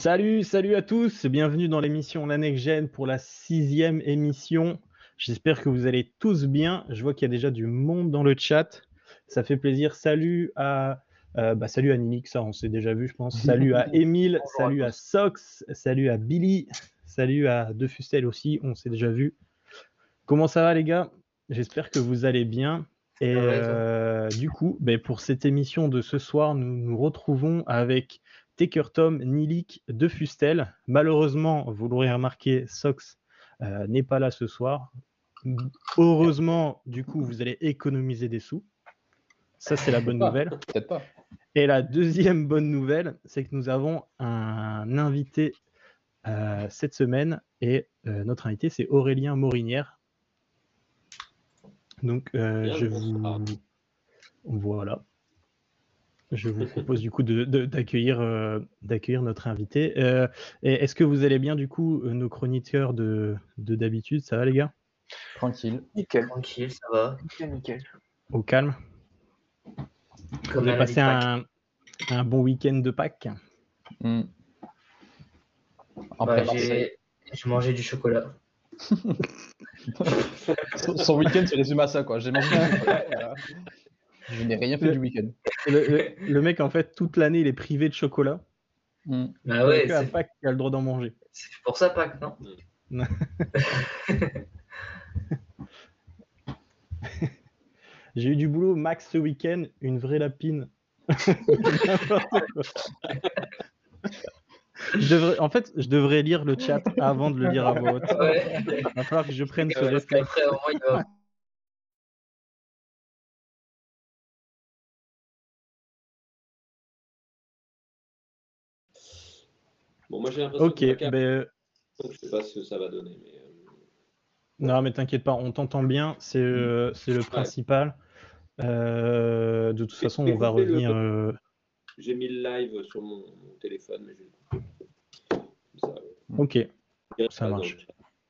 Salut à tous, bienvenue dans l'émission La Next Gen pour la 6e émission. J'espère que vous allez tous bien. Je vois qu'il y a déjà du monde dans le chat. Ça fait plaisir. Salut à Nick, ça on s'est déjà vu je pense. Salut à Émile, salut à Sox, salut à Billy, salut à De Fustel aussi, on s'est déjà vu. Comment ça va les gars? J'espère que vous allez bien. Et du coup, pour cette émission de ce soir, nous nous retrouvons avec Taker Tom, Nilik, De Fustel. Malheureusement, vous l'aurez remarqué, Sox n'est pas là ce soir. Heureusement, du coup, vous allez économiser des sous. Ça, c'est la bonne nouvelle. Peut-être pas. Et la deuxième bonne nouvelle, c'est que nous avons un invité cette semaine. Et notre invité, c'est Aurélien Morinière. Donc, je vous propose du coup d'accueillir notre invité. Est-ce que vous allez bien du coup, nos chroniqueurs d'habitude? Ça va les gars? Tranquille. Nickel. Tranquille, ça va. Nickel. Au calme? Comme vous avez passé un bon week-end de Pâques? J'ai mangé du chocolat. Son week-end se résume à ça, quoi. J'ai mangé du chocolat. Voilà. Je n'ai rien fait du week-end. Le mec, en fait, toute l'année, il est privé de chocolat. Bah ouais, que à Pâques, il a le droit d'en manger. C'est pour ça Pâques, non? J'ai eu du boulot max ce week-end, une vraie lapine. Je devrais lire le chat avant de le lire à voix haute. Ouais. Il va falloir que je prenne ce réflexe. Après, au moins, il va... Bon, moi j'ai l'impression que donc je sais pas ce que ça va donner. Mais Non, mais t'inquiète pas, on t'entend bien, c'est le principal. De toute façon, on va revenir. J'ai mis le live sur mon téléphone, mais j'ai... Ok, ça marche.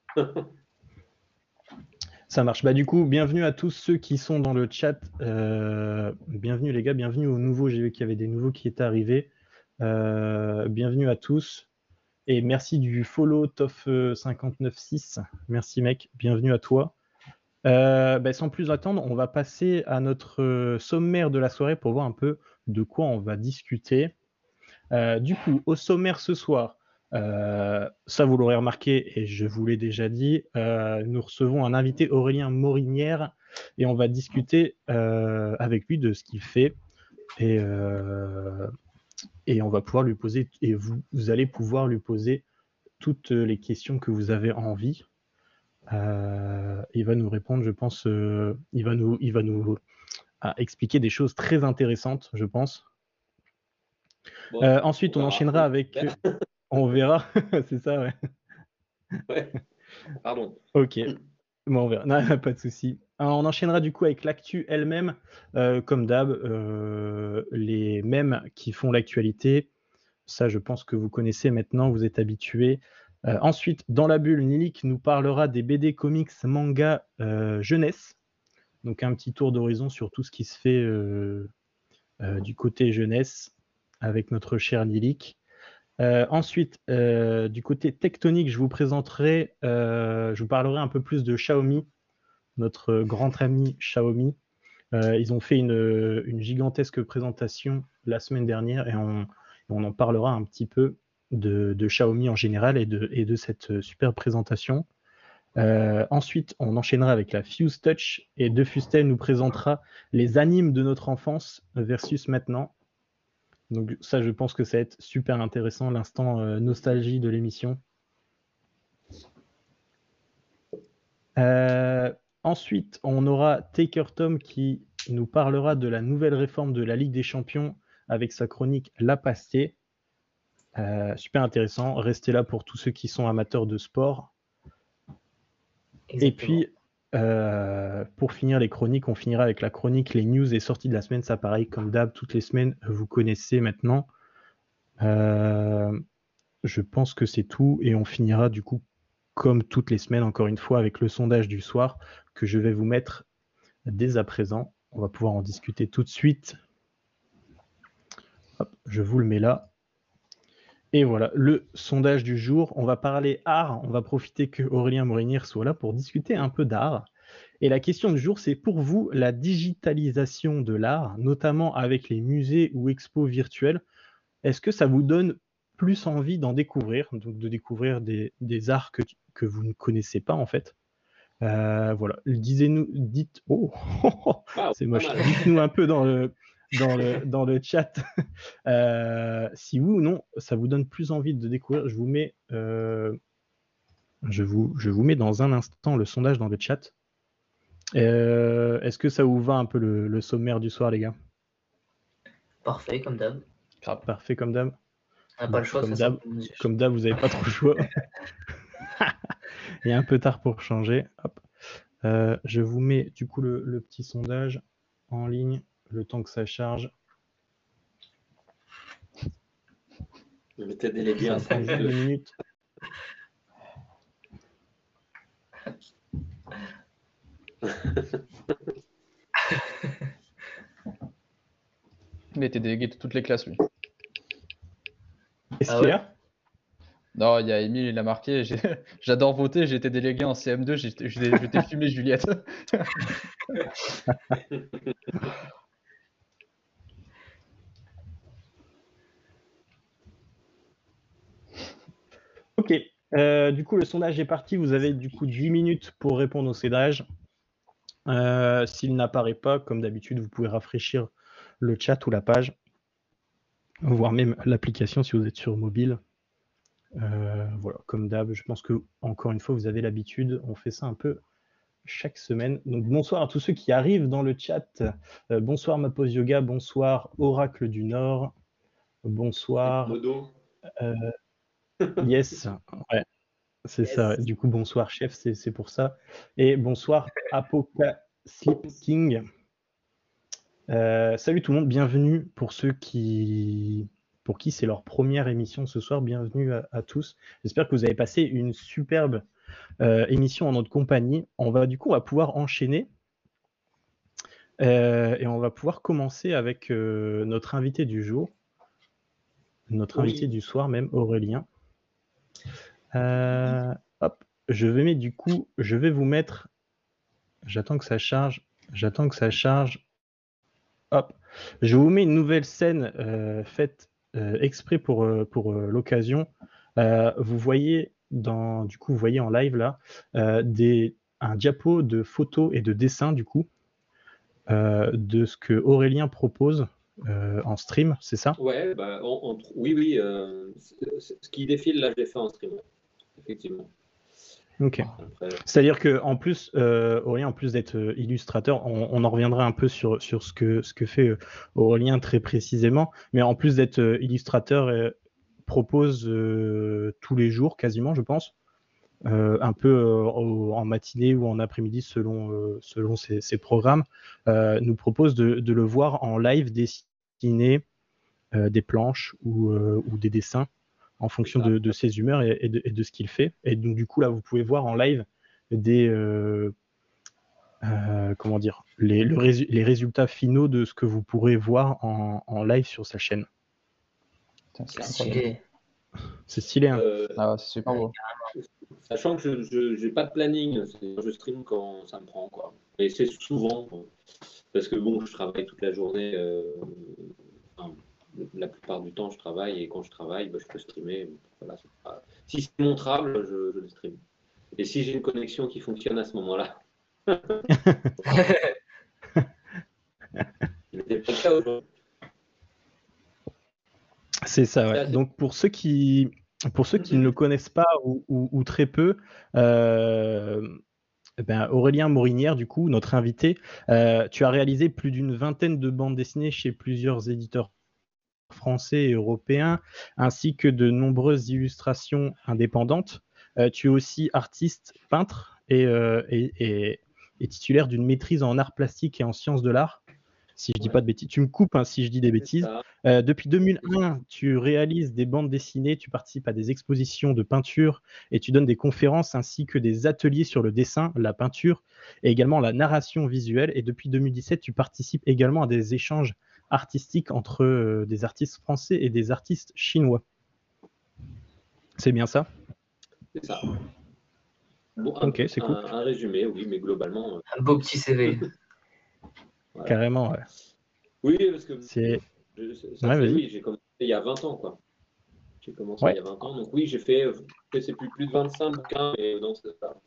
Ça marche. Bah, du coup, bienvenue à tous ceux qui sont dans le chat. Bienvenue les gars, bienvenue aux nouveaux. J'ai vu qu'il y avait des nouveaux qui étaient arrivés. Bienvenue à tous. Et merci du follow Tof596. Merci mec, bienvenue à toi. Sans plus attendre, on va passer à notre sommaire de la soirée pour voir un peu de quoi on va discuter. Du coup, au sommaire ce soir, ça vous l'aurez remarqué et je vous l'ai déjà dit, nous recevons un invité, Aurélien Morinière, et on va discuter avec lui de ce qu'il fait et on va pouvoir lui poser, et vous allez pouvoir lui poser toutes les questions que vous avez envie. Il va nous répondre, je pense, il va nous expliquer des choses très intéressantes, je pense. Bon, ensuite, on enchaînera avec... On verra, c'est ça, ouais. Ouais, pardon. Ok, bon, on verra, non, pas de souci. Alors, on enchaînera du coup avec l'actu elle-même, comme d'hab, les mèmes qui font l'actualité. Ça, je pense que vous connaissez maintenant, vous êtes habitués. Ensuite, dans la bulle, Nilik nous parlera des BD, comics, manga, jeunesse. Donc un petit tour d'horizon sur tout ce qui se fait du côté jeunesse avec notre cher Nilik. Ensuite, du côté tectonique, je vous présenterai, je vous parlerai un peu plus de Xiaomi, notre grand ami Xiaomi. Ils ont fait une gigantesque présentation la semaine dernière et on en parlera un petit peu de Xiaomi en général et de cette super présentation. Ensuite, on enchaînera avec la Fuse Touch et De Fustel nous présentera les animes de notre enfance versus maintenant. Donc ça, je pense que ça va être super intéressant, l'instant nostalgie de l'émission. Ensuite, on aura Taker Tom qui nous parlera de la nouvelle réforme de la Ligue des Champions avec sa chronique La Pastée. Super intéressant. Restez là pour tous ceux qui sont amateurs de sport. Exactement. Et puis, pour finir les chroniques, on finira avec la chronique les news et sorties de la semaine. Ça, pareil, comme d'hab, toutes les semaines, vous connaissez maintenant. Je pense que c'est tout. Et on finira du coup, comme toutes les semaines, encore une fois, avec le sondage du soir que je vais vous mettre dès à présent. On va pouvoir en discuter tout de suite. Hop, je vous le mets là. Et voilà, le sondage du jour. On va parler art. On va profiter que Aurélien Morinier soit là pour discuter un peu d'art. Et la question du jour, c'est pour vous la digitalisation de l'art, notamment avec les musées ou expos virtuels, est-ce que ça vous donne plus envie d'en découvrir, donc de découvrir des arts que vous ne connaissez pas en fait? Voilà, dites, oh, Waouh, c'est pas moche. mal. Dites-nous un peu dans le chat si oui ou non ça vous donne plus envie de découvrir. Je vous mets dans un instant le sondage dans le chat. Est-ce que ça vous va un peu le sommaire du soir, les gars? Parfait, comme d'hab. Parfait comme d'hab. On n'a pas le choix, de toute façon. Comme d'hab, vous n'avez pas trop le choix. Il est un peu tard pour changer. Hop. Je vous mets du coup le petit sondage en ligne, le temps que ça charge. Je vais t'aider les liens. Ça prend juste 2 minutes. Il était délégué de toutes les classes, lui. Est-ce Ah qu'il y ouais a Non, il y a Émile, il a marqué. J'adore voter, j'ai été délégué en CM2, je t'ai fumé Juliette. Ok. Du coup, le sondage est parti. Vous avez du coup 10 minutes pour répondre au sondage. S'il n'apparaît pas, comme d'habitude, vous pouvez rafraîchir le chat ou la page, voire même l'application si vous êtes sur mobile. Voilà, comme d'hab, je pense que encore une fois, vous avez l'habitude. On fait ça un peu chaque semaine. Donc bonsoir à tous ceux qui arrivent dans le chat. Bonsoir ma pause yoga, bonsoir Oracle du Nord, bonsoir. Modo. Yes, ouais, c'est Yes. ça. Du coup, bonsoir chef, c'est pour ça. Et bonsoir Apoca Sleep King. Salut tout le monde, bienvenue pour ceux pour qui c'est leur première émission ce soir. Bienvenue à tous. J'espère que vous avez passé une superbe émission en notre compagnie. On va pouvoir enchaîner et on va pouvoir commencer avec notre invité du jour, notre invité du soir même, Aurélien. Hop, je vais vous mettre. J'attends que ça charge. Hop, je vous mets une nouvelle scène faite exprès pour l'occasion. Vous voyez vous voyez en live là un diapo de photos et de dessins du coup de ce que Aurélien propose en stream, c'est ça? Ouais, bah, oui. Ce qui défile là, je l'ai fait en stream, effectivement. Ok. C'est-à-dire que en plus, Aurélien, en plus d'être illustrateur, on en reviendra un peu sur ce que fait Aurélien très précisément, mais en plus d'être illustrateur, propose tous les jours quasiment, je pense, un peu en matinée ou en après-midi selon ses programmes, nous propose de le voir en live dessiner des planches ou des dessins en fonction de ses humeurs et de ce qu'il fait. Et donc, du coup, là, vous pouvez voir en live les résultats finaux de ce que vous pourrez voir en live sur sa chaîne. C'est stylé. C'est stylé, hein. C'est super beau. Sachant que je n'ai pas de planning, je stream quand ça me prend, quoi. Et c'est souvent, parce que bon, je travaille toute la journée. La plupart du temps, je travaille et quand je travaille, je peux streamer. Voilà, si c'est montrable, je le stream. Et si j'ai une connexion qui fonctionne à ce moment-là. C'est ça, ouais. Donc pour ceux qui ne le connaissent pas ou très peu, Aurélien Morinière, du coup, notre invité, tu as réalisé plus d'une vingtaine de bandes dessinées chez plusieurs éditeurs français et européens, ainsi que de nombreuses illustrations indépendantes. Tu es aussi artiste, peintre et titulaire d'une maîtrise en arts plastiques et en sciences de l'art. Si je dis pas de bêtises, tu me coupes si je dis des bêtises. Depuis 2001, tu réalises des bandes dessinées, tu participes à des expositions de peinture et tu donnes des conférences ainsi que des ateliers sur le dessin, la peinture et également la narration visuelle. Et depuis 2017, tu participes également à des échanges artistiques entre des artistes français et des artistes chinois. C'est bien ça? C'est ça. Bon, Ok, c'est cool. un résumé, oui, mais globalement. Un beau petit CV. Voilà. Carrément, ouais. Oui, parce que C'est... ça, Ouais, c'est vas-y. oui, j'ai commencé il y a 20 ans, quoi. J'ai commencé Ouais. il y a 20 ans, donc oui, j'ai fait, c'est plus de 25 bouquins, mais non, c'est ça.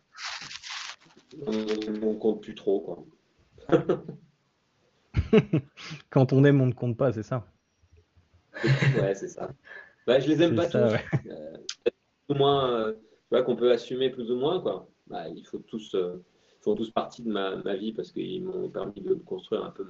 On compte plus trop, quoi. Quand on aime, on ne compte pas, c'est ça? Ouais, c'est ça. Bah, je les aime C'est pas ça, tous. ouais. Plus ou moins, tu vois, qu'on peut assumer plus ou moins, quoi. Bah, ils font tous partie de ma vie parce qu'ils m'ont permis de construire un peu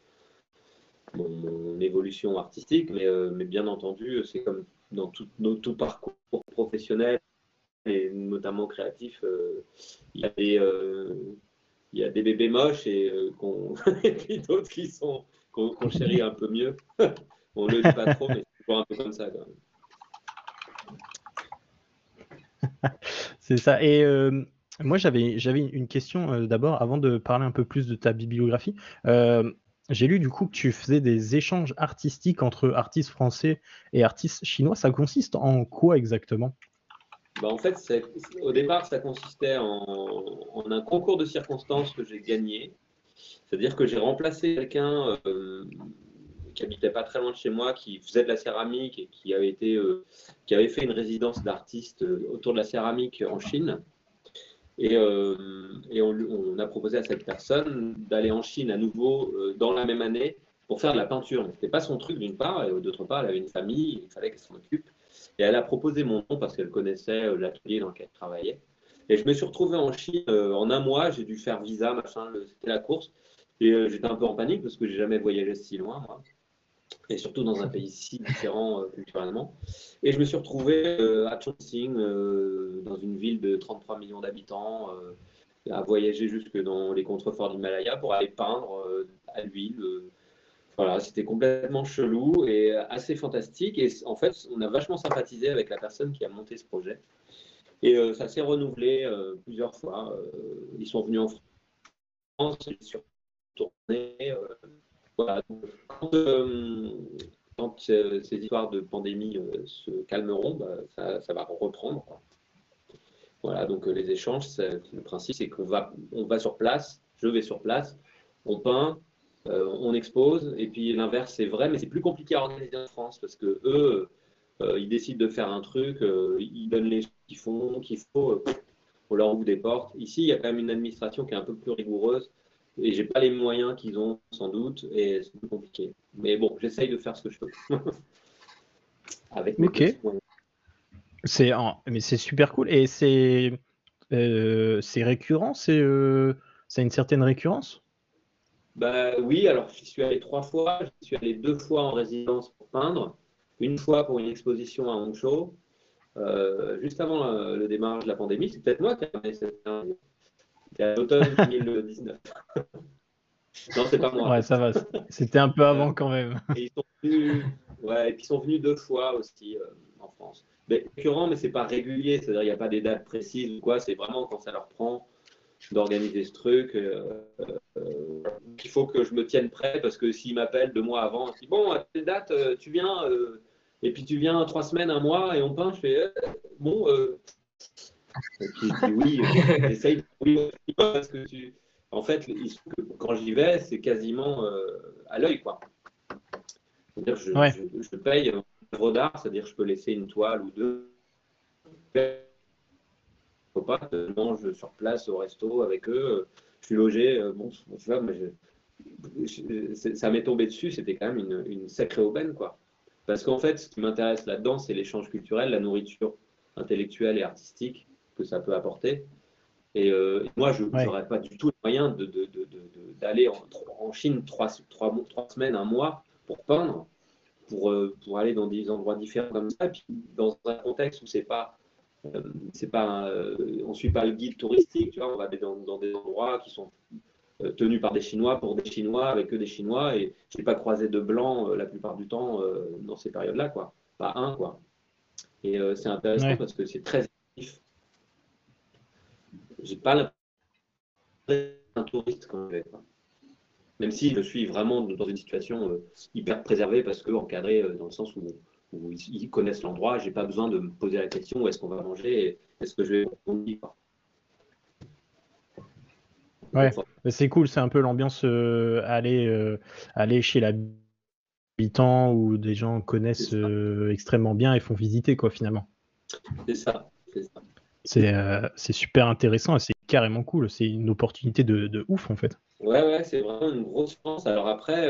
mon évolution artistique, mais bien entendu, c'est comme dans tout parcours professionnel et notamment créatif, il y a il y a des bébés moches et puis d'autres qu'on chérit un peu mieux. On le dit pas trop, mais c'est toujours un peu comme ça, quand même. C'est ça. Et moi, j'avais une question d'abord, avant de parler un peu plus de ta bibliographie. J'ai lu du coup que tu faisais des échanges artistiques entre artistes français et artistes chinois. Ça consiste en quoi exactement? Bah, en fait, au départ, ça consistait en un concours de circonstances que j'ai gagné. C'est-à-dire que j'ai remplacé quelqu'un qui habitait pas très loin de chez moi, qui faisait de la céramique et qui avait fait une résidence d'artiste autour de la céramique en Chine. Et on a proposé à cette personne d'aller en Chine à nouveau dans la même année pour faire de la peinture. Ce n'était pas son truc d'une part, et d'autre part, elle avait une famille, il fallait qu'elle s'en occupe. Et elle a proposé mon nom parce qu'elle connaissait l'atelier dans lequel elle travaillait. Et je me suis retrouvé en Chine en un mois, j'ai dû faire visa, machin, c'était la course. Et j'étais un peu en panique parce que j'ai jamais voyagé si loin, moi. Et surtout dans un pays si différent culturellement. Et je me suis retrouvé à Chongqing, dans une ville de 33 millions d'habitants, à voyager jusque dans les contreforts d'Himalaya pour aller peindre à l'huile. Voilà, c'était complètement chelou et assez fantastique. Et en fait, on a vachement sympathisé avec la personne qui a monté ce projet. Et ça s'est renouvelé plusieurs fois. Ils sont venus en France, ils sont retournés. Voilà. Quand ces histoires de pandémie se calmeront, bah, ça va reprendre, quoi. Voilà, donc les échanges, le principe, c'est on va sur place, je vais sur place, on peint, on expose, et puis l'inverse, c'est vrai, mais c'est plus compliqué à organiser en France parce que eux, ils décident de faire un truc, ils donnent les choses qu'il faut, on leur ouvre des portes. Ici, il y a quand même une administration qui est un peu plus rigoureuse, et j'ai pas les moyens qu'ils ont sans doute, et c'est plus compliqué. Mais bon, j'essaye de faire ce que je peux avec mes Ok, petits moyens. mais c'est super cool. Et c'est récurrent, ça a une certaine récurrence? Bah oui, alors j'y suis allé 3 fois. J'y suis allé 2 fois en résidence pour peindre, une fois pour une exposition à Hangzhou, juste avant le démarrage de la pandémie. C'est peut-être moi qui ai amené cette. C'était à l'automne 2019. Non, c'est pas moi. Ouais, ça va. C'était un peu Euh, avant quand même. et ils sont venus, ouais, et puis ils sont venus 2 fois aussi en France. Mais récurrent, mais c'est pas régulier. C'est-à-dire il n'y a pas des dates précises ou quoi. C'est vraiment quand ça leur prend d'organiser ce truc. Il faut que je me tienne prêt parce que s'ils m'appellent 2 mois avant, je dis bon, à telle date, tu viens, et puis tu viens 3 semaines, un mois, et on peint, je fais bon, et puis je dis oui, j'essaye, oui, parce que en fait, quand j'y vais, c'est quasiment à l'œil, quoi. C'est-à-dire, Ouais. je paye une œuvre d'art, c'est-à-dire, je peux laisser une toile ou deux. Pas, je mange sur place au resto avec eux, je suis logé, bon, tu vois, mais ça m'est tombé dessus, c'était quand même une sacrée aubaine, quoi. Parce qu'en fait, ce qui m'intéresse là-dedans, c'est l'échange culturel, la nourriture intellectuelle et artistique que ça peut apporter. Et moi, je Ouais. n'aurais pas du tout les moyens d'aller en Chine 3 semaines, un mois pour peindre, pour aller dans des endroits différents comme ça, et puis dans un contexte où on suit pas le guide touristique, tu vois, on va aller dans des endroits qui sont tenus par des Chinois pour des Chinois avec que des Chinois et je n'ai pas croisé de blancs la plupart du temps dans ces périodes-là, quoi. Pas un, quoi. Et c'est intéressant Ouais. parce que c'est très actif. J'ai pas l'impression d'être un touriste quand je vais, quoi. Même si je suis vraiment dans une situation hyper préservée parce que encadrée dans le sens où où ils connaissent l'endroit. J'ai pas besoin de me poser la question où est-ce qu'on va manger et est-ce que je vais manger, quoi. Ouais, mais c'est cool, c'est un peu l'ambiance aller chez l'habitant où des gens connaissent extrêmement bien et font visiter, quoi, finalement. C'est ça. C'est super intéressant et c'est carrément cool. C'est une opportunité de ouf, en fait. Ouais, c'est vraiment une grosse chance. Alors après,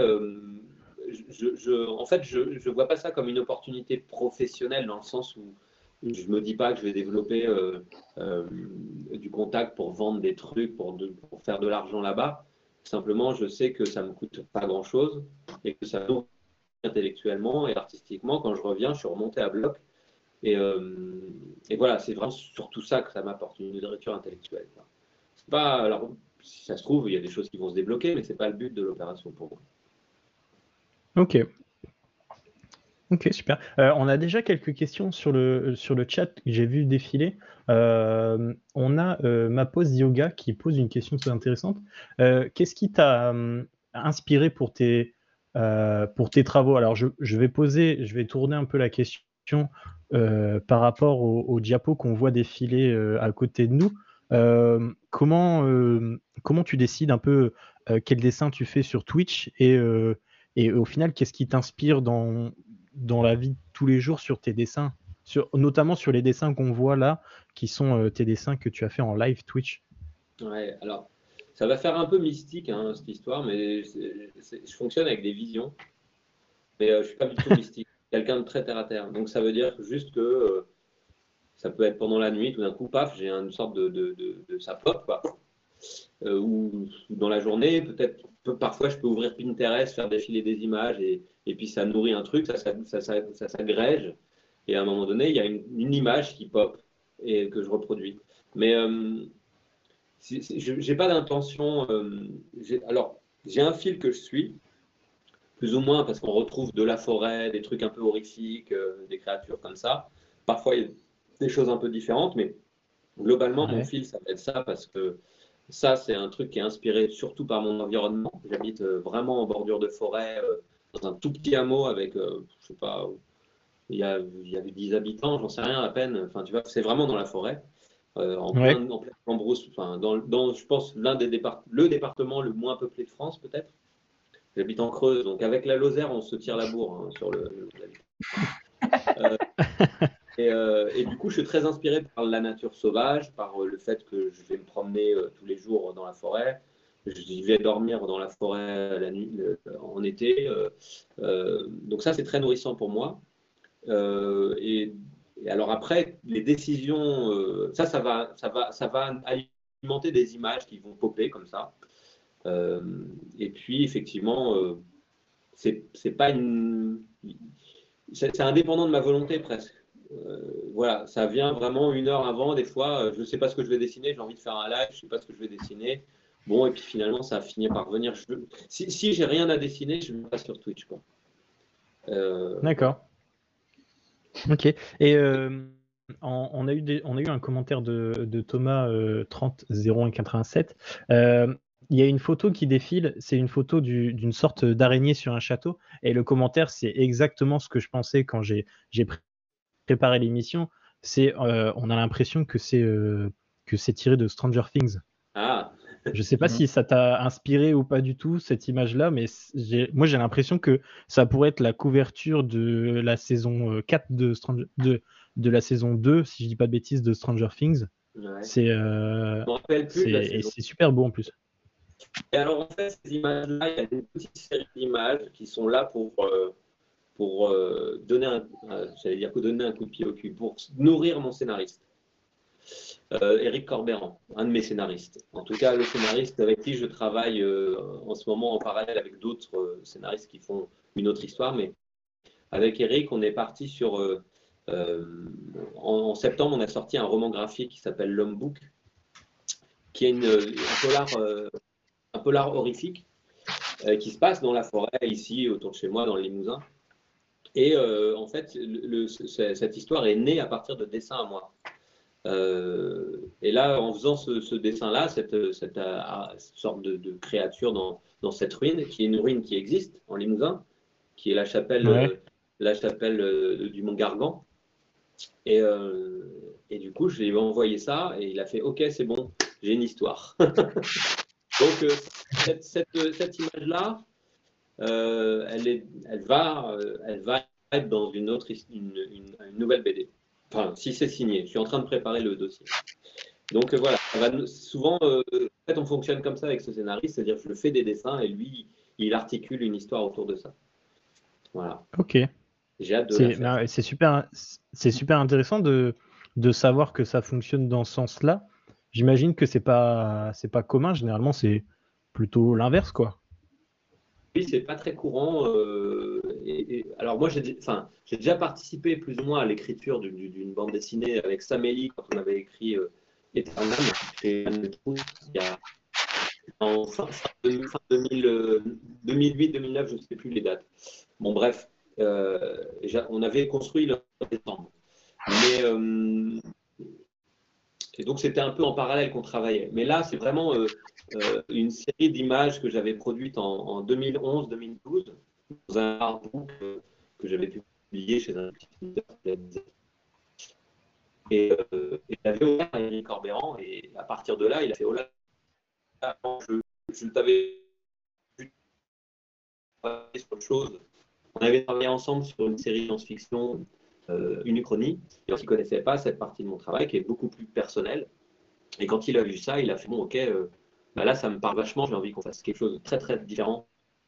en fait, je vois pas ça comme une opportunité professionnelle dans le sens où je me dis pas que je vais développer du contact pour vendre des trucs, pour faire de l'argent là-bas. Simplement, je sais que ça me coûte pas grand-chose et que ça me nourrit intellectuellement et artistiquement. Quand je reviens, je suis remonté à bloc. Et voilà, c'est vraiment surtout ça que ça m'apporte, une nourriture intellectuelle, quoi. C'est pas, alors, si ça se trouve, il y a des choses qui vont se débloquer, mais c'est pas le but de l'opération pour moi. Ok. Ok, super. On a déjà quelques questions sur le chat que j'ai vu défiler. On a ma pose yoga qui pose une question très intéressante. Qu'est-ce qui t'a inspiré pour tes travaux? Alors, je vais tourner un peu la question par rapport au diapo qu'on voit défiler à côté de nous. Comment tu décides un peu quel dessin tu fais sur Twitch et au final, qu'est-ce qui t'inspire dans la vie de tous les jours sur tes dessins, notamment sur les dessins qu'on voit là, qui sont tes dessins que tu as fait en live Twitch? Ouais, alors, ça va faire un peu mystique, hein, cette histoire, mais je fonctionne avec des visions, mais je suis pas du tout mystique, quelqu'un de très terre à terre. Donc ça veut dire juste que ça peut être pendant la nuit, tout d'un coup, paf, j'ai une sorte de ça pop, quoi. Ou dans la journée, peut-être, parfois je peux ouvrir Pinterest, faire défiler des images et puis ça nourrit un truc, ça s'agrège. Et à un moment donné, il y a une image qui pop et que je reproduis. Mais je n'ai pas d'intention. Alors, j'ai un fil que je suis, plus ou moins, parce qu'on retrouve de la forêt, des trucs un peu horrifiques, des créatures comme ça. Parfois, il y a des choses un peu différentes, mais globalement, mon fil, ça va être ça, parce que ça, c'est un truc qui est inspiré surtout par mon environnement. J'habite vraiment en bordure de forêt, dans un tout petit hameau avec, je sais pas, il y avait 10 habitants, j'en sais rien à peine. Enfin, tu vois, c'est vraiment dans la forêt, en plein cambrousse. Enfin, je pense, le département le moins peuplé de France, peut-être. J'habite en Creuse, donc avec la Lozère, on se tire la bourre, hein, sur et du coup, je suis très inspiré par la nature sauvage, par le fait que je vais me promener tous les jours dans la forêt. Je vais dormir dans la forêt la nuit, en été. Donc ça, c'est très nourrissant pour moi. Et alors après, les décisions, ça va alimenter des images qui vont popper comme ça. Et puis, effectivement, c'est pas c'est indépendant de ma volonté presque. Voilà, ça vient vraiment une heure avant. Des fois, je ne sais pas ce que je vais dessiner, j'ai envie de faire un live, je ne sais pas ce que je vais dessiner. Bon, et puis finalement, ça a fini par venir. Si j'ai rien à dessiner, je ne vais pas sur Twitch, quoi. D'accord. Ok. Et on a eu un commentaire de Thomas 30 01 87. Il y a une photo qui défile, c'est une photo d'une sorte d'araignée sur un château. Et le commentaire, c'est exactement ce que je pensais quand j'ai préparé l'émission. On a l'impression que c'est tiré de Stranger Things. Ah. Je sais pas si ça t'a inspiré ou pas du tout, cette image-là, mais moi j'ai l'impression que ça pourrait être la couverture de la saison 4 de la saison 2, si je dis pas de bêtises, de Stranger Things. Ouais. C'est super beau en plus. Et alors en fait, ces images-là, il y a une petite série d'images qui sont là pour donner donner un coup de pied au cul, pour nourrir mon scénariste. Éric Corbeyran, un de mes scénaristes. En tout cas, le scénariste avec qui je travaille en ce moment en parallèle avec d'autres scénaristes qui font une autre histoire. Mais avec Éric, on est parti sur... en septembre, on a sorti un roman graphique qui s'appelle L'Homme Book, qui est un polar horrifique qui se passe dans la forêt, ici, autour de chez moi, dans le Limousin. Et en fait, cette histoire est née à partir de dessins à moi. Et là, en faisant ce dessin-là, cette sorte de créature dans cette ruine, qui est une ruine qui existe en Limousin, qui est la chapelle la chapelle du Mont Gargan. Et du coup, je lui ai envoyé ça et il a fait OK, c'est bon, j'ai une histoire. Donc, cette image-là, elle va être dans une nouvelle BD. Enfin, si c'est signé, je suis en train de préparer le dossier. Donc voilà, souvent, en fait, on fonctionne comme ça avec ce scénariste, c'est-à-dire que je fais des dessins et lui, il articule une histoire autour de ça. Voilà. Ok. J'ai hâte de la faire. C'est super intéressant de savoir que ça fonctionne dans ce sens-là. J'imagine que c'est pas commun. Généralement, c'est plutôt l'inverse, quoi. Oui, c'est pas très courant. Alors moi, j'ai déjà participé plus ou moins à l'écriture d'une bande dessinée avec Samélie quand on avait écrit Eternam, chez il y a en fin 2008-2009, je ne sais plus les dates. Bon, bref, on avait construit le décembre. Mais et donc c'était un peu en parallèle qu'on travaillait. Mais là, c'est vraiment une série d'images que j'avais produites en 2011-2012 dans un artbook que j'avais publié chez un petit éditeur. Et il avait ouvert à Eric Corbéran et à partir de là, il a fait oh là, je t'avais vu travailler sur autre chose. On avait travaillé ensemble sur une série de science-fiction, une uchronie, et il ne connaissait pas cette partie de mon travail qui est beaucoup plus personnelle. Et quand il a vu ça, il a fait bon, ok, bah là ça me parle vachement, j'ai envie qu'on fasse quelque chose de très très différent,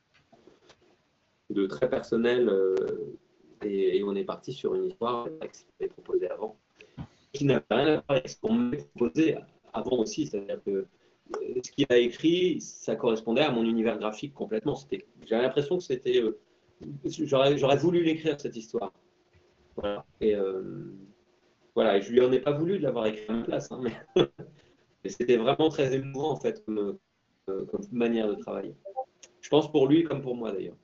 de très personnel, et on est parti sur une histoire qui m'avait proposée avant, qui n'a rien à voir avec ce qu'on m'avait proposé avant aussi, c'est-à-dire que ce qu'il a écrit, ça correspondait à mon univers graphique complètement. J'avais l'impression que c'était, j'aurais voulu l'écrire cette histoire. Voilà. Et voilà, et je lui en ai pas voulu de l'avoir écrit à ma place, hein, mais c'était vraiment très émouvant en fait comme manière de travailler. Je pense pour lui comme pour moi d'ailleurs.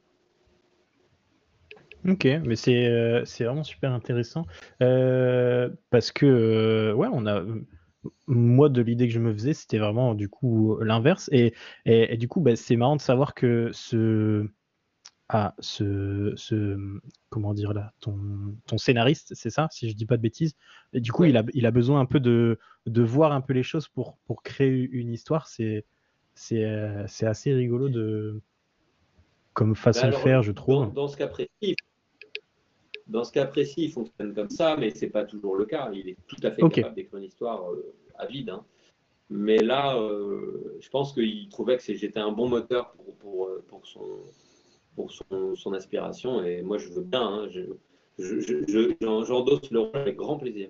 Ok, mais c'est vraiment super intéressant parce que ouais, moi de l'idée que je me faisais, c'était vraiment du coup l'inverse et du coup bah, c'est marrant de savoir que comment dire là, ton scénariste, c'est ça, si je dis pas de bêtises. Et du coup, Ouais. il a besoin un peu de voir un peu les choses pour créer une histoire. C'est assez rigolo comme façon de Alors, faire, je trouve. dans ce cas précis, il fonctionne comme ça, mais c'est pas toujours le cas. Il est tout à fait Ok, capable d'écrire une histoire à vide, hein. Mais là, je pense qu'il trouvait que j'étais un bon moteur pour son inspiration. Et moi, je veux bien, hein, j'endosse le rôle avec grand plaisir.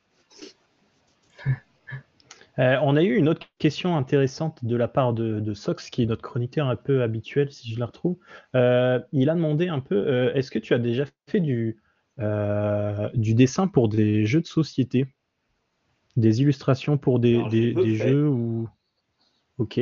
On a eu une autre question intéressante de la part de Sox, qui est notre chroniqueur un peu habituel, si je la retrouve. Il a demandé un peu, est-ce que tu as déjà fait du dessin pour des jeux de société, des illustrations pour Alors, je l'ai peu des fait. jeux ou... Ok,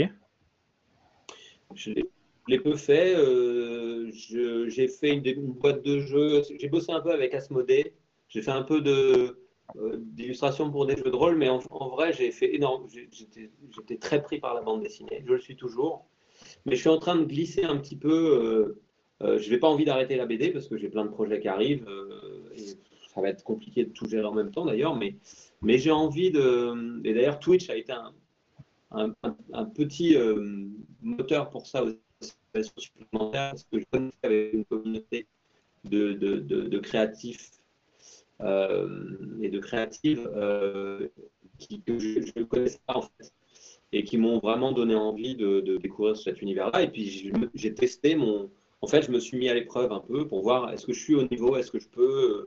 Je l'ai peu fait. J'ai fait une boîte de jeux. J'ai bossé un peu avec Asmodée. J'ai fait un peu d'illustration pour des jeux de rôle, mais en vrai, j'ai fait énorme. J'étais très pris par la bande dessinée. Je le suis toujours. Mais je suis en train de glisser un petit peu. Je n'ai pas envie d'arrêter la BD parce que j'ai plein de projets qui arrivent. Et ça va être compliqué de tout gérer en même temps d'ailleurs. Mais j'ai envie de. Et d'ailleurs, Twitch a été un petit moteur pour ça aussi, supplémentaire, parce que je connais avec une communauté de créatifs et de créatives que je ne connaissais pas en fait, et qui m'ont vraiment donné envie de découvrir cet univers-là. Et puis j'ai testé En fait, je me suis mis à l'épreuve un peu pour voir est-ce que je suis au niveau, est-ce que je peux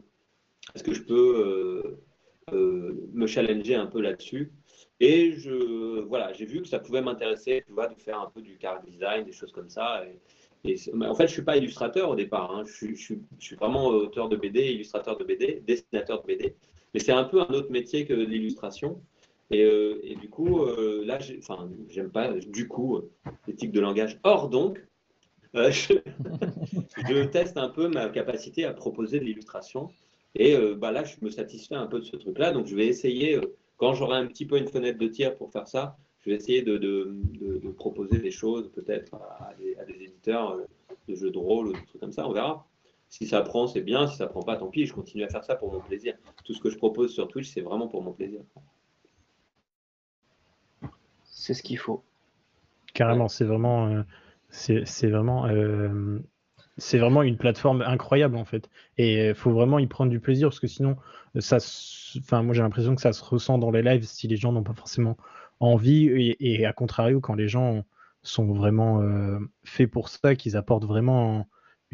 me challenger un peu là-dessus. Et voilà, j'ai vu que ça pouvait m'intéresser, tu vois, de faire un peu du character design, des choses comme ça. Mais en fait, je ne suis pas illustrateur au départ, hein. Je suis vraiment auteur de BD, illustrateur de BD, dessinateur de BD. Mais c'est un peu un autre métier que l'illustration. Et du coup, là, j'aime pas, du coup, l'éthique de langage. Or, donc, je teste un peu ma capacité à proposer de l'illustration. Et bah là, je me satisfais un peu de ce truc-là. Donc, je vais essayer, quand j'aurai un petit peu une fenêtre de tir pour faire ça, je vais essayer de proposer des choses peut-être à des éditeurs de jeux de rôle ou des trucs comme ça. On verra. Si ça prend, c'est bien. Si ça prend pas, tant pis. Je continue à faire ça pour mon plaisir. Tout ce que je propose sur Twitch, c'est vraiment pour mon plaisir. C'est ce qu'il faut. Carrément, c'est vraiment, c'est vraiment une plateforme incroyable en fait. Et il faut vraiment y prendre du plaisir parce que sinon, moi j'ai l'impression que ça se ressent dans les lives si les gens n'ont pas forcément envie et à contrario quand les gens sont vraiment faits pour ça, qu'ils apportent vraiment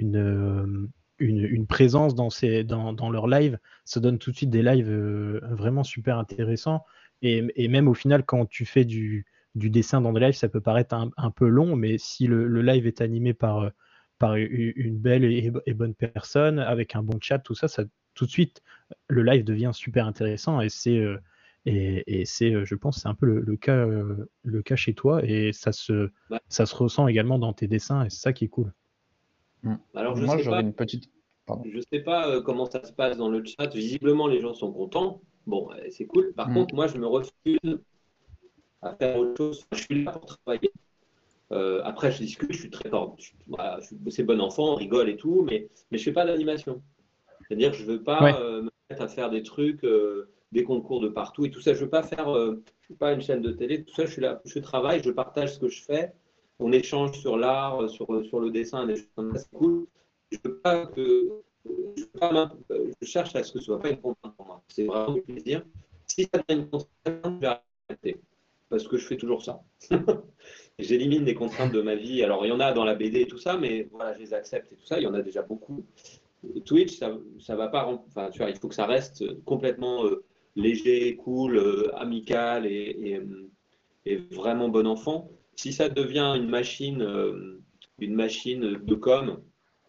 une présence dans leur live, ça donne tout de suite des lives vraiment super intéressants. Et même au final, quand tu fais du dessin dans des lives, ça peut paraître un peu long, mais si le live est animé par une belle et bonne personne, avec un bon chat, tout ça, tout de suite, le live devient super intéressant et c'est, je pense, c'est un peu le cas chez toi et ça se ressent également dans tes dessins et c'est ça qui est cool. Alors, Moi, j'aurais une petite. Pardon. Je sais pas comment ça se passe dans le chat. Visiblement, les gens sont contents. Bon, c'est cool. Par contre, moi, je me refuse à faire autre chose. Je suis là pour travailler. Après, je discute, je suis très fort. C'est bon enfant, on rigole et tout, mais je fais pas d'animation. C'est-à-dire que je veux pas me mettre à faire des trucs, des concours de partout et tout ça. Je veux pas faire, je suis pas une chaîne de télé. Tout ça, je suis là, je travaille, je partage ce que je fais. On échange sur l'art, sur le dessin, des choses comme ça, c'est cool. Je veux pas que, je cherche à ce que ce soit pas une contrainte pour moi. C'est vraiment du plaisir. Si ça devient une contrainte, je vais arrêter parce que je fais toujours ça. J'élimine des contraintes de ma vie. Alors, il y en a dans la BD et tout ça, mais voilà, je les accepte et tout ça. Il y en a déjà beaucoup. Twitch, ça va pas. Enfin, tu vois, il faut que ça reste complètement léger, cool, amical et vraiment bon enfant. Si ça devient une machine de com,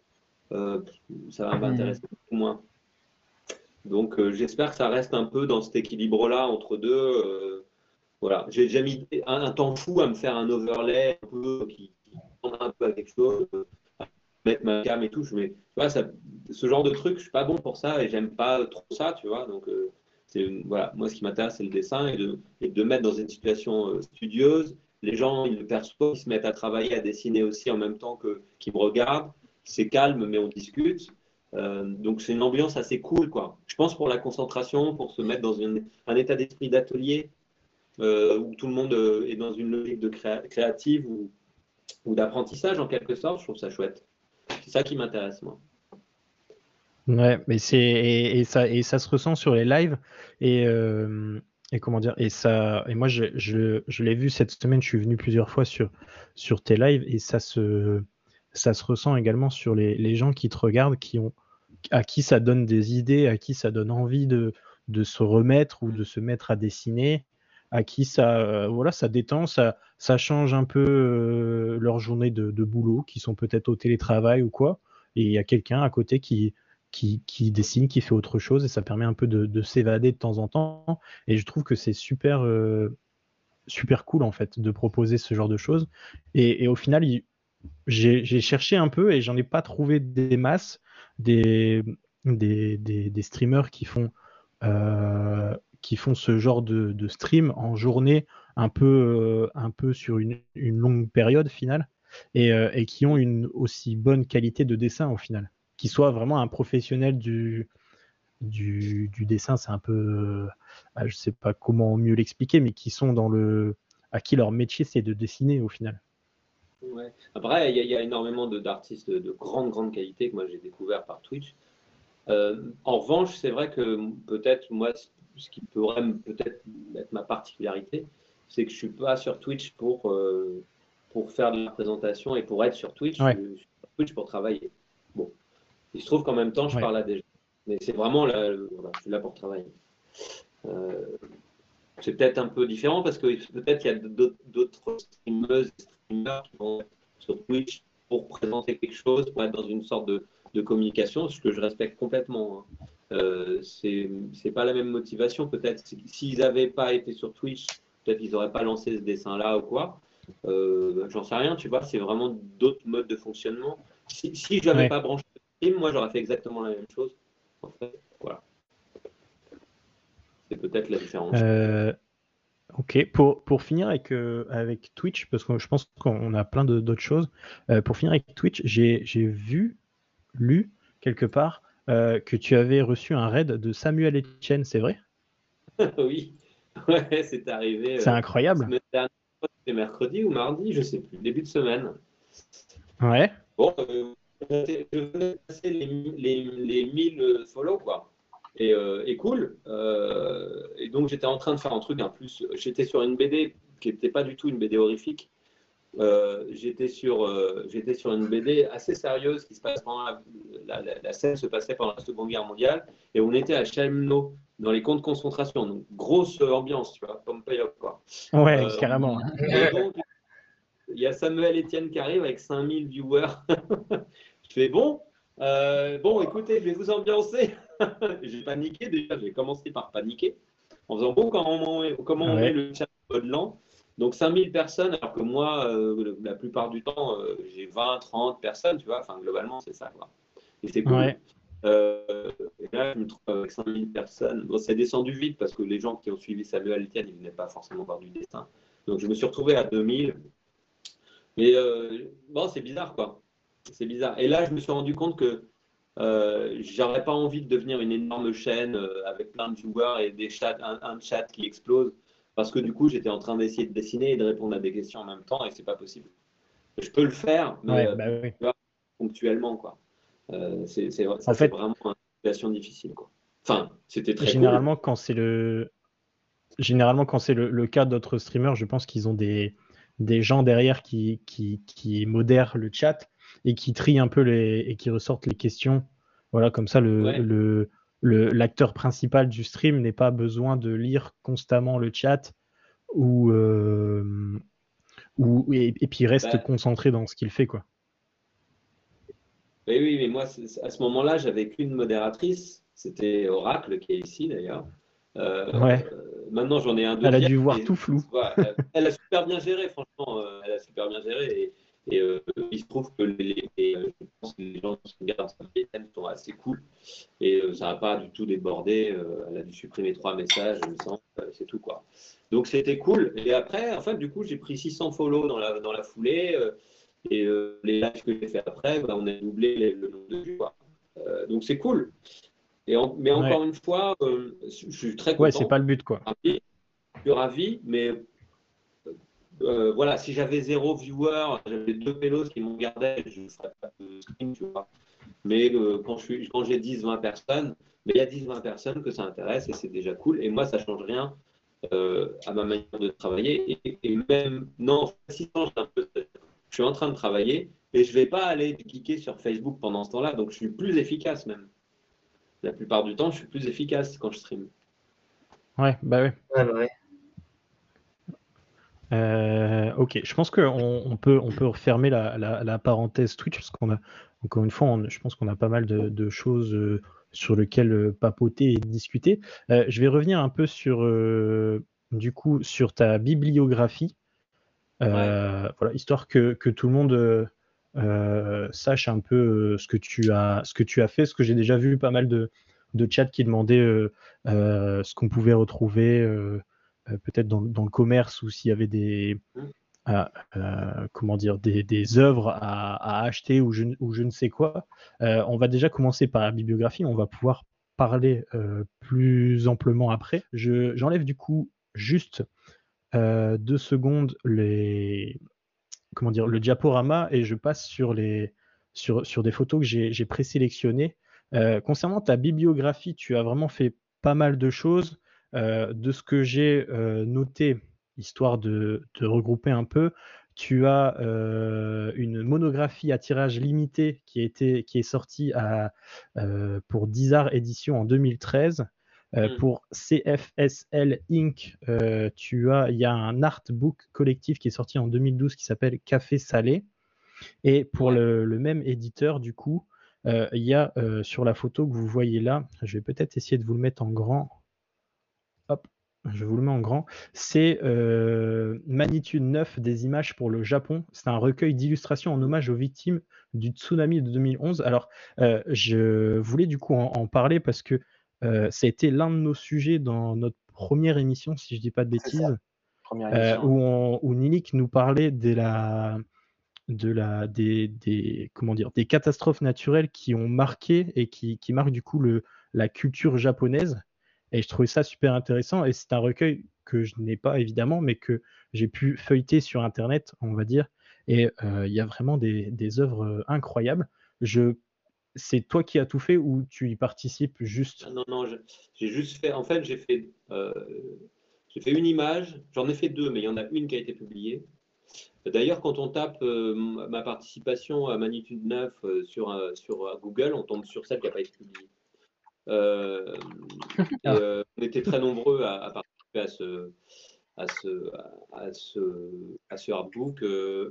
ça va m'intéresser beaucoup moins. Donc, j'espère que ça reste un peu dans cet équilibre-là entre deux. Voilà, j'ai déjà mis un temps fou à me faire un overlay un peu qui ressemble un peu à quelque chose, à mettre ma cam et tout. Tu vois, ce genre de truc, je suis pas bon pour ça et j'aime pas trop ça, tu vois. Donc, voilà, moi, ce qui m'intéresse, c'est le dessin et de mettre dans une situation studieuse. Les gens, ils le perçoivent, ils se mettent à travailler, à dessiner aussi en même temps qu'ils me regardent. C'est calme, mais on discute. Donc, c'est une ambiance assez cool, quoi. Je pense pour la concentration, pour se mettre dans un état d'esprit d'atelier. Où tout le monde est dans une logique de créative ou d'apprentissage en quelque sorte, je trouve ça chouette. C'est ça qui m'intéresse, moi. Ouais, mais et ça se ressent sur les lives et comment dire et moi je l'ai vu cette semaine, je suis venu plusieurs fois sur tes lives et ça se ressent également sur les gens qui te regardent, à qui ça donne des idées, à qui ça donne envie de se remettre ou de se mettre à dessiner, à qui ça ça détend, ça change un peu leur journée de boulot, qui sont peut-être au télétravail ou quoi, et il y a quelqu'un à côté qui dessine, qui fait autre chose, et ça permet un peu de s'évader de temps en temps. Et je trouve que c'est super cool en fait de proposer ce genre de choses. Et au final, j'ai cherché un peu et j'en ai pas trouvé des masses, des streamers qui font ce genre de stream en journée, un peu sur une longue période finale, et qui ont une aussi bonne qualité de dessin au final, qui soit vraiment un professionnel du dessin. C'est un peu, je sais pas comment mieux l'expliquer, mais qui sont à qui leur métier c'est de dessiner au final. Ouais. Après, il y a énormément d'artistes de grande qualité que moi j'ai découvert par Twitch. En revanche, c'est vrai que peut-être moi, ce qui pourrait peut-être être ma particularité, c'est que je suis pas sur Twitch pour faire de la présentation et pour être sur Twitch. Ouais. Je suis sur Twitch pour travailler. Bon, il se trouve qu'en même temps, je parle à des gens. Mais c'est vraiment voilà, je suis là pour travailler. C'est peut-être un peu différent parce que peut-être qu'il y a d'autres streameuses et streamers qui vont sur Twitch pour présenter quelque chose, pour être dans une sorte de communication, ce que je respecte complètement. C'est pas la même motivation. Peut-être s'ils n'avaient pas été sur Twitch, peut-être qu'ils n'auraient pas lancé ce dessin-là ou quoi. J'en sais rien, tu vois. C'est vraiment d'autres modes de fonctionnement. Si je n'avais pas branché le stream, moi j'aurais fait exactement la même chose. En fait, voilà. C'est peut-être la différence. Ok, pour finir avec Twitch, parce que je pense qu'on a plein d'autres choses. Pour finir avec Twitch, j'ai lu quelque part, que tu avais reçu un raid de Samuel Etienne, c'est vrai? Oui, ouais, c'est arrivé C'est incroyable. semaine dernière, c'était mercredi ou mardi, je sais plus, début de semaine. Ouais. Bon, je venais de passer les 1000 follow, quoi. Et cool. Et donc, j'étais en train de faire un truc, en plus, j'étais sur une BD qui n'était pas du tout une BD horrifique. J'étais sur une BD assez sérieuse qui se passe pendant la scène se passait pendant la Seconde Guerre mondiale et on était à Chełmno dans les camps de concentration, donc grosse ambiance, tu vois, comme Payop, quoi. Ouais, carrément. Et donc il y a Samuel Etienne qui arrive avec 5000 viewers. Je fais bon, écoutez, je vais vous ambiancer. J'ai paniqué déjà, j'ai commencé par paniquer en faisant bon, comment on met le chat en mode lent. Donc 5000 personnes, alors que moi, la plupart du temps, j'ai 20, 30 personnes, tu vois, enfin globalement c'est ça, quoi. Et c'est cool. Ouais. Et là, je me trouve avec 5000 personnes. Bon, c'est descendu vite parce que les gens qui ont suivi Samuel Etienne, ils ne venaient pas forcément voir du dessin. Donc je me suis retrouvé à 2000. Mais bon, c'est bizarre, quoi. C'est bizarre. Et là, je me suis rendu compte que j'aurais pas envie de devenir une énorme chaîne avec plein de viewers et des chats, un chat qui explose. Parce que du coup, j'étais en train d'essayer de dessiner et de répondre à des questions en même temps et c'est pas possible. Je peux le faire, mais Ouais, bah oui. tu vois, ponctuellement, quoi. C'est En fait, vraiment une situation difficile, quoi. Enfin, c'était très généralement, cool. quand c'est le cas d'autres streamers, je pense qu'ils ont des gens derrière qui modèrent le chat et qui trient un peu et qui ressortent les questions. Voilà, comme ça, Ouais. l'acteur principal du stream n'est pas besoin de lire constamment le chat et puis il reste Bah, concentré dans ce qu'il fait, quoi. oui, mais moi, à ce moment-là, j'avais qu'une modératrice. C'était Oracle, qui est ici d'ailleurs. Ouais, Maintenant, j'en ai un elle a deuxième. dû voir Et, tout flou. voilà, elle a super bien géré, franchement. Elle a super bien géré. Et il se trouve que je pense que les gens qui regardent sa chaîne sont assez cool. Et ça n'a pas du tout débordé. Elle a dû supprimer 3 messages, il me semble. C'est tout, quoi. Donc, c'était cool. Et après, en fait, du coup, j'ai pris 600 follow dans la foulée. Et les lives que j'ai fait après, bah, on a doublé le nombre de vues, quoi. Donc c'est cool. Mais Ouais, encore une fois, je suis très ouais, c'est content. pas le but, quoi. Je suis ravi, mais voilà, si j'avais 0 viewer, j'avais 2 pélos qui m'ont gardé, je ne ferais pas de stream, tu vois. Mais quand j'ai 10, 20 personnes, mais il y a 10, 20 personnes que ça intéresse et c'est déjà cool. Et moi, ça ne change rien à ma manière de travailler. Et même, non, si ça change un peu, je suis en train de travailler et je ne vais pas aller cliquer sur Facebook pendant ce temps-là. Donc, je suis plus efficace même. La plupart du temps, je suis plus efficace quand je stream. Ouais, bah ouais. Ouais, bah ouais. Ok, je pense qu'on peut refermer la parenthèse Twitch parce qu'on a, encore une fois, je pense qu'on a pas mal de choses sur lesquelles papoter et discuter. Je vais revenir un peu du coup, sur ta bibliographie, Ouais. voilà, histoire que tout le monde sache un peu ce que tu as fait, ce que j'ai déjà vu pas mal de chats qui demandaient ce qu'on pouvait retrouver peut-être dans le commerce ou s'il y avait comment dire, des œuvres à acheter ou je ne sais quoi. On va déjà commencer par la bibliographie, on va pouvoir parler plus amplement après. J'enlève du coup juste 2 secondes le diaporama et je passe sur des photos que j'ai présélectionnées. Concernant ta bibliographie, tu as vraiment fait pas mal de choses. De ce que j'ai noté, histoire de regrouper un peu, tu as une monographie à tirage limité qui est sortie pour Dizart Édition en 2013. Pour CFSL Inc., il y a un artbook collectif qui est sorti en 2012 qui s'appelle Café Salé. Et pour Ouais. le même éditeur, du coup, il y a sur la photo que vous voyez là, je vais peut-être essayer de vous le mettre en grand. Hop, je vous le mets en grand. C'est Magnitude 9 des images pour le Japon. C'est un recueil d'illustrations en hommage aux victimes du tsunami de 2011. Alors, je voulais du coup en parler parce que ça a été l'un de nos sujets dans notre première émission, si je ne dis pas de C'est ça, bêtises, première émission. où Nilik nous parlait comment dire, des catastrophes naturelles qui ont marqué et qui marquent du coup la culture japonaise. Et je trouvais ça super intéressant. Et c'est un recueil que je n'ai pas évidemment, mais que j'ai pu feuilleter sur Internet, on va dire. Et il y a vraiment des œuvres incroyables. C'est toi qui as tout fait ou tu y participes juste? Ah non, non, j'ai juste fait. En fait, j'ai fait une image. J'en ai fait deux, mais il y en a une qui a été publiée. D'ailleurs, quand on tape ma participation à Magnitude 9 sur Google, on tombe sur celle qui n'a pas été publiée. On était très nombreux à participer à ce artbook.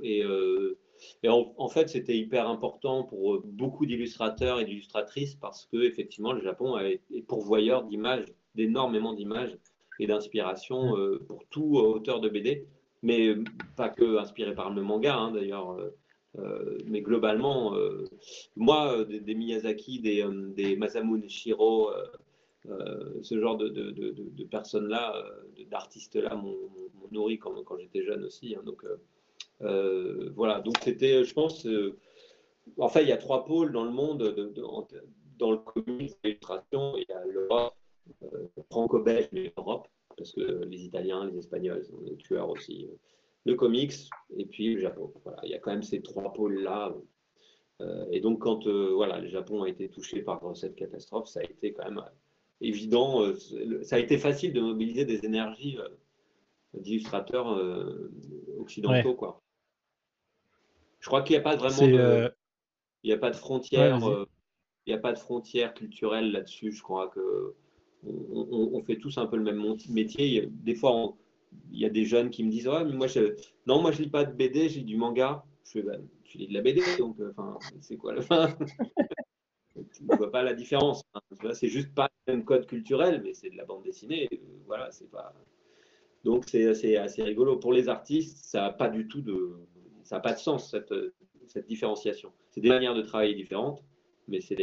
En fait, c'était hyper important pour beaucoup d'illustrateurs et d'illustratrices parce que effectivement, le Japon est pourvoyeur d'images, d'énormément d'images et d'inspiration pour tout auteur de BD, mais pas que inspiré par le manga, hein, d'ailleurs. Mais globalement, moi, des Miyazaki, des Masamune Shirow, ce genre de personnes-là, d'artistes-là m'ont nourri quand j'étais jeune aussi. Hein. Donc, voilà, donc c'était, je pense, enfin, il y a trois pôles dans le monde, dans le comics, l'illustration, il y a l'Europe, franco-belge, mais l'Europe, parce que les Italiens, les Espagnols sont des tueurs aussi. Le comics, et puis le Japon. Voilà, il y a quand même ces trois pôles-là. Et donc, quand voilà, le Japon a été touché par cette catastrophe, ça a été quand même évident, ça a été facile de mobiliser des énergies d'illustrateurs occidentaux, Ouais. quoi. Je crois qu'il n'y a pas vraiment C'est il n'y a pas de ouais, frontières, vas-y. il n'y a pas de frontières culturelles là-dessus. Je crois que on fait tous un peu le même métier. Des fois, il y a des jeunes qui me disent ouais, mais non, moi je lis pas de BD, j'ai du manga. Je fais, bah, tu lis de la BD, donc enfin, c'est quoi le fin? Tu ne vois pas la différence. Hein. C'est juste pas le même code culturel, mais c'est de la bande dessinée. Voilà, c'est pas. Donc c'est assez rigolo. Pour les artistes, ça n'a pas du tout ça n'a pas de sens cette différenciation. C'est des manières de travailler différentes, mais c'est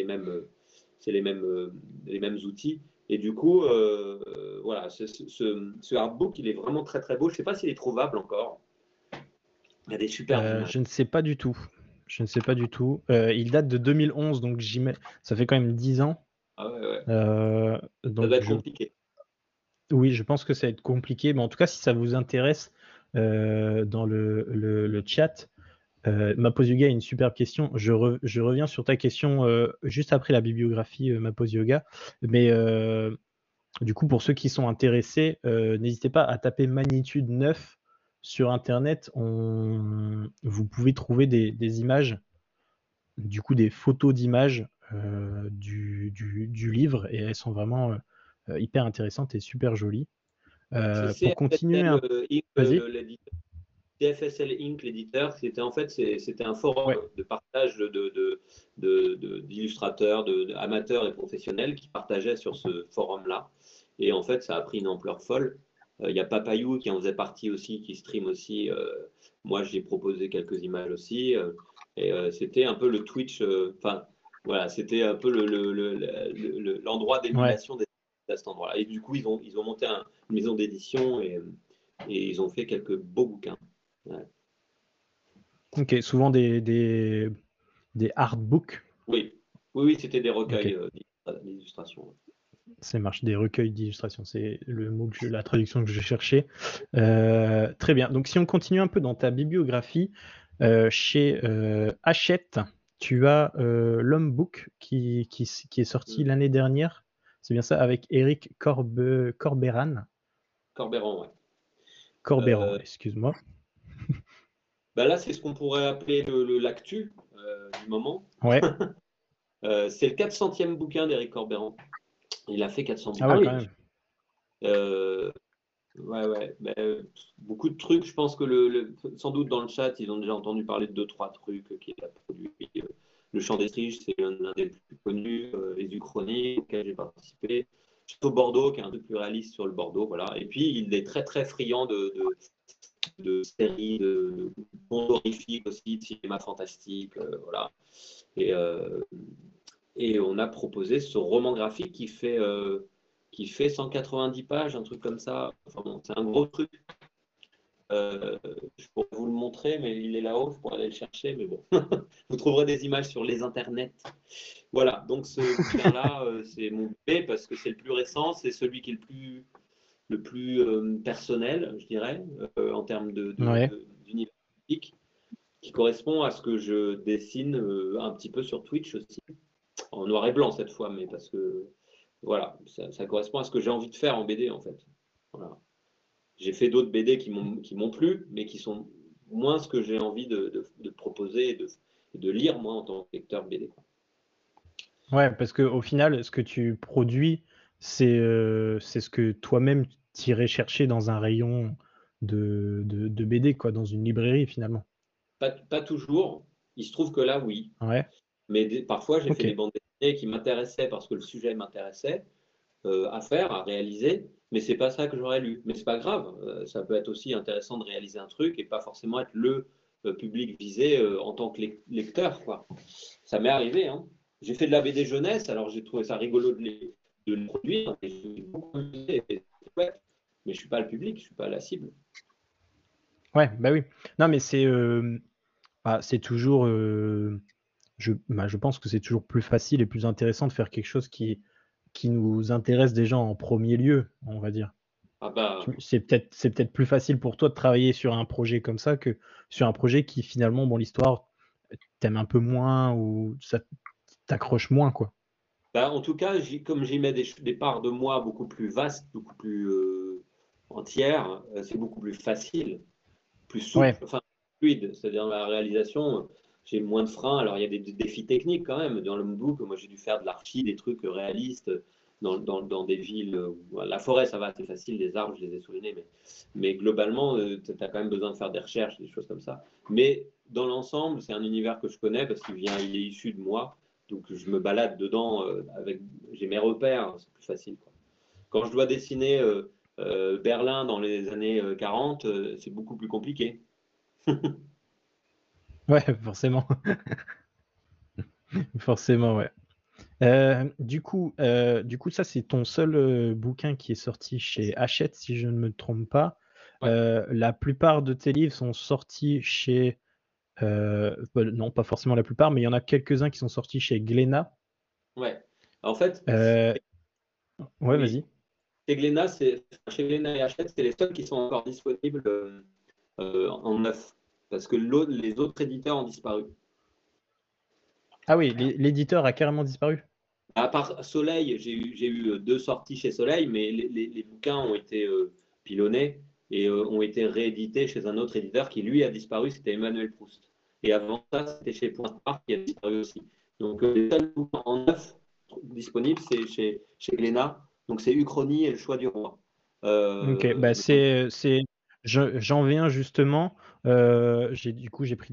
les mêmes outils. Et du coup, voilà, ce artbook, il est vraiment très très beau. Je ne sais pas s'il est trouvable encore. Il y a des superbes images. Je ne sais pas du tout. Je ne sais pas du tout. Il date de 2011, donc ça fait quand même 10 ans. Ah ouais, ouais. Ça Donc doit être compliqué. oui, je pense que ça va être compliqué, mais en tout cas, si ça vous intéresse, dans le chat, Mapose Yoga a une superbe question. Je reviens sur ta question juste après la bibliographie Mapose Yoga. Mais du coup, pour ceux qui sont intéressés, n'hésitez pas à taper Magnitude 9 sur Internet. Vous pouvez trouver des images, du coup des photos d'images du livre, et elles sont vraiment hyper intéressantes et super jolies. C'est Pour continuer CFSL un... Inc, Vas-y. l'éditeur. CFSL Inc, l'éditeur, c'était un forum Ouais. de partage d'illustrateurs, amateurs et professionnels qui partageaient sur ce forum-là. Et en fait, ça a pris une ampleur folle. Il y a Papayou qui en faisait partie aussi, qui stream aussi. Moi, j'ai proposé quelques images aussi. Et c'était un peu le Twitch. Enfin, voilà, c'était un peu l'endroit Ouais. d'émulation à cet endroit-là. Et du coup, ils ont monté une maison d'édition et ils ont fait quelques beaux bouquins. Ouais. Ok, souvent des artbooks. Oui, oui, c'était des recueils Ok, d'illustrations. ça marche, des recueils d'illustrations, c'est le mot la traduction que je cherchais. Très bien. Donc, si on continue un peu dans ta bibliographie, chez Hachette, tu as l'Homme Book qui est sorti l'année dernière. C'est bien ça, avec Eric Corberan. Corberan, ouais. Corberan, excuse-moi. Bah là, c'est ce qu'on pourrait appeler l'actu du moment. Ouais. C'est le 400e bouquin d'Eric Corberan. Il a fait 400 Ah bouquins. ouais, quand même. Ouais, ouais. Bah, beaucoup de trucs. Je pense que sans doute dans le chat, ils ont déjà entendu parler de 2-3 trucs qu'il a produits. Le Chant des Striges, c'est l'un des plus connus. Les Uchronies, auxquels j'ai participé. Château Bordeaux, qui est un peu plus réaliste sur le Bordeaux. Voilà. Et puis, il est très, très friand de séries, de mondes horrifiques aussi, de cinéma fantastique. Voilà. Et on a proposé ce roman graphique qui fait 190 pages, un truc comme ça. Enfin bon, c'est un gros truc. Je pourrais vous le montrer, mais il est là-haut, je pourrais aller le chercher, mais bon. Vous trouverez des images sur les internets. Voilà, donc ce bouquin-là, c'est mon bébé parce que c'est le plus récent, c'est celui qui est le plus personnel, je dirais, en termes Ouais. d'univers graphique, qui correspond à ce que je dessine un petit peu sur Twitch aussi, en noir et blanc cette fois, mais parce que voilà, ça correspond à ce que j'ai envie de faire en BD en fait. Voilà. J'ai fait d'autres BD qui m'ont plu, mais qui sont moins ce que j'ai envie de proposer et de lire moi en tant que lecteur BD, quoi. Ouais, parce qu'au final, ce que tu produis, c'est ce que toi-même t'irais chercher dans un rayon de BD, quoi, dans une librairie finalement. Pas toujours. Il se trouve que là, oui. Ouais, Mais parfois, j'ai fait des ok. bandes dessinées qui m'intéressaient parce que le sujet m'intéressait à faire, à réaliser. Mais c'est pas ça que j'aurais lu. Mais c'est pas grave. Ça peut être aussi intéressant de réaliser un truc et pas forcément être le public visé en tant que lecteur, quoi. Ça m'est arrivé, hein. J'ai fait de la BD jeunesse, alors j'ai trouvé ça rigolo de les produire. Et j'ai beaucoup amusé, et c'est chouette. Mais je suis pas le public, je suis pas la cible. Ouais, bah oui. Non, mais c'est toujours. Je pense que c'est toujours plus facile et plus intéressant de faire quelque chose qui nous intéresse déjà en premier lieu, on va dire. Ah bah, C'est peut-être plus facile pour toi de travailler sur un projet comme ça que sur un projet qui finalement, bon, l'histoire, t'aimes un peu moins ou ça t'accroche moins, quoi. bah, en tout cas, comme j'y mets des parts de moi beaucoup plus vastes, beaucoup plus entières, c'est beaucoup plus facile, plus souple, Ouais, enfin fluide. C'est-à-dire dans la réalisation, j'ai moins de freins. Alors il y a des défis techniques quand même. Dans le book, moi j'ai dû faire de l'archi, des trucs réalistes dans des villes. La forêt, ça va, c'est facile, les arbres, je les ai sous le nez, mais globalement, tu as quand même besoin de faire des recherches, des choses comme ça. Mais dans l'ensemble, c'est un univers que je connais parce il est issu de moi. Donc je me balade dedans j'ai mes repères, c'est plus facile, quoi. Quand je dois dessiner Berlin dans les années 40, c'est beaucoup plus compliqué. ouais, forcément. Forcément, ouais. Du coup, ça, c'est ton seul bouquin qui est sorti chez Hachette, si je ne me trompe pas. Ouais, La plupart de tes livres sont sortis chez. Non, pas forcément la plupart, mais il y en a quelques-uns qui sont sortis chez Glénat. ouais. En fait, Euh, ouais, oui, vas-y. chez Glénat et Hachette, c'est les seuls qui sont encore disponibles en neuf, parce que les autres éditeurs ont disparu. Ah oui, l'éditeur a carrément disparu. À part Soleil, j'ai eu deux sorties chez Soleil, mais les bouquins ont été pilonnés et ont été réédités chez un autre éditeur qui, lui, a disparu, c'était Emmanuel Proust. Et avant ça, c'était chez Point qui a disparu aussi. Donc, les seuls bouquins en neuf disponibles, c'est chez Glénat. Donc, c'est Uchronie et Le Choix du Roi. Ok, bah Mais j'en viens justement. J'ai pris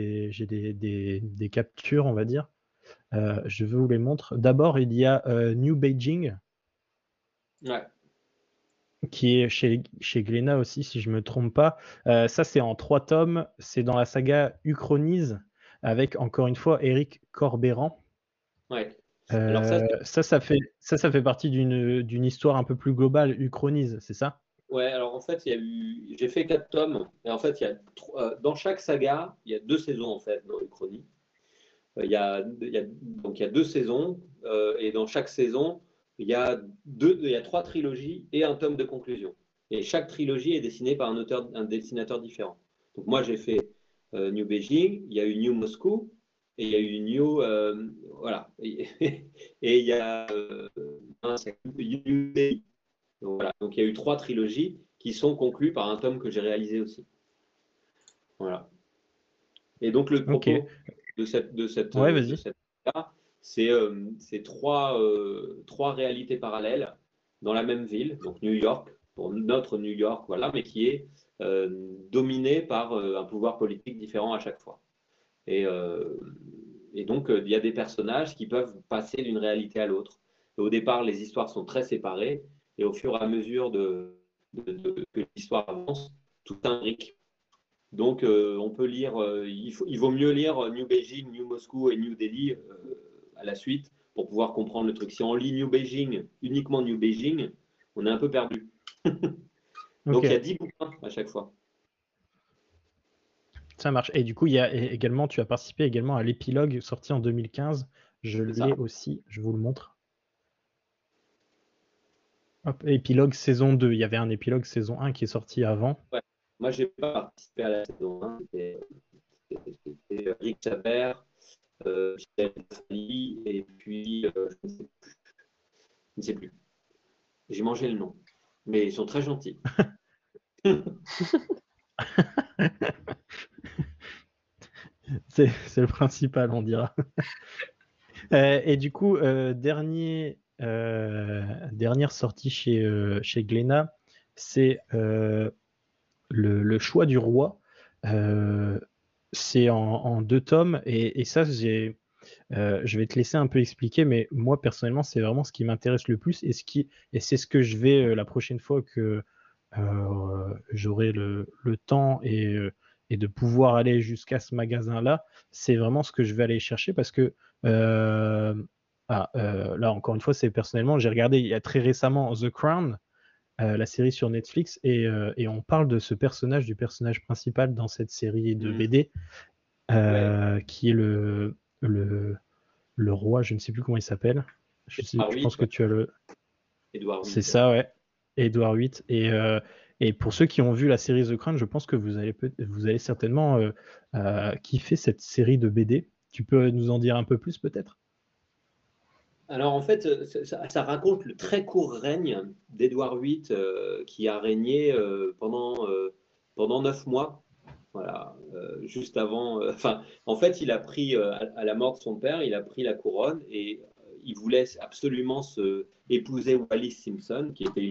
des captures, on va dire. Je vous les montre. D'abord, il y a New Beijing, ouais, qui est chez Glénat aussi, si je me trompe pas. Ça, c'est en 3 tomes. C'est dans la saga Uchronise, avec encore une fois Éric Corbeyran. ouais. Alors ça, Ça fait partie d'une histoire un peu plus globale, Uchronise, c'est ça? ouais, alors en fait, j'ai fait 4 tomes, et en fait, dans chaque saga, il y a 2 saisons en fait dans Uchronie. Donc il y a 2 saisons, et dans chaque saison, il y a 3 trilogies et un tome de conclusion. Et chaque trilogie est dessinée par un dessinateur différent. Donc moi, j'ai fait New Beijing, il y a eu New Moscou, et il y a eu New, voilà, et il y a New Delhi. Donc, voilà. Donc il y a eu 3 trilogies qui sont conclues par un tome que j'ai réalisé aussi. Voilà. Et donc le Ok. propos de Ouais, vas-y. cette là, c'est trois réalités parallèles dans la même ville, donc New York, pour notre New York, voilà, mais qui est dominée par un pouvoir politique différent à chaque fois. Et, euh, et donc, il y a des personnages qui peuvent passer d'une réalité à l'autre. Et au départ, les histoires sont très séparées, et au fur et à mesure que l'histoire avance, tout s'imbrique. Donc, on peut lire, il vaut mieux lire New Beijing, New Moscou et New Delhi à la suite pour pouvoir comprendre le truc. Si on lit New Beijing, uniquement New Beijing, on est un peu perdu. Ok. Donc, il y a 10 bouquins à chaque fois. Ça marche. Et du coup, il y a également, tu as participé également à l'épilogue sorti en 2015. Je C'est ça. l'ai aussi, je vous le montre. Hop, épilogue saison 2. Il y avait un épilogue saison 1 qui est sorti avant. Ouais. Moi, j'ai pas participé à la saison 1. C'était Rick Chabert, Michel Sali, et puis je ne sais plus. J'ai mangé le nom. Mais ils sont très gentils. C'est le principal, on dira. Et du coup, dernière sortie chez Glénat, c'est le choix du roi. C'est en 2 tomes et ça, je vais te laisser un peu expliquer, mais moi personnellement, c'est vraiment ce qui m'intéresse le plus et c'est ce que je vais la prochaine fois que j'aurai le temps et de pouvoir aller jusqu'à ce magasin-là, c'est vraiment ce que je vais aller chercher parce que là encore une fois, c'est personnellement, j'ai regardé il y a très récemment The Crown, la série sur Netflix, et on parle de ce personnage, du personnage principal dans cette série de BD, Ouais. qui est le roi, je ne sais plus comment il s'appelle. Je Édouard VIII, pense que tu as le. Édouard C'est VIII. ça, ouais. Édouard VIII. Et pour ceux qui ont vu la série The Crown, je pense que vous allez certainement kiffer cette série de BD. Tu peux nous en dire un peu plus peut-être? Alors en fait, ça raconte le très court règne d'Édouard VIII qui a régné pendant 9 mois. Voilà, juste avant. Enfin, en fait, il a pris, à la mort de son père, il a pris la couronne et il voulait absolument épouser Wallis Simpson, qui était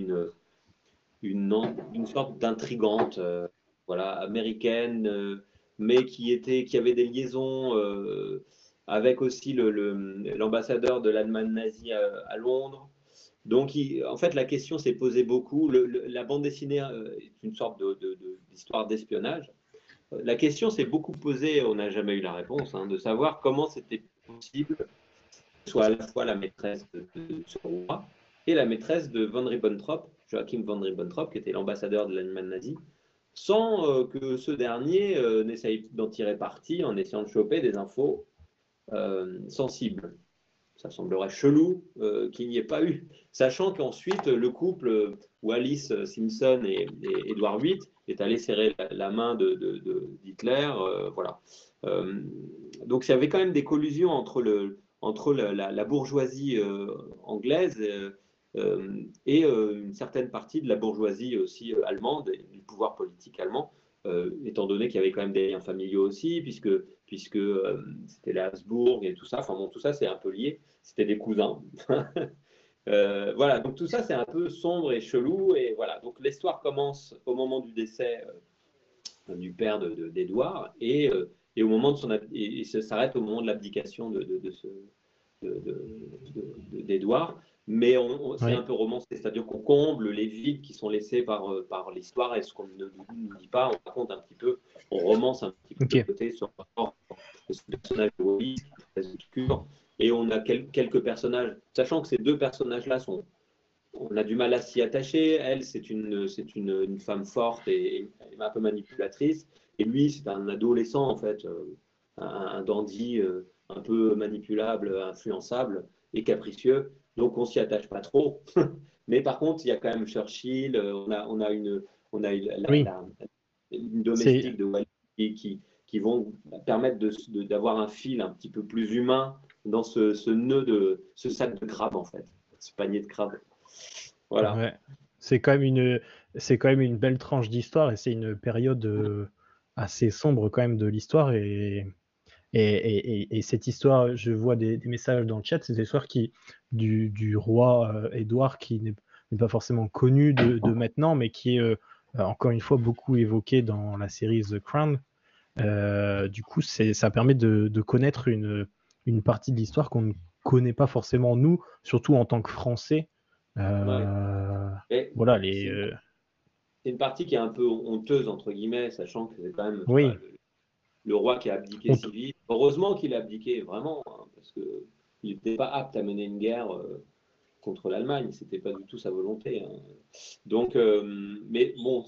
une sorte d'intrigante, voilà, américaine, mais qui avait des liaisons avec aussi l'ambassadeur de l'Allemagne nazie à Londres. Donc, en fait, la question s'est posée beaucoup. La bande dessinée est une sorte d'histoire d'espionnage. La question s'est beaucoup posée, on n'a jamais eu la réponse, hein, de savoir comment c'était possible que soit à la fois la maîtresse de ce roi et la maîtresse de von Ribbentrop, Joachim von Ribbentrop, qui était l'ambassadeur de l'Allemagne nazie, sans que ce dernier n'essaye d'en tirer parti en essayant de choper des infos sensibles. Ça semblerait chelou qu'il n'y ait pas eu. Sachant qu'ensuite, le couple Wallis Simpson et Edward VIII est allé serrer la main d'Hitler. Voilà. Donc, il y avait quand même des collusions entre la bourgeoisie anglaise et une certaine partie de la bourgeoisie aussi allemande et du pouvoir politique allemand, étant donné qu'il y avait quand même des liens familiaux aussi, puisque c'était les Habsbourg et tout ça. Enfin bon, tout ça, c'est un peu lié. C'était des cousins. Voilà, donc tout ça, c'est un peu sombre et chelou. Et voilà, donc l'histoire commence au moment du décès du père d'Édouard et au moment de et ça s'arrête au moment de l'abdication d'Édouard. Mais c'est un Oui. peu romancé, c'est-à-dire qu'on comble les vides qui sont laissés par l'histoire et ce qu'on ne nous dit pas, on raconte un petit peu, on romance un petit peu Ok. le côté sur le rapport de ce personnage de Wallis, qui est très obscur, et on a quelques personnages, sachant que ces deux personnages-là on a du mal à s'y attacher. Elle, c'est une femme forte et un peu manipulatrice. Et lui, c'est un adolescent, en fait, un dandy un peu manipulable, influençable et capricieux. Donc, on s'y attache pas trop. Mais par contre, il y a quand même Churchill. On a Oui. une C'est domestique de Wallis qui vont permettre d'avoir un fil un petit peu plus humain dans ce nœud ce sac de crabe, en fait, ce panier de crabe. Voilà. Ouais. C'est quand même une belle tranche d'histoire et c'est une période assez sombre quand même de l'histoire et cette histoire, je vois des messages dans le chat, c'est cette histoire du roi Édouard qui n'est pas forcément connu de maintenant, mais qui est encore une fois beaucoup évoqué dans la série The Crown. Du coup, ça permet de connaître une partie de l'histoire qu'on ne connaît pas forcément nous, surtout en tant que Français. Ouais. Voilà, C'est une partie qui est un peu honteuse, entre guillemets, sachant que c'est quand même, tu vois, oui, le roi qui a abdiqué on, si vite. Heureusement qu'il a abdiqué, vraiment, hein, parce qu'il n'était pas apte à mener une guerre contre l'Allemagne, c'était pas du tout sa volonté, hein. Donc, mais bon,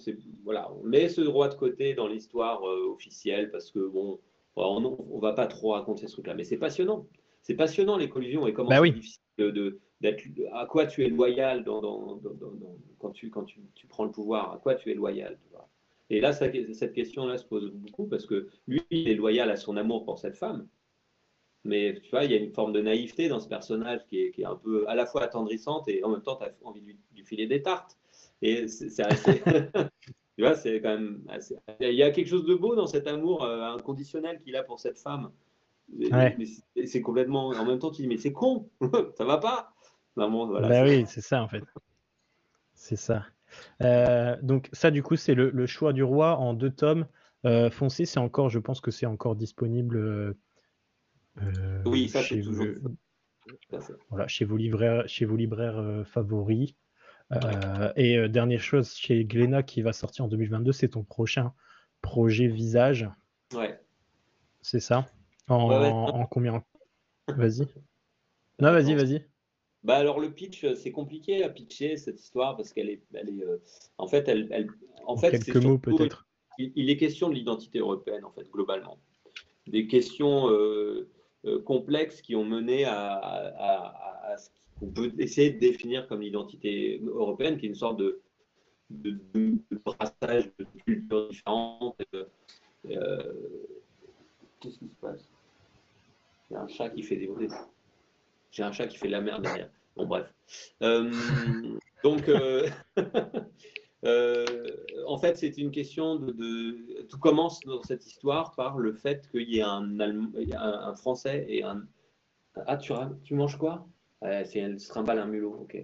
voilà, on met ce roi de côté dans l'histoire officielle parce que bon, on va pas trop raconter ce truc-là. Mais c'est passionnant. C'est passionnant les collusions et comment Bah c'est oui. difficile d'être à quoi tu es loyal quand tu prends le pouvoir, à quoi tu es loyal. Tu vois. Et là, cette question-là se pose beaucoup parce que lui, il est loyal à son amour pour cette femme. Mais tu vois, il y a une forme de naïveté dans ce personnage qui est un peu à la fois attendrissante et en même temps, tu as envie de lui filer des tartes. Et c'est assez. Tu vois, c'est quand même assez. Il y a quelque chose de beau dans cet amour inconditionnel qu'il a pour cette femme. Ouais. Mais c'est complètement. En même temps, tu dis, mais c'est con, ça va pas. Non, bon, voilà, Bah oui, c'est ça en fait. C'est ça. Donc ça, du coup, c'est le choix du roi en 2 tomes. Foncé, c'est encore, je pense que c'est encore disponible oui, ça, c'est chez, toujours. voilà, chez vos libraires favoris. Et dernière chose, chez Glénat qui va sortir en 2022, c'est ton prochain projet Visage. Ouais. C'est ça Ouais. En combien? Vas-y. Non, vas-y. Bah alors le pitch, c'est compliqué à pitcher cette histoire parce en fait, en En fait, quelques c'est mots, surtout, peut-être. il est question de l'identité européenne en fait globalement, des questions complexes qui ont mené à ce qu'on peut essayer de définir comme l'identité européenne, qui est une sorte de brassage de cultures différentes. Euh, Qu'est-ce qui se passe? Il y a un chat qui fait des bruits. J'ai un chat qui fait de la merde derrière. Bon, bref. Donc, en fait, c'est une question Tout commence dans cette histoire par le fait qu'il y ait un Français et un. Ah, tu manges quoi? Ouais, c'est elle se trimballe un mulot, ok.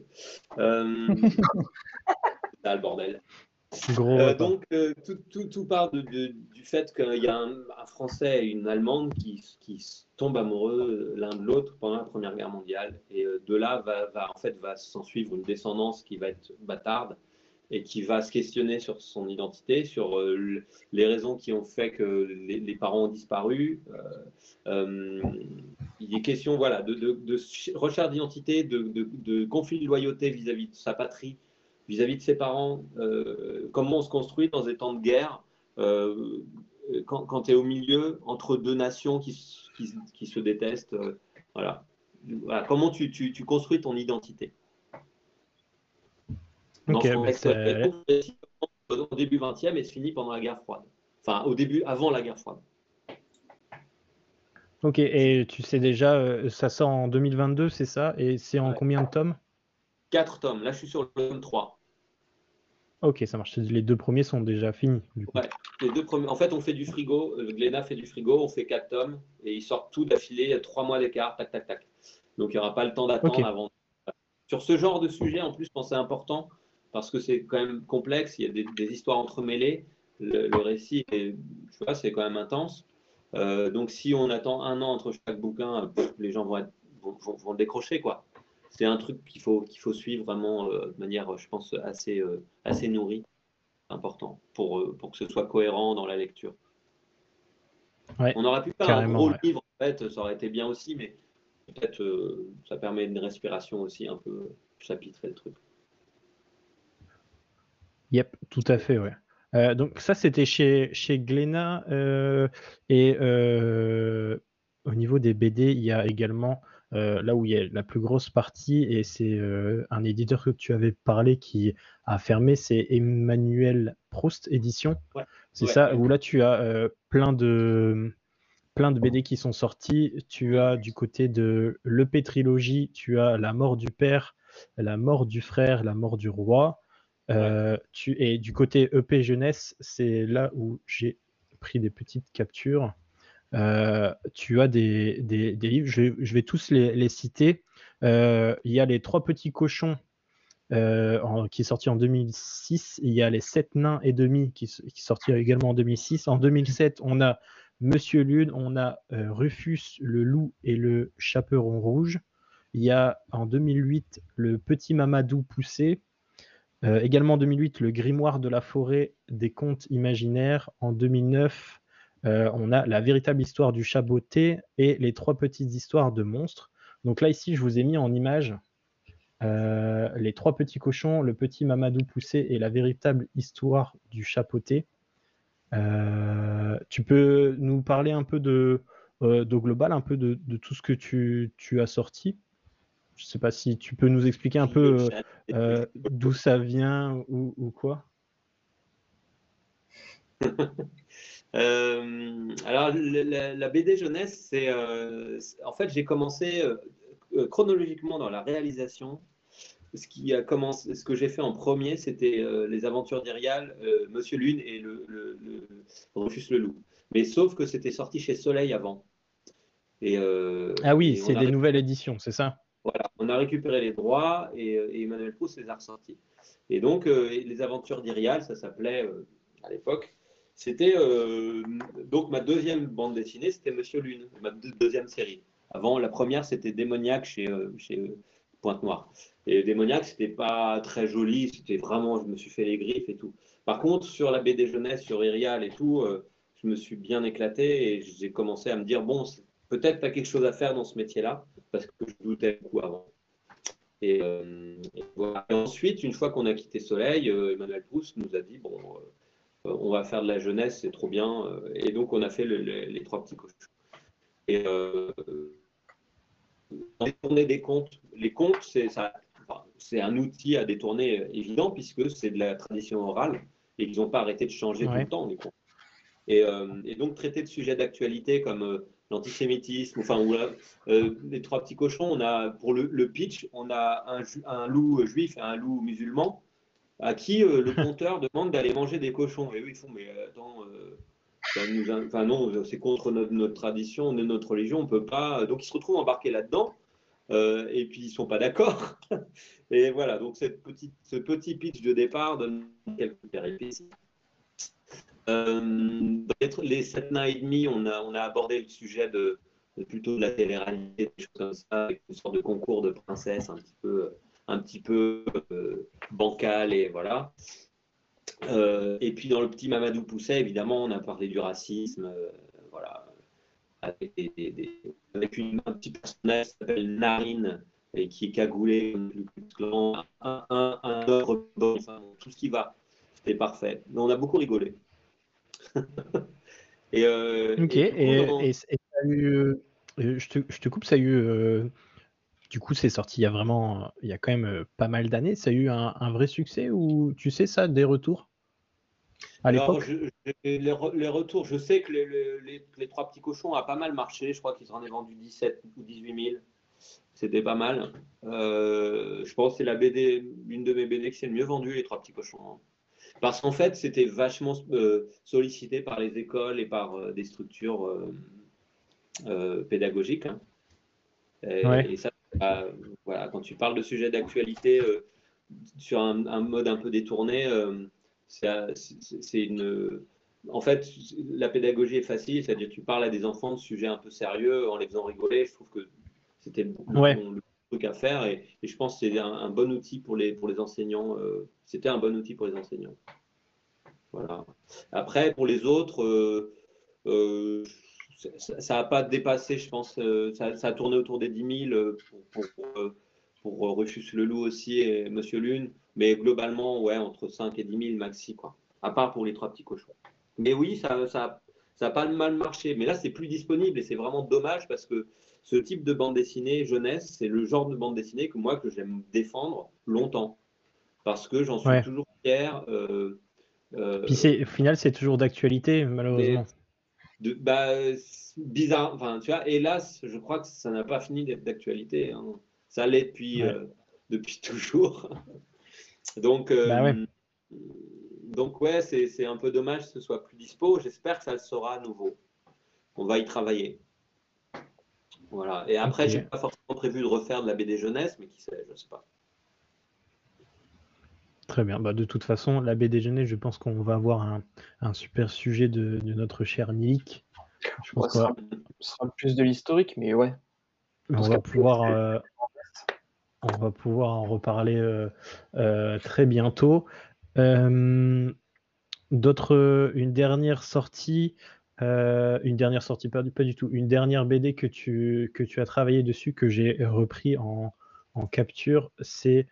C'est ça le bordel. Gros repas. Donc, tout part du fait qu'il y a un Français et une Allemande qui tombent amoureux l'un de l'autre pendant la Première Guerre mondiale. Et de là, va s'en suivre une descendance qui va être bâtarde et qui va se questionner sur son identité, sur les raisons qui ont fait que les parents ont disparu. Il est question voilà, de recherche d'identité, de conflit de loyauté vis-à-vis de sa patrie, vis-à-vis de ses parents, comment on se construit dans des temps de guerre, quand tu es au milieu entre deux nations qui se détestent. Voilà. Comment tu construis ton identité dans Ok, ce bah contexte au début 20e et se finit pendant la guerre froide. Enfin, avant la guerre froide. ok, et tu sais déjà, ça sort en 2022, c'est ça? Et c'est en combien de tomes? 4 tomes. Là, je suis sur le tome 3. Ok, ça marche. Les 2 premiers sont déjà finis, du coup. Ouais, les 2 premiers. En fait, on fait du frigo. Glénat fait du frigo. On fait 4 tomes et ils sortent tout d'affilée, 3 mois d'écart, tac, tac, tac. Donc, il n'y aura pas le temps d'attendre Ok. avant. Sur ce genre de sujet, en plus, je pense que c'est important parce que c'est quand même complexe. Il y a des histoires entremêlées. Le récit, tu vois, c'est quand même intense. Donc, si on attend un an entre chaque bouquin, les gens vont décrocher, quoi. C'est un truc qu'il faut suivre vraiment de manière, je pense, assez nourrie, important, pour que ce soit cohérent dans la lecture. Ouais, On aurait pu faire un carrément, gros ouais. livre, en fait, ça aurait été bien aussi, mais peut-être ça permet une respiration aussi un peu chapitrer le truc. Yep, tout à fait, ouais. Donc ça, c'était chez Glénat. Et au niveau des BD, il y a également là où il y a la plus grosse partie, et c'est un éditeur que tu avais parlé qui a fermé, c'est Emmanuel Proust Édition. Ouais. C'est Ouais, ça, ouais. où là tu as plein de BD qui sont sortis. Tu as du côté de l'EP Trilogie, tu as La mort du père, La mort du frère, La mort du roi. Et du côté EP Jeunesse, c'est là où j'ai pris des petites captures. Tu as des livres, je vais tous les citer. Il y a Les Trois Petits Cochons qui est sorti en 2006. Il y a Les Sept Nains et Demi qui est sorti également en 2006. En 2007, on a Monsieur Lune, on a Rufus, le loup et le chaperon rouge. Il y a en 2008 Le Petit Mamadou Poussé. Également en 2008, Le Grimoire de la forêt des contes imaginaires. En 2009, on a La véritable histoire du chat botté et Les trois petites histoires de monstres. Donc là, ici, je vous ai mis en image Les trois petits cochons, le petit Mamadou poussé et la véritable histoire du chapeauté. Tu peux nous parler un peu d'au global, un peu de tout ce que tu as sorti? Je sais pas si tu peux nous expliquer un peu d'où ça vient ou quoi? Alors, la BD jeunesse, en fait, j'ai commencé chronologiquement dans la réalisation. Ce que j'ai fait en premier, c'était les aventures d'Irial, Monsieur Lune et Rufus le Loup. Mais sauf que c'était sorti chez Soleil avant. Ah oui, Et c'est des nouvelles éditions, c'est ça? voilà, on a récupéré les droits et Emmanuel Proust les a ressortis. Et donc, les aventures d'Irial, ça s'appelait à l'époque. C'était donc ma deuxième bande dessinée, c'était Monsieur Lune, ma deuxième série. Avant, la première, c'était Démoniaque chez Pointe-Noire. Et Démoniaque, c'était pas très joli, c'était vraiment, je me suis fait les griffes et tout. Par contre, sur la BD jeunesse, sur Irial et tout, je me suis bien éclaté et j'ai commencé à me dire, bon, peut-être tu as quelque chose à faire dans ce métier-là, parce que je doutais beaucoup avant. Et voilà. Et ensuite, une fois qu'on a quitté Soleil, Emmanuel Proust nous a dit, bon, on va faire de la jeunesse, c'est trop bien. Et donc, on a fait les trois petits cochons. Et détourner des contes. Les contes, c'est un outil à détourner évident puisque c'est de la tradition orale et ils n'ont pas arrêté de changer tout le temps, les contes. Et donc, traiter de sujets d'actualité comme l'antisémitisme, ou les trois petits cochons, on a, pour le pitch, on a un loup juif et un loup musulman à qui le conteur demande d'aller manger des cochons. Et eux, ils font, mais attends, non, c'est contre notre tradition, notre religion, on peut pas. Donc, ils se retrouvent embarqués là-dedans. Et puis ils sont pas d'accord. Et voilà, donc ce petit pitch de départ donne quelques péripéties. Les 7 nains et demi, on a abordé le sujet plutôt de la télé-réalité, des choses comme ça, avec une sorte de concours de princesse un petit peu bancal et voilà. Et puis dans le petit Mamadou Pousset, évidemment, on a parlé du racisme, voilà, avec, un petit personnage qui s'appelle Narine et qui est cagoulé comme le Ku Klux Klan, un ogre, enfin, tout ce qui va. C'était parfait. Mais on a beaucoup rigolé. Ok, et ça a eu, je te coupe, ça a eu, du coup, c'est sorti il y a quand même pas mal d'années. Ça a eu un vrai succès ou tu sais ça, des retours à Alors, l'époque? les retours, je sais que les trois petits cochons a pas mal marché. Je crois qu'ils en ont vendu 17 ou 18 000. C'était pas mal. Je pense que c'est une de mes BD qui s'est le mieux vendue, les trois petits cochons. Parce qu'en fait, c'était vachement sollicité par les écoles et par des structures pédagogiques. Hein. Et ça, voilà, quand tu parles de sujets d'actualité sur un mode un peu détourné, c'est une. En fait, la pédagogie est facile, c'est-à-dire que tu parles à des enfants de sujets un peu sérieux en les faisant rigoler. Je trouve que c'était le truc à faire et je pense que c'est un bon outil pour les enseignants. C'était un bon outil pour les enseignants. Voilà. Après, pour les autres, ça n'a pas dépassé, je pense. Ça a tourné autour des 10 000 pour Rufus le Loup aussi et Monsieur Lune. Mais globalement, ouais, entre 5 et 10 000 maxi, quoi. À part pour les trois petits cochons. Mais oui, ça a pas mal marché. Mais là, c'est plus disponible et c'est vraiment dommage parce que ce type de bande dessinée jeunesse, c'est le genre de bande dessinée que j'aime défendre longtemps. Parce que j'en suis toujours fier. Puis au final, c'est toujours d'actualité, malheureusement. Bizarre. Enfin, tu vois, hélas, je crois que ça n'a pas fini d'être d'actualité. Hein. Ça l'est depuis toujours. Donc, ouais, c'est un peu dommage que ce soit plus dispo. J'espère que ça le sera à nouveau. On va y travailler. Voilà. Et après, j'ai pas forcément prévu de refaire de la BD jeunesse, mais qui sait, je sais pas. Très bien. De toute façon, la BD jeunesse, je pense qu'on va avoir un super sujet de notre cher Nick. Je pense que ce sera plus de l'historique, mais ouais. On va pouvoir en reparler très bientôt. Une dernière sortie, pas du tout, une dernière BD que tu as travaillé dessus, que j'ai repris en en capture, c'est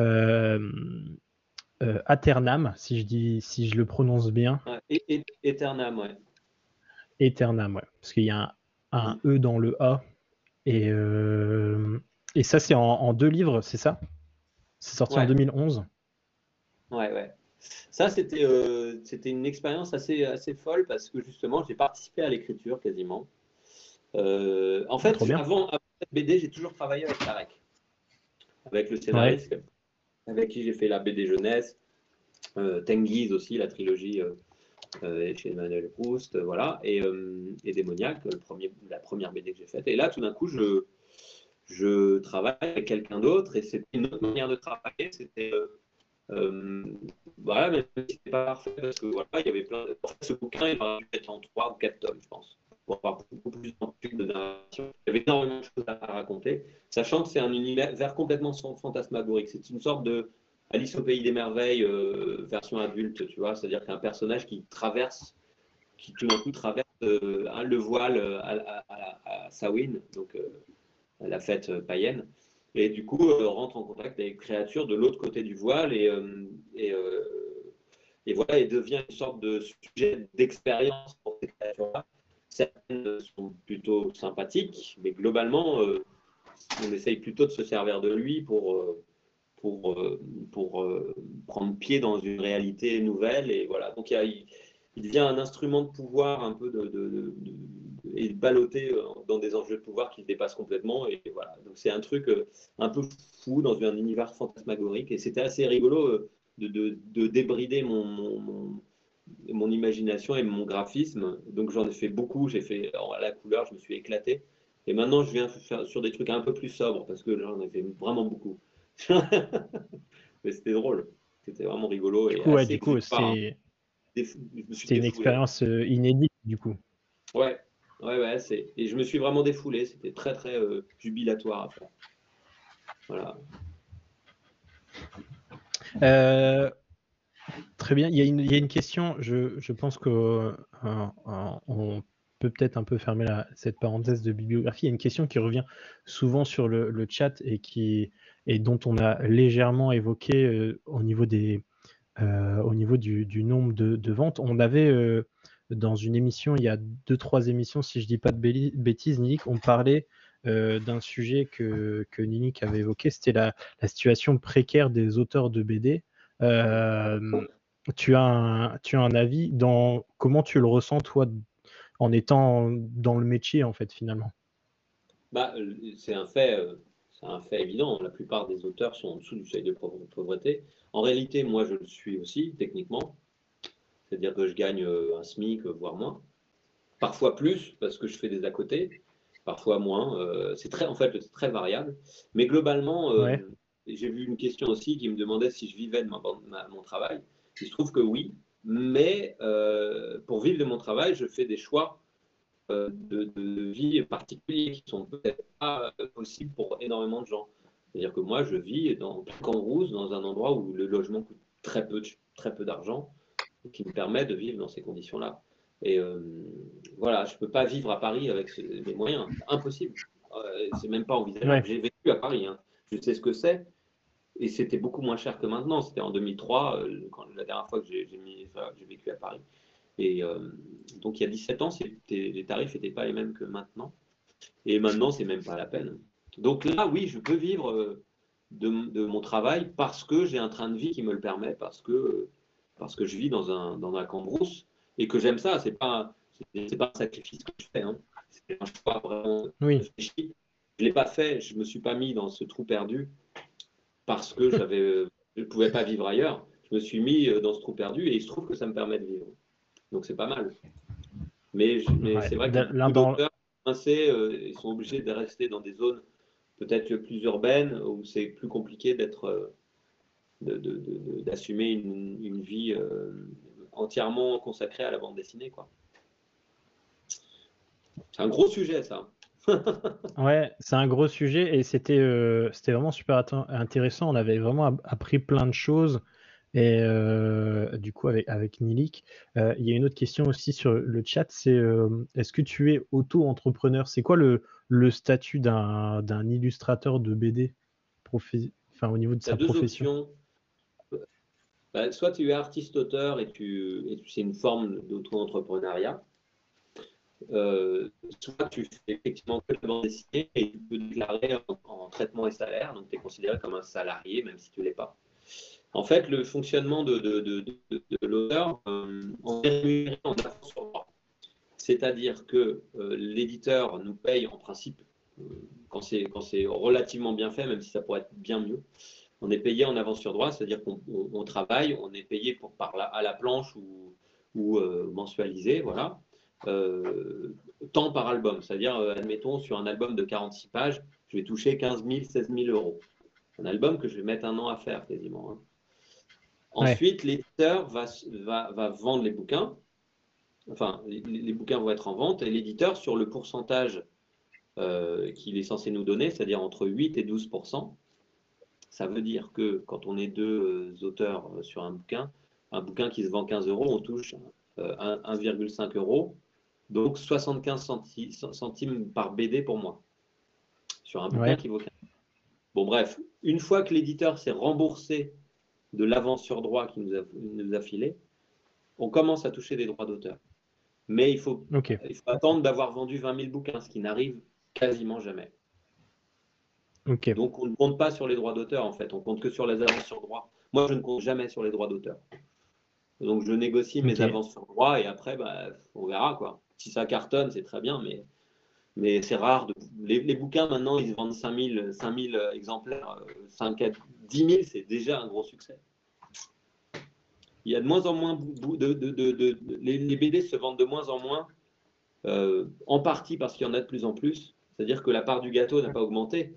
Aeternam, si je le prononce bien. Eternam, ouais. Eternam, ouais. Parce qu'il y a un E dans le A. Et ça, c'est en 2 livres, c'est ça? C'est sorti en Ouais. 2011. Ouais. Ça, c'était une expérience assez folle parce que justement, j'ai participé à l'écriture quasiment. En fait, Trop bien. avant cette BD, j'ai toujours travaillé avec Tarek, avec le Ouais. scénariste, avec qui j'ai fait la BD jeunesse, Tenguiz aussi, la trilogie chez Emmanuel Proust, voilà, et Démoniaque, la première BD que j'ai faite. Et là, tout d'un coup, je travaille avec quelqu'un d'autre et c'était une autre manière de travailler. C'était voilà, mais c'était pas parfait parce que voilà, il y avait plein de... En fait, ce bouquin, il aurait dû être en 3 ou 4 tomes, je pense, pour avoir beaucoup plus d'amplitude de narration. Il y avait énormément de choses à raconter, sachant que c'est un univers complètement fantasmagorique. C'est une sorte de Alice au pays des merveilles version adulte, tu vois, c'est-à-dire qu'un personnage qui tout d'un coup traverse le voile à Samhain, donc la fête païenne, et du coup rentre en contact avec des créatures de l'autre côté du voile et voilà, et devient une sorte de sujet d'expérience pour ces créatures-là. Certaines sont plutôt sympathiques, mais globalement, on essaye plutôt de se servir de lui pour prendre pied dans une réalité nouvelle. Et voilà, donc il devient un instrument de pouvoir un peu et ballotté dans des enjeux de pouvoir qui le dépassent complètement. Et voilà, donc c'est un truc un peu fou dans un univers fantasmagorique. Et c'était assez rigolo de débrider mon imagination et mon graphisme. Donc j'en ai fait beaucoup. J'ai fait à la couleur, je me suis éclaté. Et maintenant, je viens faire sur des trucs un peu plus sobres parce que j'en ai fait vraiment beaucoup. Mais c'était drôle. C'était vraiment rigolo et assez Du coup, exutoire. c'est Je me suis une défoulé. expérience inédite, du coup. Ouais. Et je me suis vraiment défoulé. C'était très, très jubilatoire à faire. Voilà. Très bien. Il y a une question. Je pense que on peut peut-être un peu fermer cette parenthèse de bibliographie. Il y a une question qui revient souvent sur le chat et dont on a légèrement évoqué au niveau du nombre de ventes. On avait dans une émission, il y a 2-3 émissions, si je dis pas de bêtises, Nick, on parlait d'un sujet que Nick avait évoqué, c'était la situation précaire des auteurs de BD. Tu as un avis dans comment tu le ressens, toi, en étant dans le métier, en fait, finalement? Bah, c'est un fait évident. La plupart des auteurs sont en dessous du seuil de pauvreté. En réalité, moi, je le suis aussi, techniquement. C'est-à-dire que je gagne un SMIC, voire moins. Parfois plus, parce que je fais des à côté. Parfois moins. En fait, c'est très variable. Mais globalement, Ouais. j'ai vu une question aussi qui me demandait si je vivais de mon travail. Il se trouve que oui, mais pour vivre de mon travail, je fais des choix de vie particuliers qui sont peut-être pas possibles pour énormément de gens. C'est-à-dire que moi, je vis dans Cambrousse, dans un endroit où le logement coûte très peu d'argent, qui me permet de vivre dans ces conditions-là. Et voilà, je ne peux pas vivre à Paris avec les moyens, impossible. C'est même pas envisageable. Ouais. J'ai vécu à Paris, hein. Je sais ce que c'est, et c'était beaucoup moins cher que maintenant. C'était en 2003, la dernière fois que j'ai vécu à Paris. Et donc il y a 17 ans, les tarifs n'étaient pas les mêmes que maintenant. Et maintenant, c'est même pas la peine. Donc là, oui, je peux vivre de mon travail parce que j'ai un train de vie qui me le permet, parce que je vis dans un cambrousse et que j'aime ça. C'est pas un sacrifice que je fais. Hein. C'est un choix vraiment Oui. réfléchi. Je l'ai pas fait. Je me suis pas mis dans ce trou perdu parce que je pouvais pas vivre ailleurs. Je me suis mis dans ce trou perdu et il se trouve que ça me permet de vivre. Donc c'est pas mal. Mais c'est vrai que beaucoup d'auteurs ils sont obligés de rester dans des zones peut-être plus urbaines où c'est plus compliqué d'assumer une vie entièrement consacrée à la bande dessinée, quoi. C'est un gros sujet, ça. Ouais, c'est un gros sujet et c'était vraiment super intéressant. On avait vraiment appris plein de choses. Et du coup, avec Nilik, il y a une autre question aussi sur le chat, c'est est-ce que tu es auto-entrepreneur? C'est quoi le statut d'un illustrateur de BD au niveau de Tu as sa deux profession? options. Soit tu es artiste-auteur et c'est une forme d'auto-entrepreneuriat. Soit tu fais effectivement que la bande dessinée et tu peux déclarer en traitement et salaire, donc tu es considéré comme un salarié, même si tu ne l'es pas. En fait, le fonctionnement de l'auteur, on est rémunéré en avance sur droit. C'est-à-dire que l'éditeur nous paye en principe, quand c'est relativement bien fait, même si ça pourrait être bien mieux, on est payé en avance sur droit, c'est-à-dire qu'on travaille, on est payé à la planche ou mensualisé, voilà. Temps par album, c'est-à-dire, admettons, sur un album de 46 pages, je vais toucher 15 000, 16 000 euros. Un album que je vais mettre 1 an à faire quasiment. Hein. Ensuite, l'éditeur va vendre les bouquins. Enfin, les bouquins vont être en vente et l'éditeur, sur le pourcentage qu'il est censé nous donner, c'est-à-dire entre 8 et 12%, ça veut dire que quand on est deux auteurs sur un bouquin qui se vend 15 euros, on touche 1,5 euros, donc 75 centimes par BD pour moi, sur un bouquin qui vaut 15 euros. Bon, bref, une fois que l'éditeur s'est remboursé de l'avance sur droit qu'il nous a filé, on commence à toucher des droits d'auteur. Mais il faut attendre d'avoir vendu 20 000 bouquins, ce qui n'arrive quasiment jamais. Donc, on ne compte pas sur les droits d'auteur, en fait. On compte que sur les avances sur droit. Moi, je ne compte jamais sur les droits d'auteur. Donc, je négocie mes avances sur droit et après, on verra, quoi. Si ça cartonne, c'est très bien, mais c'est rare. Les bouquins, maintenant, ils se vendent 5 000 exemplaires. 10 000, c'est déjà un gros succès. Il y a de moins en moins les BD se vendent de moins en moins, en partie parce qu'il y en a de plus en plus. C'est-à-dire que la part du gâteau n'a pas augmenté.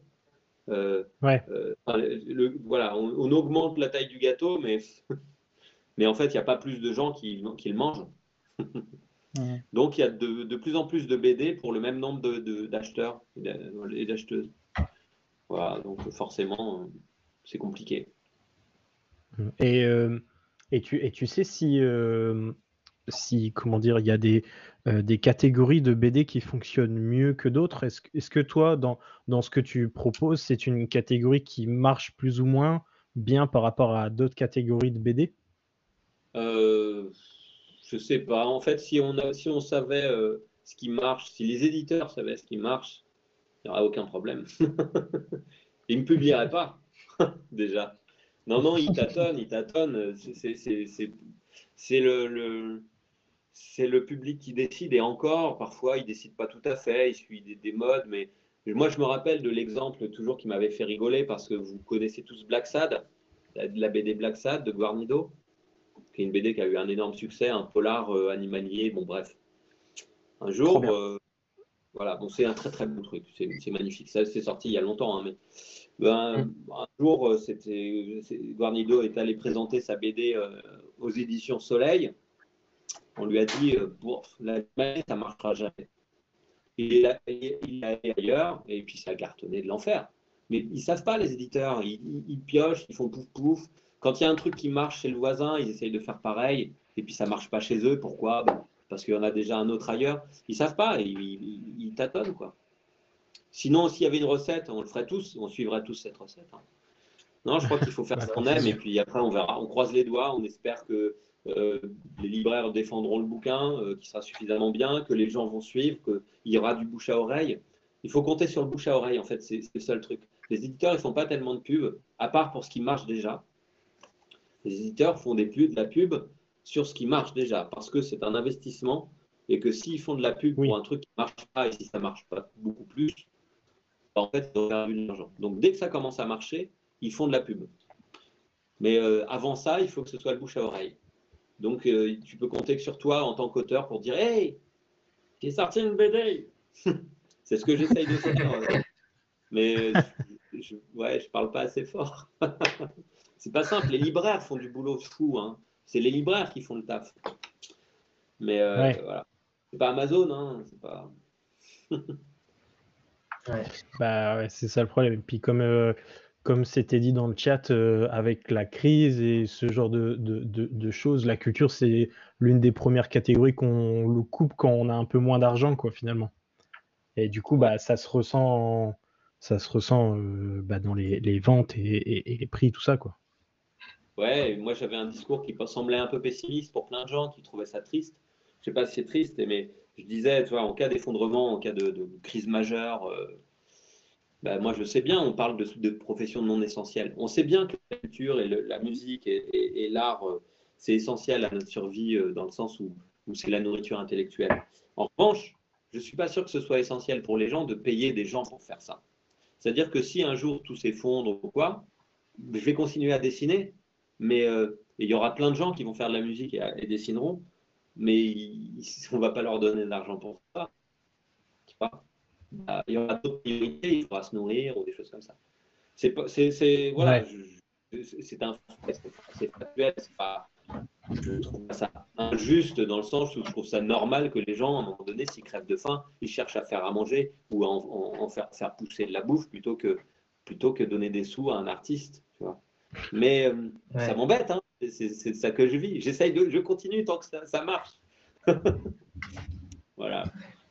Voilà, on augmente la taille du gâteau, mais en fait, il n'y a pas plus de gens qui le mangent. Donc, il y a de plus en plus de BD pour le même nombre d'acheteurs et d'acheteuses. Voilà, donc forcément, c'est compliqué. Et tu sais si comment dire, il y a des catégories de BD qui fonctionnent mieux que d'autres. Est-ce que toi, dans ce que tu proposes, c'est une catégorie qui marche plus ou moins bien par rapport à d'autres catégories de BD? Je sais pas. En fait, si on savait ce qui marche, si les éditeurs savaient ce qui marche, il n'y aurait aucun problème. Ils ne me publieraient pas, déjà. Non, ils tâtonnent. C'est le public qui décide, et encore, parfois, il ne décide pas tout à fait, il suit des modes, mais moi, je me rappelle de l'exemple toujours qui m'avait fait rigoler, parce que vous connaissez tous Black Sad, la BD Black Sad de Guarnido, qui est une BD qui a eu un énorme succès, un polar animalier, bon bref. Un jour, voilà, bon, c'est un très très bon truc, c'est magnifique, ça c'est sorti il y a longtemps, hein, mais un jour, Guarnido est allé présenter sa BD aux éditions Soleil. On lui a dit, l'animalier, ça ne marchera jamais. Il est allé ailleurs, et puis ça a cartonné de l'enfer. Mais ils ne savent pas, les éditeurs, ils piochent, ils font pouf pouf. Quand il y a un truc qui marche chez le voisin, ils essayent de faire pareil, et puis ça ne marche pas chez eux. Pourquoi? Parce qu'il y en a déjà un autre ailleurs. Ils ne savent pas, ils tâtonnent, quoi. Sinon, s'il y avait une recette, on le ferait tous, on suivrait tous cette recette. Hein. Non, je crois qu'il faut faire ce qu'on aime, et puis après, on verra. On croise les doigts, on espère que les libraires défendront le bouquin, qui sera suffisamment bien, que les gens vont suivre, qu'il y aura du bouche à oreille. Il faut compter sur le bouche à oreille, en fait, c'est le seul truc. Les éditeurs, ils ne font pas tellement de pub, à part pour ce qui marche déjà. Les éditeurs font de la pub sur ce qui marche déjà, parce que c'est un investissement, et que s'ils font de la pub pour un truc qui ne marche pas, et si ça ne marche pas beaucoup plus, en fait, ils ont perdu de l'argent. Donc, dès que ça commence à marcher, ils font de la pub. Mais avant ça, il faut que ce soit le bouche à oreille. Donc, tu peux compter que sur toi en tant qu'auteur pour dire « Hey, j'ai sorti une BD !» C'est ce que j'essaye de faire. Mais je parle pas assez fort. C'est pas simple. Les libraires font du boulot fou. Hein. C'est les libraires qui font le taf. Mais voilà. C'est pas Amazon. Hein. C'est pas... c'est ça le problème. Et puis comme c'était dit dans le chat, avec la crise et ce genre de choses, la culture, c'est l'une des premières catégories qu'on le coupe quand on a un peu moins d'argent, quoi, finalement. Et du coup, ça se ressent ça se ressent dans les ventes et les prix, tout ça, quoi. Ouais, moi j'avais un discours qui semblait un peu pessimiste pour plein de gens qui trouvaient ça triste. Je sais pas si c'est triste, mais je disais, tu vois, en cas d'effondrement, en cas de crise majeure, moi je sais bien, on parle de professions non essentielles. On sait bien que la culture et la musique et l'art, c'est essentiel à notre survie dans le sens où c'est la nourriture intellectuelle. En revanche, je suis pas sûr que ce soit essentiel pour les gens de payer des gens pour faire ça. C'est-à-dire que si un jour tout s'effondre ou quoi, je vais continuer à dessiner, mais il y aura plein de gens qui vont faire de la musique et dessineront, mais on ne va pas leur donner de l'argent pour ça. Tu vois. Il y aura d'autres priorités, il faudra se nourrir ou des choses comme ça. Voilà, Ouais. c'est un fait, c'est factuel, c'est pas, je trouve ça injuste dans le sens où je trouve ça normal que les gens, à un moment donné, s'ils crèvent de faim, ils cherchent à faire à manger ou à en faire pousser de la bouffe plutôt que donner des sous à un artiste. Tu vois. Mais ça Ouais. m'embête, hein. C'est de ça que je vis. Je continue tant que ça marche. Voilà.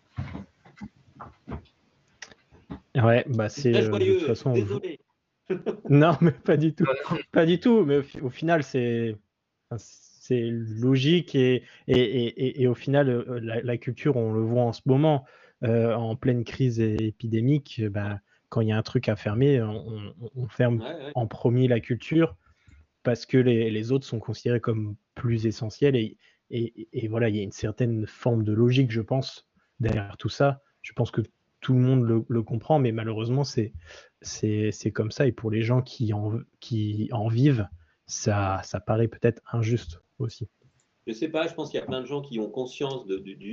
Ouais, c'est Très de toute joyeux, façon. désolé. Non, mais pas du tout. Pas du tout. Mais au final, c'est logique et au final, la culture, on le voit en ce moment, en pleine crise épidémique, quand il y a un truc à fermer, on ferme Ouais. en premier la culture parce que les autres sont considérés comme plus essentiels et voilà, il y a une certaine forme de logique, je pense, derrière tout ça. Je pense que tout le monde le comprend, mais malheureusement, c'est comme ça. Et pour les gens qui en vivent, ça paraît peut-être injuste aussi. Je sais pas, je pense qu'il y a plein de gens qui ont conscience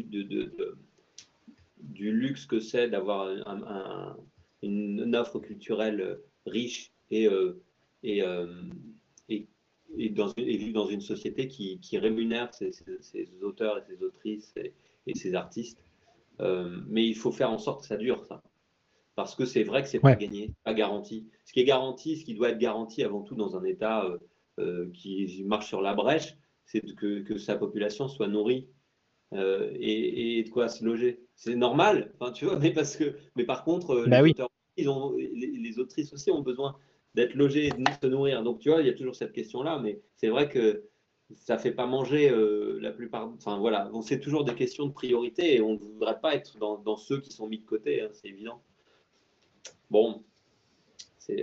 du luxe que c'est d'avoir une offre culturelle riche et, et, et vivre dans une société qui rémunère ses auteurs et ses autrices et ses artistes. Mais il faut faire en sorte que ça dure, ça. Parce que c'est vrai que c'est pas Ouais. gagné, pas garanti. Ce qui est garanti, ce qui doit être garanti avant tout dans un État qui marche sur la brèche, c'est que sa population soit nourrie et de quoi se loger. C'est normal, enfin, tu vois, mais par contre, Bah les oui. auteurs, les autrices aussi ont besoin d'être logés et de se nourrir. Donc, tu vois, il y a toujours cette question-là, mais c'est vrai que ça fait pas manger la plupart. Enfin, voilà, bon, c'est toujours des questions de priorité et on ne voudrait pas être dans ceux qui sont mis de côté, hein, c'est évident. Bon, c'est.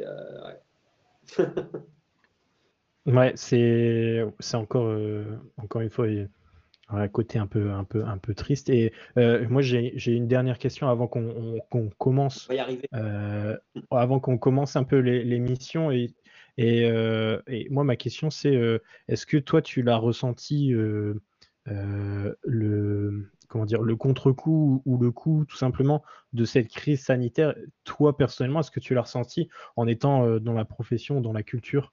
Ouais, c'est encore une fois un côté un peu triste. Et moi, j'ai une dernière question avant qu'on commence, On va y arriver. avant qu'on commence un peu l'émission. Et moi, ma question, c'est est-ce que toi, tu l'as ressenti comment dire, le contre-coup ou le coup, tout simplement, de cette crise sanitaire? Toi, personnellement, est-ce que tu l'as ressenti en étant dans la profession, dans la culture?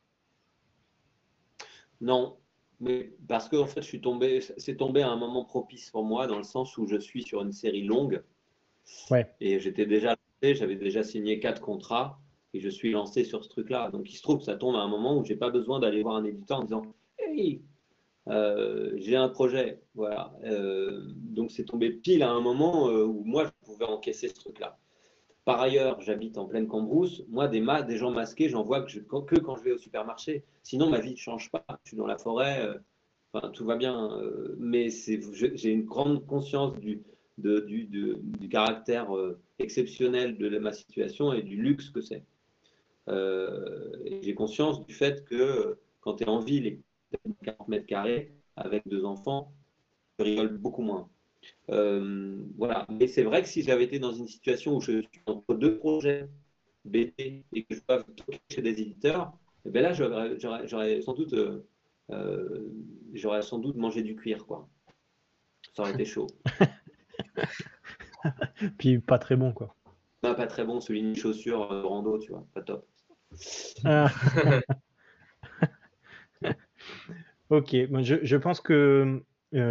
Non, mais parce que en fait, c'est tombé à un moment propice pour moi dans le sens où je suis sur une série longue Ouais. et j'étais déjà lancé, j'avais déjà signé 4 contrats et je suis lancé sur ce truc-là. Donc il se trouve que ça tombe à un moment où j'ai pas besoin d'aller voir un éditeur en disant hey, j'ai un projet, voilà. Donc c'est tombé pile à un moment où moi je pouvais encaisser ce truc-là. Par ailleurs, j'habite en pleine Cambrousse. Moi, des gens masqués, j'en vois que quand je vais au supermarché. Sinon, ma vie ne change pas. Je suis dans la forêt, enfin, tout va bien. Mais j'ai une grande conscience du caractère exceptionnel de ma situation et du luxe que c'est. Et j'ai conscience du fait que quand tu es en ville et que tu as 40 mètres carrés avec 2 enfants, tu rigoles beaucoup moins. Voilà. Mais c'est vrai que si j'avais été dans une situation où je suis entre deux projets BD et que je dois toquer chez des éditeurs, et bien là, j'aurais sans doute mangé du cuir, quoi. Ça aurait été chaud. Puis pas très bon, quoi. Pas très bon, celui de chaussures rando, tu vois, pas top. Ah. Ok, moi, je pense que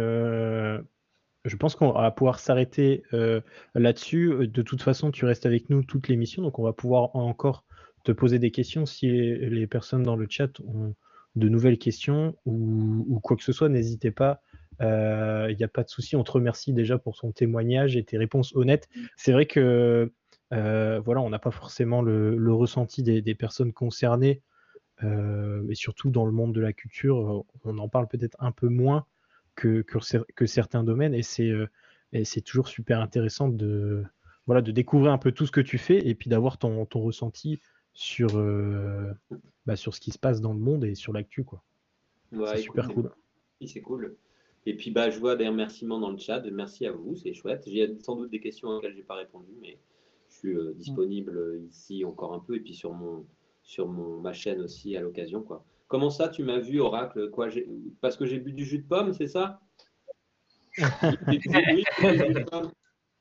qu'on va pouvoir s'arrêter là-dessus. De toute façon, tu restes avec nous toute l'émission, donc on va pouvoir encore te poser des questions si les personnes dans le chat ont de nouvelles questions ou quoi que ce soit. N'hésitez pas. Il n'y a pas de souci. On te remercie déjà pour ton témoignage et tes réponses honnêtes. C'est vrai que voilà, on n'a pas forcément le ressenti des personnes concernées, et surtout dans le monde de la culture, on en parle peut-être un peu moins que certains domaines, et c'est toujours super intéressant de découvrir un peu tout ce que tu fais et puis d'avoir ton ressenti sur ce qui se passe dans le monde et sur l'actu, quoi. Ouais, C'est super cool. Oui, c'est cool. Et puis je vois des remerciements dans le chat. Merci à vous, c'est chouette. J'ai sans doute des questions auxquelles j'ai pas répondu, mais je suis disponible ici encore un peu et puis sur ma chaîne aussi à l'occasion, quoi. Comment ça, tu m'as vu, Oracle, quoi, parce que j'ai bu du jus de pomme, c'est ça? Oui, du jus de pomme.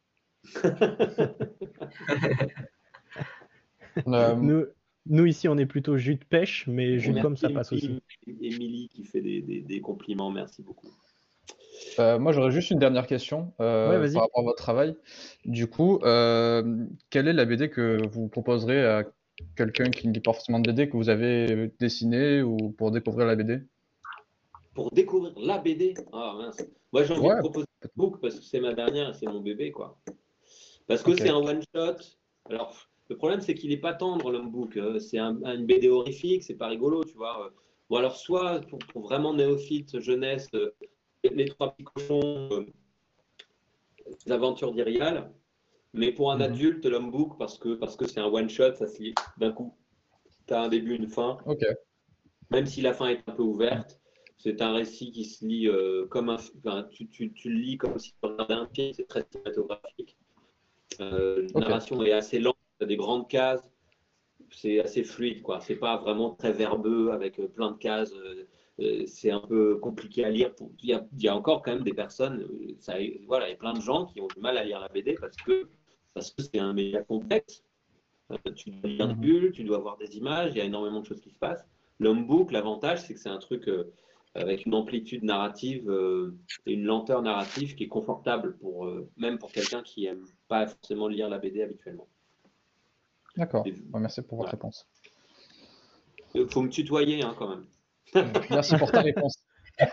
Nous ici, on est plutôt jus de pêche, mais jus de pomme, ça passe aussi. Émilie qui fait des compliments, merci beaucoup. Moi, j'aurais juste une dernière question Ouais, vas-y. par rapport à votre travail. Du coup, quelle est la BD que vous proposerez à quelqu'un qui ne lit pas forcément de BD, que vous avez dessiné ou pour découvrir la BD? Pour découvrir la BD? Ah mince. Moi, j'ai envie Ouais. de proposer un book parce que c'est ma dernière et c'est mon bébé, quoi. Parce que Ok. c'est un one-shot. Alors, le problème, c'est qu'il n'est pas tendre, l'homme-book. C'est une BD horrifique, c'est pas rigolo, tu vois. Bon, alors, soit pour vraiment néophyte, jeunesse, les trois petits cochons, les aventures d'Irial, mais pour un adulte, l'homme-book, parce que c'est un one-shot, ça se lit d'un coup. Tu as un début, une fin. Ok. Même si la fin est un peu ouverte, c'est un récit qui se lit comme un. Enfin, tu le lis comme si tu regardais un film, c'est très cinématographique. La narration est assez lente, tu as des grandes cases, c'est assez fluide, quoi. C'est pas vraiment très verbeux avec plein de cases. C'est un peu compliqué à lire. Il y a encore quand même des personnes, voilà, il y a plein de gens qui ont du mal à lire la BD parce que c'est un média complexe. Tu dois lire des bulles, tu dois voir des images, il y a énormément de choses qui se passent. L'homme-book, l'avantage, c'est que c'est un truc avec une amplitude narrative et une lenteur narrative qui est confortable même pour quelqu'un qui n'aime pas forcément lire la BD habituellement. D'accord. Merci pour votre réponse. Il faut me tutoyer, hein, quand même. Merci pour ta réponse.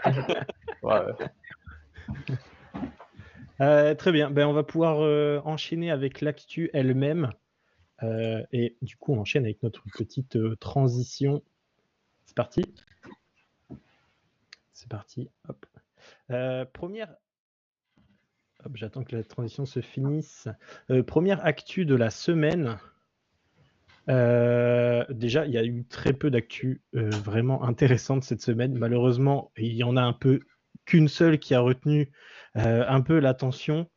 Très bien. On va pouvoir enchaîner avec l'actu elle-même. Et du coup, on enchaîne avec notre petite transition. C'est parti. C'est parti. Hop. Première. Hop, j'attends que la transition se finisse. Première actu de la semaine. Déjà, il y a eu très peu d'actu vraiment intéressantes cette semaine. Malheureusement, il y en a un peu qu'une seule qui a retenu un peu l'attention.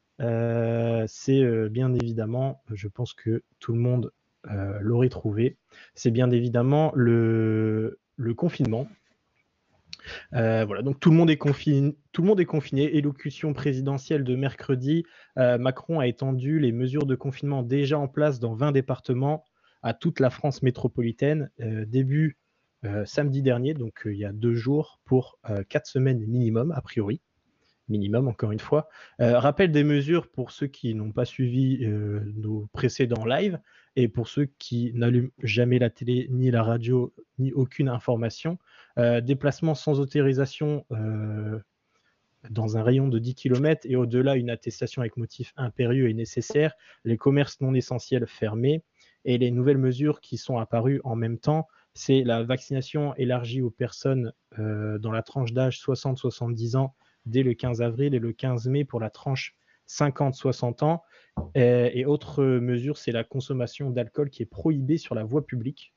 C'est bien évidemment, je pense que tout le monde l'aurait trouvé, c'est bien évidemment le confinement. Voilà, donc tout le monde est confiné. Élocution présidentielle de mercredi, Macron a étendu les mesures de confinement déjà en place dans 20 départements à toute la France métropolitaine, début samedi dernier, donc il y a 2 jours, pour 4 semaines minimum, a priori. Minimum, encore une fois. Rappel des mesures pour ceux qui n'ont pas suivi nos précédents lives et pour ceux qui n'allument jamais la télé, ni la radio, ni aucune information. Déplacement sans autorisation dans un rayon de 10 km et au-delà, une attestation avec motif impérieux est nécessaire. Les commerces non essentiels fermés. Et les nouvelles mesures qui sont apparues en même temps, c'est la vaccination élargie aux personnes dans la tranche d'âge 60-70 ans dès le 15 avril et le 15 mai pour la tranche 50-60 ans. Et autre mesure, c'est la consommation d'alcool qui est prohibée sur la voie publique.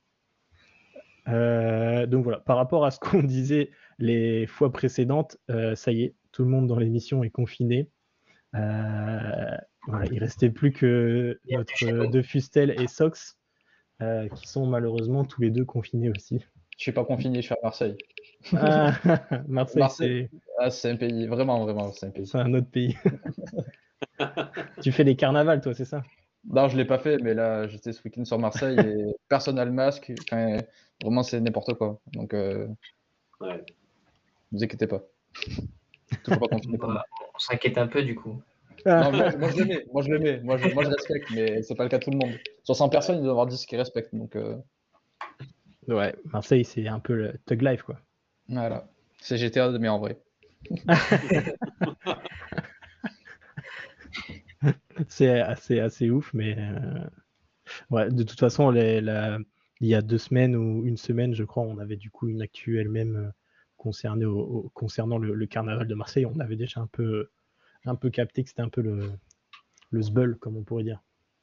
Donc voilà, par rapport à ce qu'on disait les fois précédentes, ça y est, tout le monde dans l'émission est confiné. Voilà, il restait plus que notre deux Fustel et Sox, qui sont malheureusement tous les deux confinés aussi. Je suis pas confiné, je suis à Marseille. Marseille. C'est un pays, vraiment, c'est un pays. C'est un autre pays. Tu fais des carnavals, toi, c'est ça? Non, je l'ai pas fait, mais là, j'étais ce week-end sur Marseille et personne n'a le masque. Enfin, vraiment, c'est n'importe quoi. Donc, ne vous inquiétez pas. Toujours pas confiné. On s'inquiète un peu du coup. Non, moi je l'aimais. Moi je respecte, mais c'est pas le cas de tout le monde. Sur 100 personnes, il doit y avoir 10 qui respectent. Donc, ouais, Marseille, c'est un peu le thug life, quoi. Voilà. C'est GTA, mais en vrai. C'est assez ouf, mais ouais, de toute façon, il y a 2 semaines ou 1 semaine, je crois, on avait du coup une actu elle-même concernant le carnaval de Marseille. On avait déjà un peu capté que c'était un peu le sbeul, comme on pourrait dire.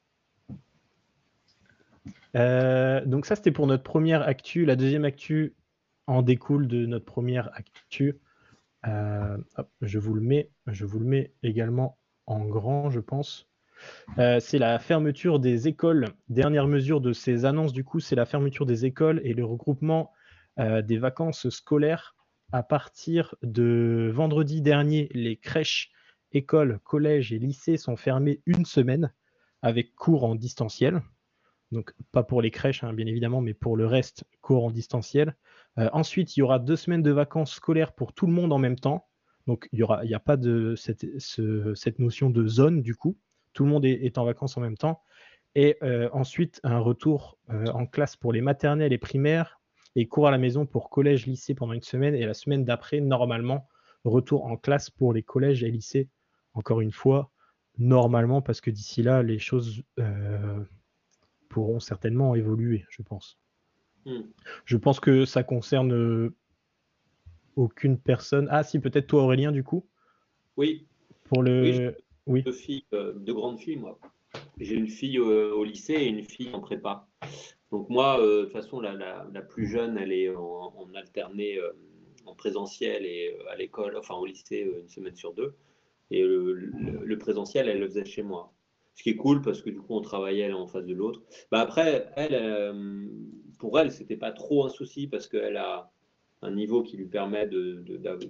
Donc ça, c'était pour notre première actu. La deuxième actu en découle de notre première actu. Hop, je vous le mets également en grand, je pense. C'est la fermeture des écoles. Dernière mesure de ces annonces, du coup, c'est la fermeture des écoles et le regroupement des vacances scolaires. À partir de vendredi dernier, les crèches, écoles, collèges et lycées sont fermés 1 semaine avec cours en distanciel. Donc pas pour les crèches, hein, bien évidemment, mais pour le reste, cours en distanciel. Ensuite, il y aura 2 semaines de vacances scolaires pour tout le monde en même temps. Donc il n'y a pas de cette notion de zone, du coup. Tout le monde est en vacances en même temps. Et ensuite, un retour en classe pour les maternelles et primaires et cours à la maison pour collège, lycée pendant 1 semaine. Et la semaine d'après, normalement, retour en classe pour les collèges et lycées. Encore une fois, normalement, parce que d'ici là, les choses pourront certainement évoluer, je pense. Je pense que ça concerne aucune personne. Ah si, peut-être toi Aurélien, du coup. Oui. Pour j'ai oui. deux grandes filles, moi. J'ai une fille au lycée et une fille en prépa. Donc moi, de toute façon, la plus jeune, elle est en alterné en présentiel et à l'école, enfin au lycée, 1 semaine sur 2. Et le présentiel, elle le faisait chez moi. Ce qui est cool parce que du coup, on travaillait l'un en face de l'autre. Bah après, pour elle, c'était pas trop un souci parce qu'elle a un niveau qui lui permet de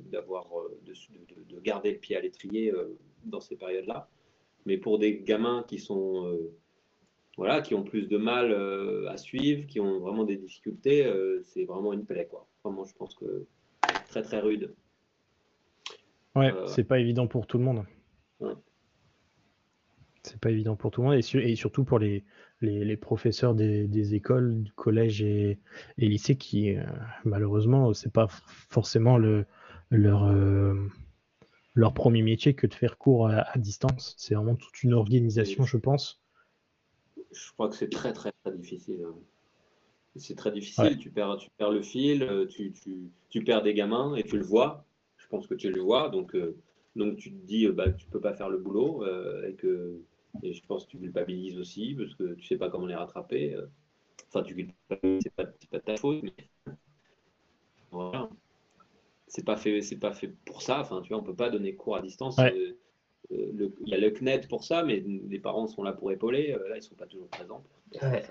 garder le pied à l'étrier dans ces périodes-là. Mais pour des gamins qui sont voilà, qui ont plus de mal à suivre, qui ont vraiment des difficultés, c'est vraiment une plaie, quoi. Vraiment, je pense que très très rude. Ouais, c'est pas évident pour tout le monde. Ouais. C'est pas évident pour tout le monde et surtout pour les professeurs des écoles, du collège et lycée qui malheureusement c'est pas forcément leur premier métier que de faire cours à distance. C'est vraiment toute une organisation, je pense. Je crois que c'est très très très difficile. C'est très difficile. Ouais. Tu perds le fil, tu perds des gamins et tu le vois. Je pense que tu le vois. Donc tu te dis que tu peux pas faire le boulot et je pense que tu culpabilises aussi parce que tu sais pas comment les rattraper. Enfin, tu culpabilises, c'est pas de ta faute, mais voilà. C'est pas fait pour ça. Enfin, tu vois, on peut pas donner cours à distance. Ouais. Il y a le CNED pour ça, mais les parents sont là pour épauler. Là, ils sont pas toujours présents. Ouais.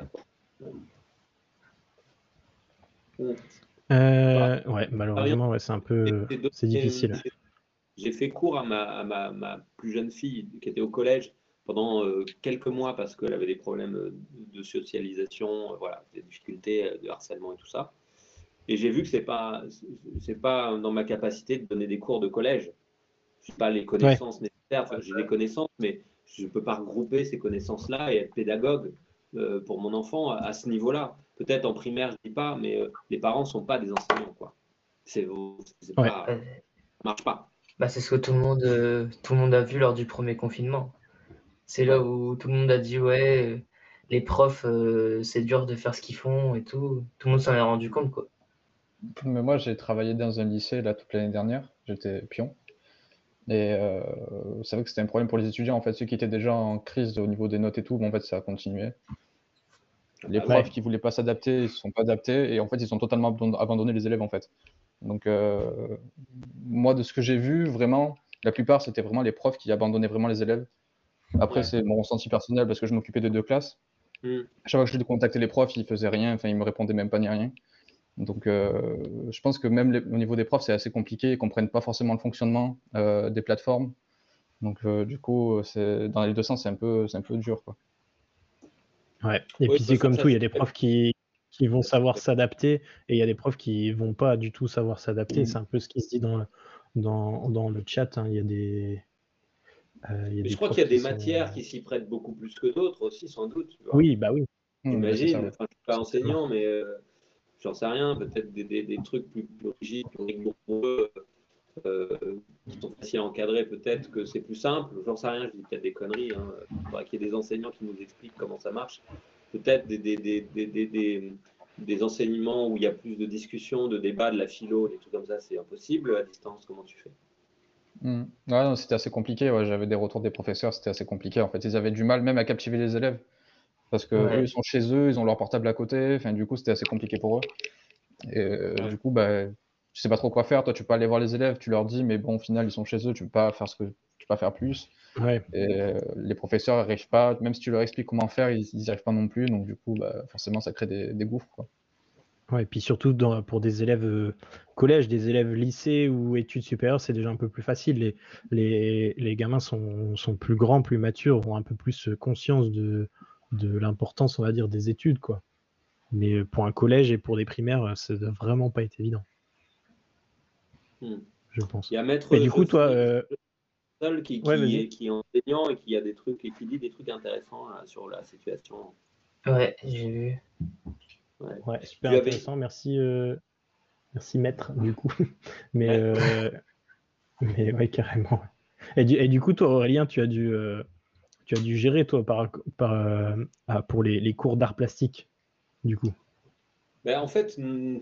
Ouais, malheureusement, ouais, c'est difficile. J'ai fait cours à ma plus jeune fille qui était au collège pendant quelques mois parce qu'elle avait des problèmes de socialisation, voilà, des difficultés de harcèlement et tout ça. Et j'ai vu que c'est pas dans ma capacité de donner des cours de collège. Je n'ai pas les connaissances nécessaires. Enfin, j'ai des connaissances, mais je ne peux pas regrouper ces connaissances-là et être pédagogue pour mon enfant à ce niveau-là. Peut-être en primaire, je ne dis pas, mais les parents ne sont pas des enseignants, quoi. Ça marche pas. Bah, c'est ce que tout le monde a vu lors du premier confinement. C'est là où tout le monde a dit ouais, les profs, c'est dur de faire ce qu'ils font et tout. Tout le monde s'en est rendu compte, quoi. Mais moi, j'ai travaillé dans un lycée là toute l'année dernière. J'étais pion. Et c'est vrai que c'était un problème pour les étudiants. En fait, ceux qui étaient déjà en crise au niveau des notes et tout, en fait, ça a continué. Les profs qui voulaient pas s'adapter, ils ne se sont pas adaptés. Et en fait, ils ont totalement abandonné les élèves, en fait. Donc, moi, de ce que j'ai vu, vraiment, la plupart, c'était vraiment les profs qui abandonnaient vraiment les élèves. Après, c'est mon ressenti personnel parce que je m'occupais de 2 classes. À chaque fois que je contactais les profs, ils faisaient rien. Enfin, ils me répondaient même pas ni rien. Donc, je pense que même au niveau des profs, c'est assez compliqué. Ils comprennent pas forcément le fonctionnement des plateformes. Donc, du coup, dans les deux sens, c'est un peu dur, quoi. Ouais. Et puis c'est comme tout, il y a des profs qui vont savoir s'adapter et il y a des profs qui vont pas du tout savoir s'adapter. C'est un peu ce qui se dit dans le chat. Hein. Il y a des. Mais je crois qu'il y a des matières qui s'y prêtent beaucoup plus que d'autres aussi, sans doute. Tu vois. Oui, bah oui. J'imagine. Enfin, je ne suis pas enseignant, mais j'en sais rien. Peut-être des trucs plus rigides, plus rigoureux. qui sont faciles à encadrer, peut-être que c'est plus simple. J'en sais rien, je dis peut-être des conneries. Il faudrait qu'il y ait des enseignants qui nous expliquent comment ça marche. Peut-être des enseignements où il y a plus de discussions, de débats, de la philo, des trucs comme ça, c'est impossible à distance. Comment tu fais? Ouais, non, c'était assez compliqué. Ouais, j'avais des retours des professeurs, c'était assez compliqué. En fait, ils avaient du mal même à captiver les élèves parce que eux, ils sont chez eux, ils ont leur portable à côté. Enfin, du coup, c'était assez compliqué pour eux. Et du coup, bah, tu sais pas trop quoi faire. Toi, tu peux aller voir les élèves, tu leur dis, mais bon, au final, ils sont chez eux, tu peux pas faire tu peux pas faire plus. Ouais. Et les professeurs n'arrivent pas, même si tu leur expliques comment faire, ils n'y arrivent pas non plus. Donc, du coup, bah, forcément, ça crée des gouffres, quoi. Ouais, et puis surtout pour des élèves collège, des élèves lycée ou études supérieures, c'est déjà un peu plus facile. Les gamins sont plus grands, plus matures, ont un peu plus conscience de l'importance, on va dire, des études, quoi. Mais pour un collège et pour des primaires, ça doit vraiment pas être évident, je pense. Il y a Maître Et du coup, toi, seul qui est enseignant et qui a des trucs et qui dit des trucs intéressants là, sur la situation. Ouais, j'ai vu. Ouais, super intéressant. Merci, merci Maître, du coup. mais ouais, carrément. Et du coup, toi, Aurélien, tu as dû gérer, toi, pour les cours d'art plastique, du coup. Ben, en fait,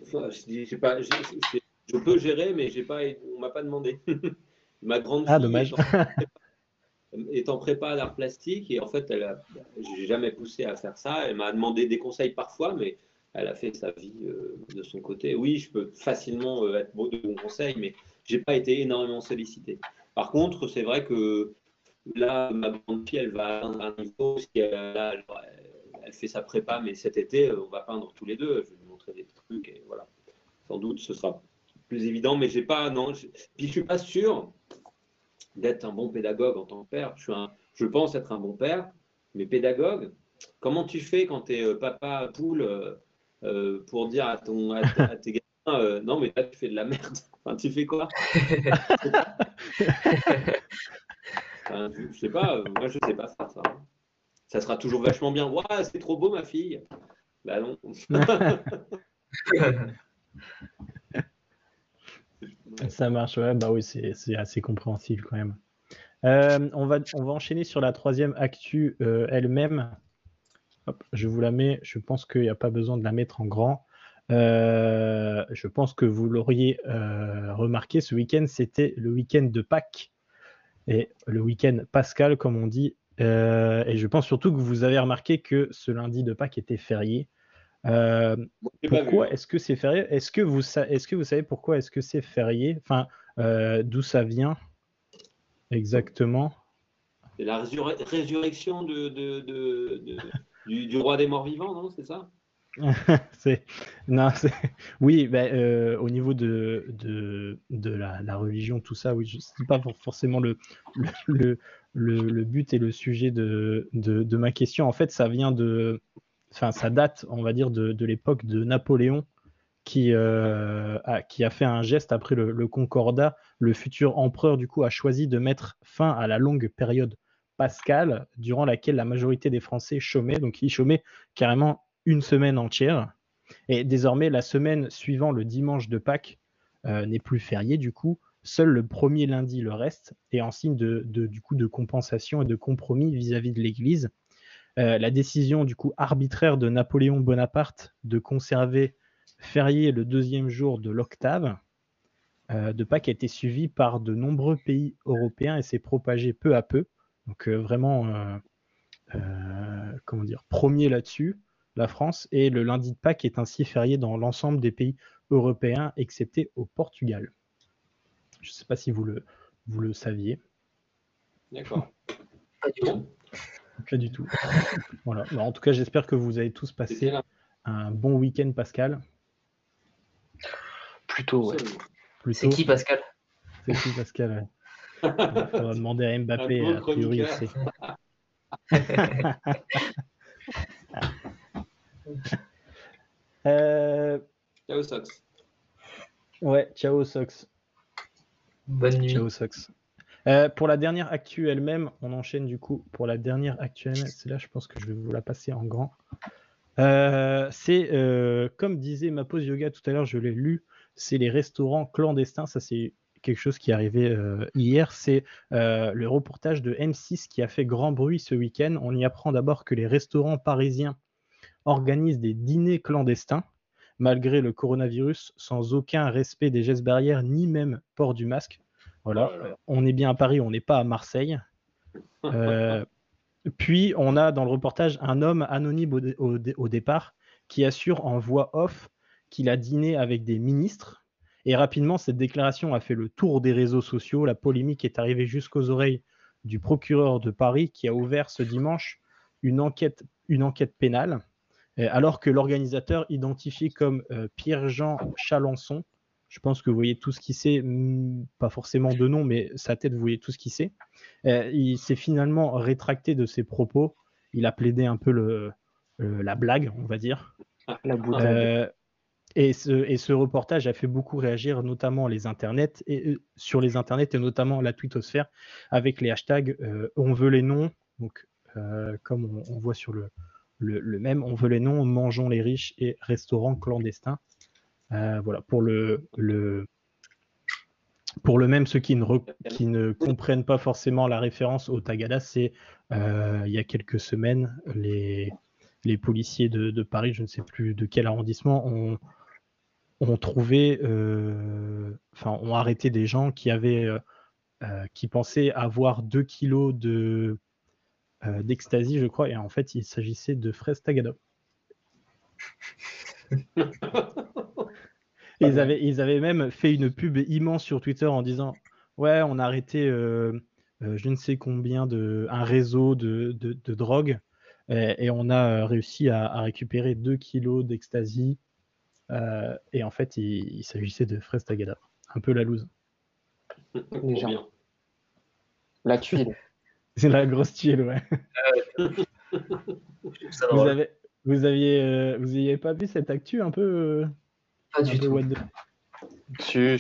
je peux gérer, mais on m'a pas demandé. Ma grande fille dommage. est en prépa d'art plastique et en fait, j'ai jamais poussé à faire ça. Elle m'a demandé des conseils parfois, mais elle a fait sa vie de son côté. Oui, je peux facilement être de bons conseils, mais j'ai pas été énormément sollicité. Par contre, c'est vrai que là, ma grande fille, elle va atteindre un niveau, elle fait sa prépa, mais cet été, on va peindre tous les deux. Je vais lui montrer des trucs et voilà. Sans doute, ce sera plus évident, mais j'ai pas, non. Puis je suis pas sûr d'être un bon pédagogue en tant que père. Je pense être un bon père, mais pédagogue, comment tu fais quand tu es papa poule pour dire à tes gamins non, mais là, tu fais de la merde. Enfin, tu fais quoi? Enfin, je sais pas, moi, je sais pas faire ça. Ça sera toujours vachement bien. Waouh, c'est trop beau, ma fille. Bah non. Ça marche, ouais, bah oui, c'est assez compréhensible quand même. On va enchaîner sur la troisième actu elle-même. Hop, je vous la mets, je pense qu'il n'y a pas besoin de la mettre en grand. Je pense que vous l'auriez remarqué, ce week-end, c'était le week-end de Pâques et le week-end pascal, comme on dit. Et je pense surtout que vous avez remarqué que ce lundi de Pâques était férié. Pourquoi est-ce que c'est férié? Est-ce que vous savez pourquoi est-ce que c'est férié? Enfin, d'où ça vient exactement? C'est la résurrection du roi des morts vivants, non? C'est ça? Oui, au niveau de la religion, tout ça, oui, c'est pas forcément le but et le sujet de ma question. En fait, ça date, on va dire, de l'époque de Napoléon qui a fait un geste après le Concordat. Le futur empereur, du coup, a choisi de mettre fin à la longue période pascale durant laquelle la majorité des Français chômaient. Donc, ils chômaient carrément une semaine entière. Et désormais, la semaine suivant le dimanche de Pâques n'est plus fériée, du coup. Seul le premier lundi le reste, et en signe du coup, de compensation et de compromis vis-à-vis de l'Église. La décision du coup arbitraire de Napoléon Bonaparte de conserver férié le deuxième jour de l'octave de Pâques a été suivie par de nombreux pays européens et s'est propagée peu à peu. Donc vraiment, comment dire, premier là-dessus, la France, et le lundi de Pâques est ainsi férié dans l'ensemble des pays européens, excepté au Portugal. Je ne sais pas si vous le saviez. D'accord. Pas du tout. Pas du tout. Voilà. Alors, en tout cas, j'espère que vous avez tous passé un bon week-end pascal. Plutôt, ouais. C'est qui Pascal? C'est qui Pascal? Il faudra demander à Mbappé, a priori, il sait. Ciao Sox. Ouais, ciao Sox. Bonne nuit. Ciao Sox. Pour la dernière actu elle-même, on enchaîne du coup pour la dernière actu elle-même. C'est là, je pense que je vais vous la passer en grand. C'est comme disait ma pause yoga tout à l'heure, je l'ai lu, c'est les restaurants clandestins. Ça, c'est quelque chose qui est arrivé hier, c'est le reportage de M6 qui a fait grand bruit ce week-end. On y apprend d'abord que les restaurants parisiens organisent des dîners clandestins, malgré le coronavirus, sans aucun respect des gestes barrières, ni même port du masque. Voilà, on est bien à Paris, on n'est pas à Marseille. Puis, on a dans le reportage un homme anonyme au départ qui assure en voix off qu'il a dîné avec des ministres. Et rapidement, cette déclaration a fait le tour des réseaux sociaux. La polémique est arrivée jusqu'aux oreilles du procureur de Paris qui a ouvert ce dimanche une enquête pénale, alors que l'organisateur, identifié comme Pierre-Jean Chalençon, je pense que vous voyez tout ce qu'il sait, pas forcément de nom, mais sa tête, vous voyez tout ce qu'il sait. Il s'est finalement rétracté de ses propos. Il a plaidé un peu la blague, on va dire. La boutade. Et ce reportage a fait beaucoup réagir, notamment les internets, sur les internets et notamment la twittosphère, avec les hashtags on veut les noms, donc comme on voit sur le même, on veut les noms, mangeons les riches et restaurants clandestins. Voilà, pour le même, ceux qui ne comprennent pas forcément la référence au Tagada, c'est il y a quelques semaines, les policiers de Paris, je ne sais plus de quel arrondissement, ont trouvé, ont arrêté des gens qui pensaient avoir 2 kilos d'ecstasy, je crois, et en fait, il s'agissait de fraises Tagada. Ils avaient même fait une pub immense sur Twitter en disant ouais, on a arrêté je ne sais combien un réseau de drogue et on a réussi à récupérer 2 kilos d'ecstasy et en fait il s'agissait de fraises Tagada, un peu la loose. Légèrement. La tuile. C'est la grosse tuile, ouais. Vous aviez pas vu cette actu un peu Pas du tout. Si.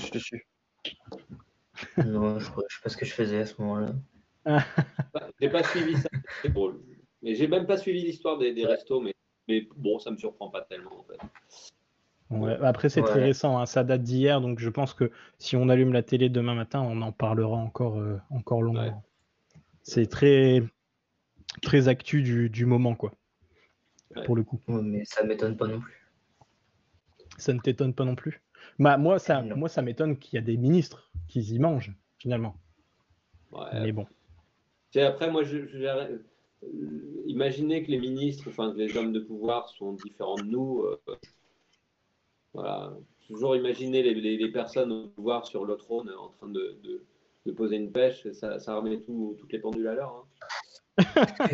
Non, je sais pas ce que je faisais à ce moment-là. J'ai pas suivi ça, c'est drôle. Mais j'ai même pas suivi l'histoire des restos, mais bon, ça me surprend pas tellement en fait. Ouais, après, c'est très récent, hein, ça date d'hier, donc je pense que si on allume la télé demain matin, on en parlera encore longuement. Ouais. C'est très, très actu du moment, quoi, pour le coup. Ouais, mais ça m'étonne pas non plus. Ça ne t'étonne pas non plus? Bah, moi, ça m'étonne qu'il y a des ministres qui y mangent, finalement. Ouais. Mais bon. Après, moi, imaginez que les ministres, enfin, que les hommes de pouvoir sont différents de nous. Voilà. Toujours imaginer les personnes au pouvoir sur le trône en train de poser une pêche, ça remet toutes les pendules à l'heure. Hein.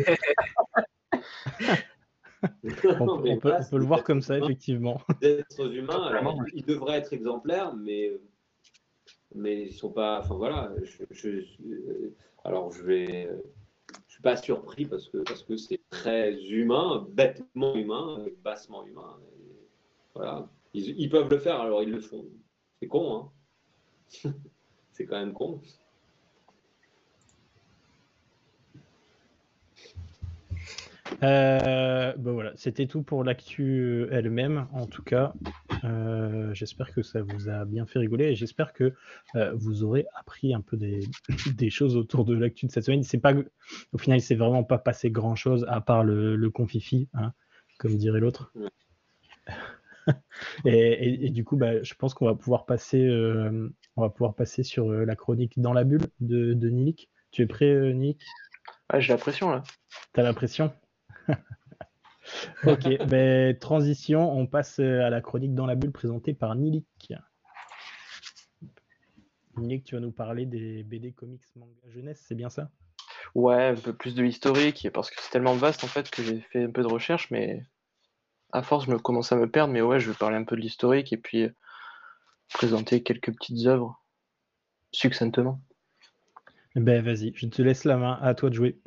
on peut le voir comme ça, effectivement. Les êtres humains, alors, ils devraient être exemplaires, mais ils sont pas. Enfin voilà. Alors je suis pas surpris parce que c'est très humain, bêtement humain, bassement humain. Et voilà. Ils peuvent le faire, alors ils le font. C'est con, hein. C'est quand même con. Voilà, c'était tout pour l'actu elle-même, en tout cas. J'espère que ça vous a bien fait rigoler et j'espère que vous aurez appris un peu des choses autour de l'actu de cette semaine. Au final, il s'est vraiment pas passé grand-chose à part le confifi, hein, comme dirait l'autre. Ouais. et du coup, je pense qu'on va pouvoir passer sur la chronique dans la bulle de Nilik. Tu es prêt, Nilik? Ah, j'ai la pression là. T'as la pression? Ok, transition, on passe à la chronique dans la bulle présentée par Nilik. Nilik, tu vas nous parler des BD, comics, manga, jeunesse, c'est bien ça? Ouais, un peu plus de l'historique, parce que c'est tellement vaste en fait que j'ai fait un peu de recherche, mais à force je commence à me perdre, mais ouais, je vais parler un peu de l'historique et puis présenter quelques petites œuvres succinctement. Vas-y, je te laisse la main, à toi de jouer.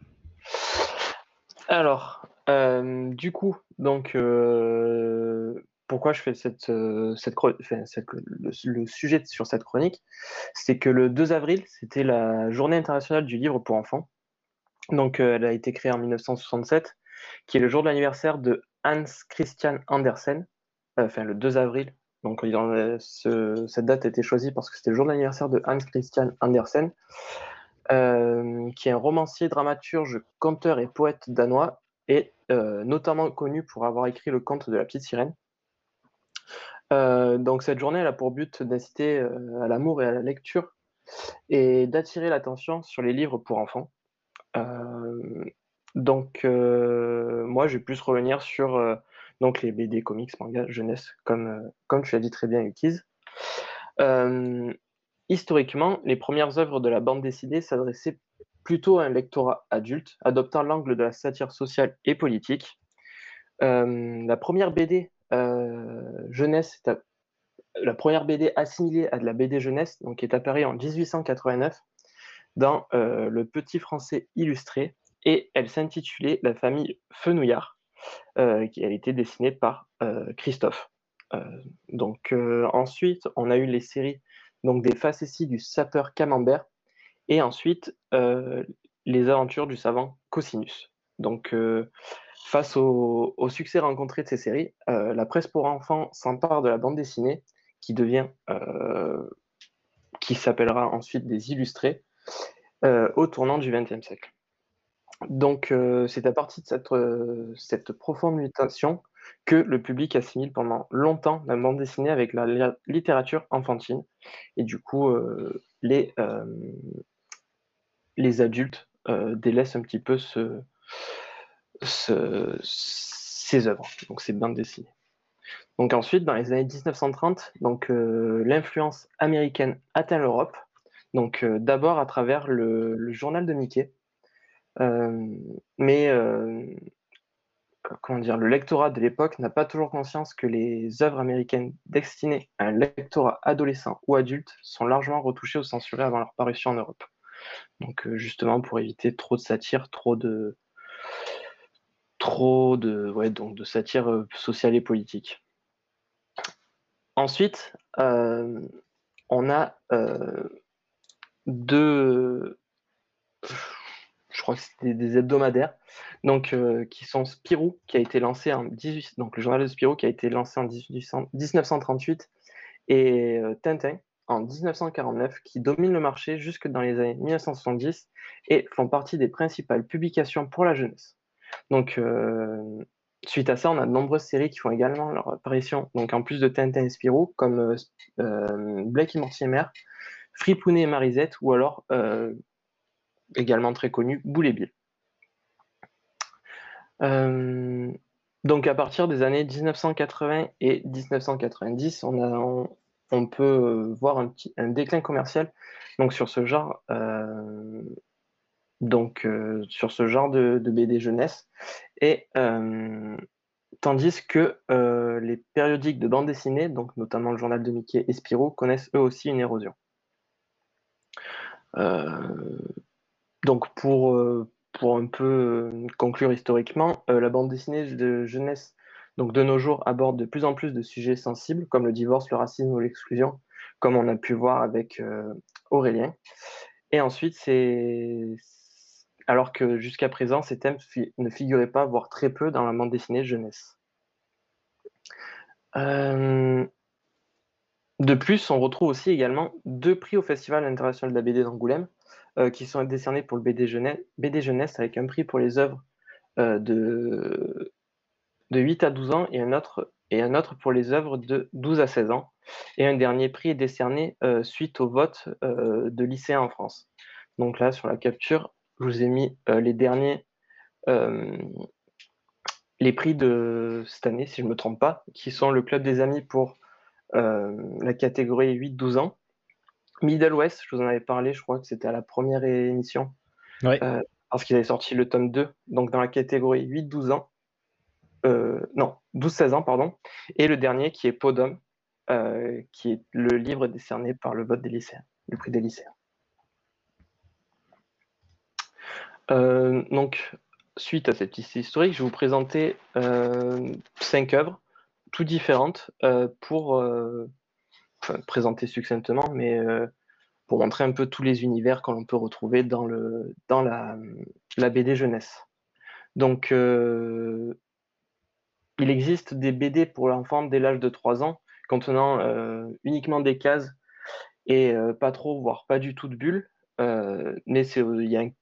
Alors, du coup, donc pourquoi je fais le sujet sur cette chronique, c'est que le 2 avril, c'était la Journée internationale du livre pour enfants. Donc, elle a été créée en 1967, qui est le jour de l'anniversaire de Hans Christian Andersen, le 2 avril Donc, cette date a été choisie parce que c'était le jour d'anniversaire de Hans Christian Andersen, qui est un romancier, dramaturge, conteur et poète danois, et notamment connu pour avoir écrit le conte de la petite sirène. Donc cette journée elle a pour but d'inciter à l'amour et à la lecture et d'attirer l'attention sur les livres pour enfants. Donc moi je vais plus revenir sur donc les BD, comics, mangas, jeunesse, comme tu l'as dit très bien, Ukiz. Historiquement, les premières œuvres de la bande dessinée s'adressaient plutôt à un lectorat adulte, adoptant l'angle de la satire sociale et politique. La première BD jeunesse, la première BD assimilée à de la BD jeunesse, donc est apparue en 1889 dans Le Petit Français illustré, et elle s'intitulait La famille Fenouillard. Elle était dessinée par Christophe. Ensuite, on a eu les séries donc des facéties du sapeur Camembert, et ensuite les aventures du savant Cosinus. Donc, face au succès rencontré de ces séries, la presse pour enfants s'empare de la bande dessinée qui s'appellera ensuite des illustrés au tournant du XXe siècle. Donc, c'est à partir de cette profonde mutation que le public assimile pendant longtemps la bande dessinée avec la littérature enfantine. Et du coup, les adultes délaissent un petit peu ces œuvres, donc ces bandes dessinées. Donc ensuite, dans les années 1930, l'influence américaine atteint l'Europe, d'abord à travers le journal de Mickey. Le lectorat de l'époque n'a pas toujours conscience que les œuvres américaines destinées à un lectorat adolescent ou adulte sont largement retouchées ou censurées avant leur parution en Europe. Donc justement pour éviter trop de satire, de satire sociale et politique. Ensuite, on a je crois que c'était des hebdomadaires, qui sont Spirou, qui a été lancé donc le journal de Spirou qui a été lancé en 1938, et Tintin en 1949, qui dominent le marché jusque dans les années 1970 et font partie des principales publications pour la jeunesse. Donc, suite à ça, on a de nombreuses séries qui font également leur apparition, donc en plus de Tintin et Spirou, comme Blake et Mortimer, Fripounet et Marisette, ou alors également très connu, Boule et Bill. Donc à partir des années 1980 et 1990, on peut voir un déclin commercial sur ce genre de BD jeunesse, et tandis que les périodiques de bande dessinée, donc notamment le journal de Mickey et Spirou, connaissent eux aussi une érosion. Donc pour un peu conclure historiquement, la bande dessinée de jeunesse de nos jours aborde de plus en plus de sujets sensibles comme le divorce, le racisme ou l'exclusion, comme on a pu voir avec Aurélien. Et ensuite, alors que jusqu'à présent, ces thèmes ne figuraient pas, voire très peu, dans la bande dessinée jeunesse. De plus, on retrouve aussi également 2 prix au Festival international de la BD d'Angoulême, qui sont décernés pour le BD jeunesse, avec un prix pour les œuvres de 8 à 12 ans et un autre pour les œuvres de 12 à 16 ans. Et un dernier prix est décerné suite au vote de lycéens en France. Donc là, sur la capture, je vous ai mis les prix de cette année, si je ne me trompe pas, qui sont le Club des Amis pour la catégorie 8-12 ans. Middle West, je vous en avais parlé, je crois que c'était à la première émission, parce qu'ils avaient sorti le tome 2, donc dans la catégorie 8-12 ans. 12-16 ans, pardon. Et le dernier qui est Podum, qui est le livre décerné par le vote des lycéens, le prix des lycéens. Donc, suite à cette liste historique, je vais vous présenter 5 œuvres, toutes différentes, pour présenter succinctement, mais pour montrer un peu tous les univers que l'on peut retrouver dans la BD jeunesse. Donc, il existe des BD pour l'enfant dès l'âge de 3 ans, contenant uniquement des cases et pas trop, voire pas du tout de bulles. Mais il y a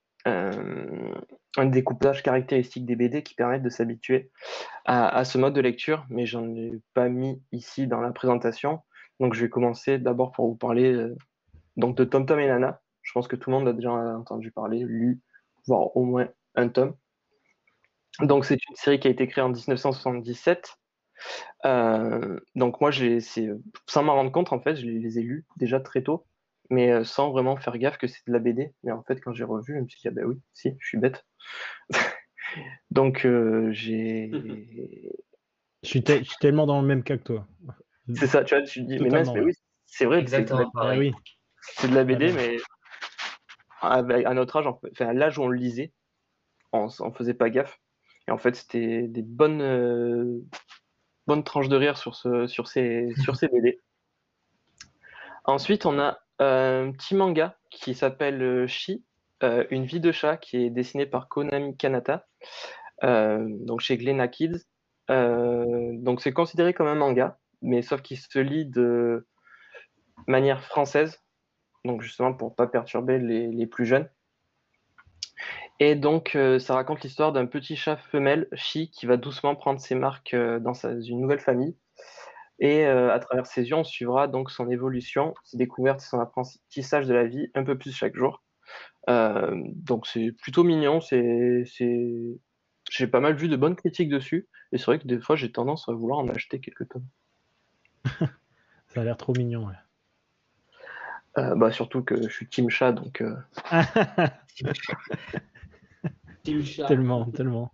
un découpage caractéristique des BD qui permettent de s'habituer à ce mode de lecture, mais j'en ai pas mis ici dans la présentation. Donc je vais commencer d'abord pour vous parler donc de Tom Tom et Nana. Je pense que tout le monde a déjà entendu parler, lu, voire au moins un tome. Donc c'est une série qui a été créée en 1977. Donc moi, sans m'en rendre compte, en fait, je les ai lus déjà très tôt, mais sans vraiment faire gaffe que c'était de la BD. Mais en fait, quand j'ai revu, je me suis dit, ah ben oui, si, je suis bête. Donc j'ai... Je suis tellement dans le même cas que toi. C'est ça, tu vois, tu te dis, mais mince, Totalement, mais ouais. oui, c'est vrai, Exactement Ah pareil. oui. c'est de la BD, Voilà. mais à notre âge, enfin, à l'âge où on le lisait, on faisait pas gaffe. Et en fait, c'était des bonnes tranches de rire sur ces BD. Ensuite, on a un petit manga qui s'appelle Shi, une vie de chat, qui est dessiné par Konami Kanata, donc chez Glénat Kids. Donc c'est considéré comme un manga, mais sauf qu'il se lit de manière française, donc justement pour pas perturber les plus jeunes. Et donc ça raconte l'histoire d'un petit chat femelle, Shi, qui va doucement prendre ses marques dans une nouvelle famille. Et à travers ses yeux, on suivra donc son évolution, ses découvertes et son apprentissage de la vie un peu plus chaque jour. Donc c'est plutôt mignon, j'ai pas mal vu de bonnes critiques dessus, et c'est vrai que des fois j'ai tendance à vouloir en acheter quelques tomes. Ça a l'air trop mignon, ouais. Surtout que je suis team chat, donc Team chat. Tellement.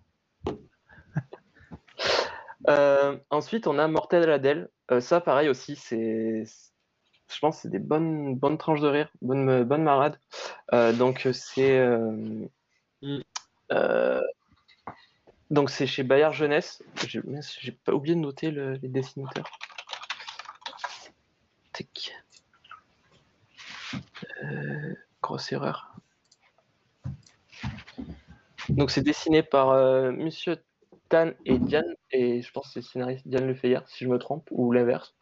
ensuite on a Mortel Adèle. Ça pareil aussi, je pense que c'est des bonnes tranches de rire, bonnes marades. Donc c'est donc c'est chez Bayard Jeunesse. J'ai pas oublié de noter les dessinateurs. Tic. Grosse erreur. Donc c'est dessiné par Monsieur Tan et Diane, et je pense que c'est scénariste Diane Lefeyer, si je me trompe, ou l'inverse.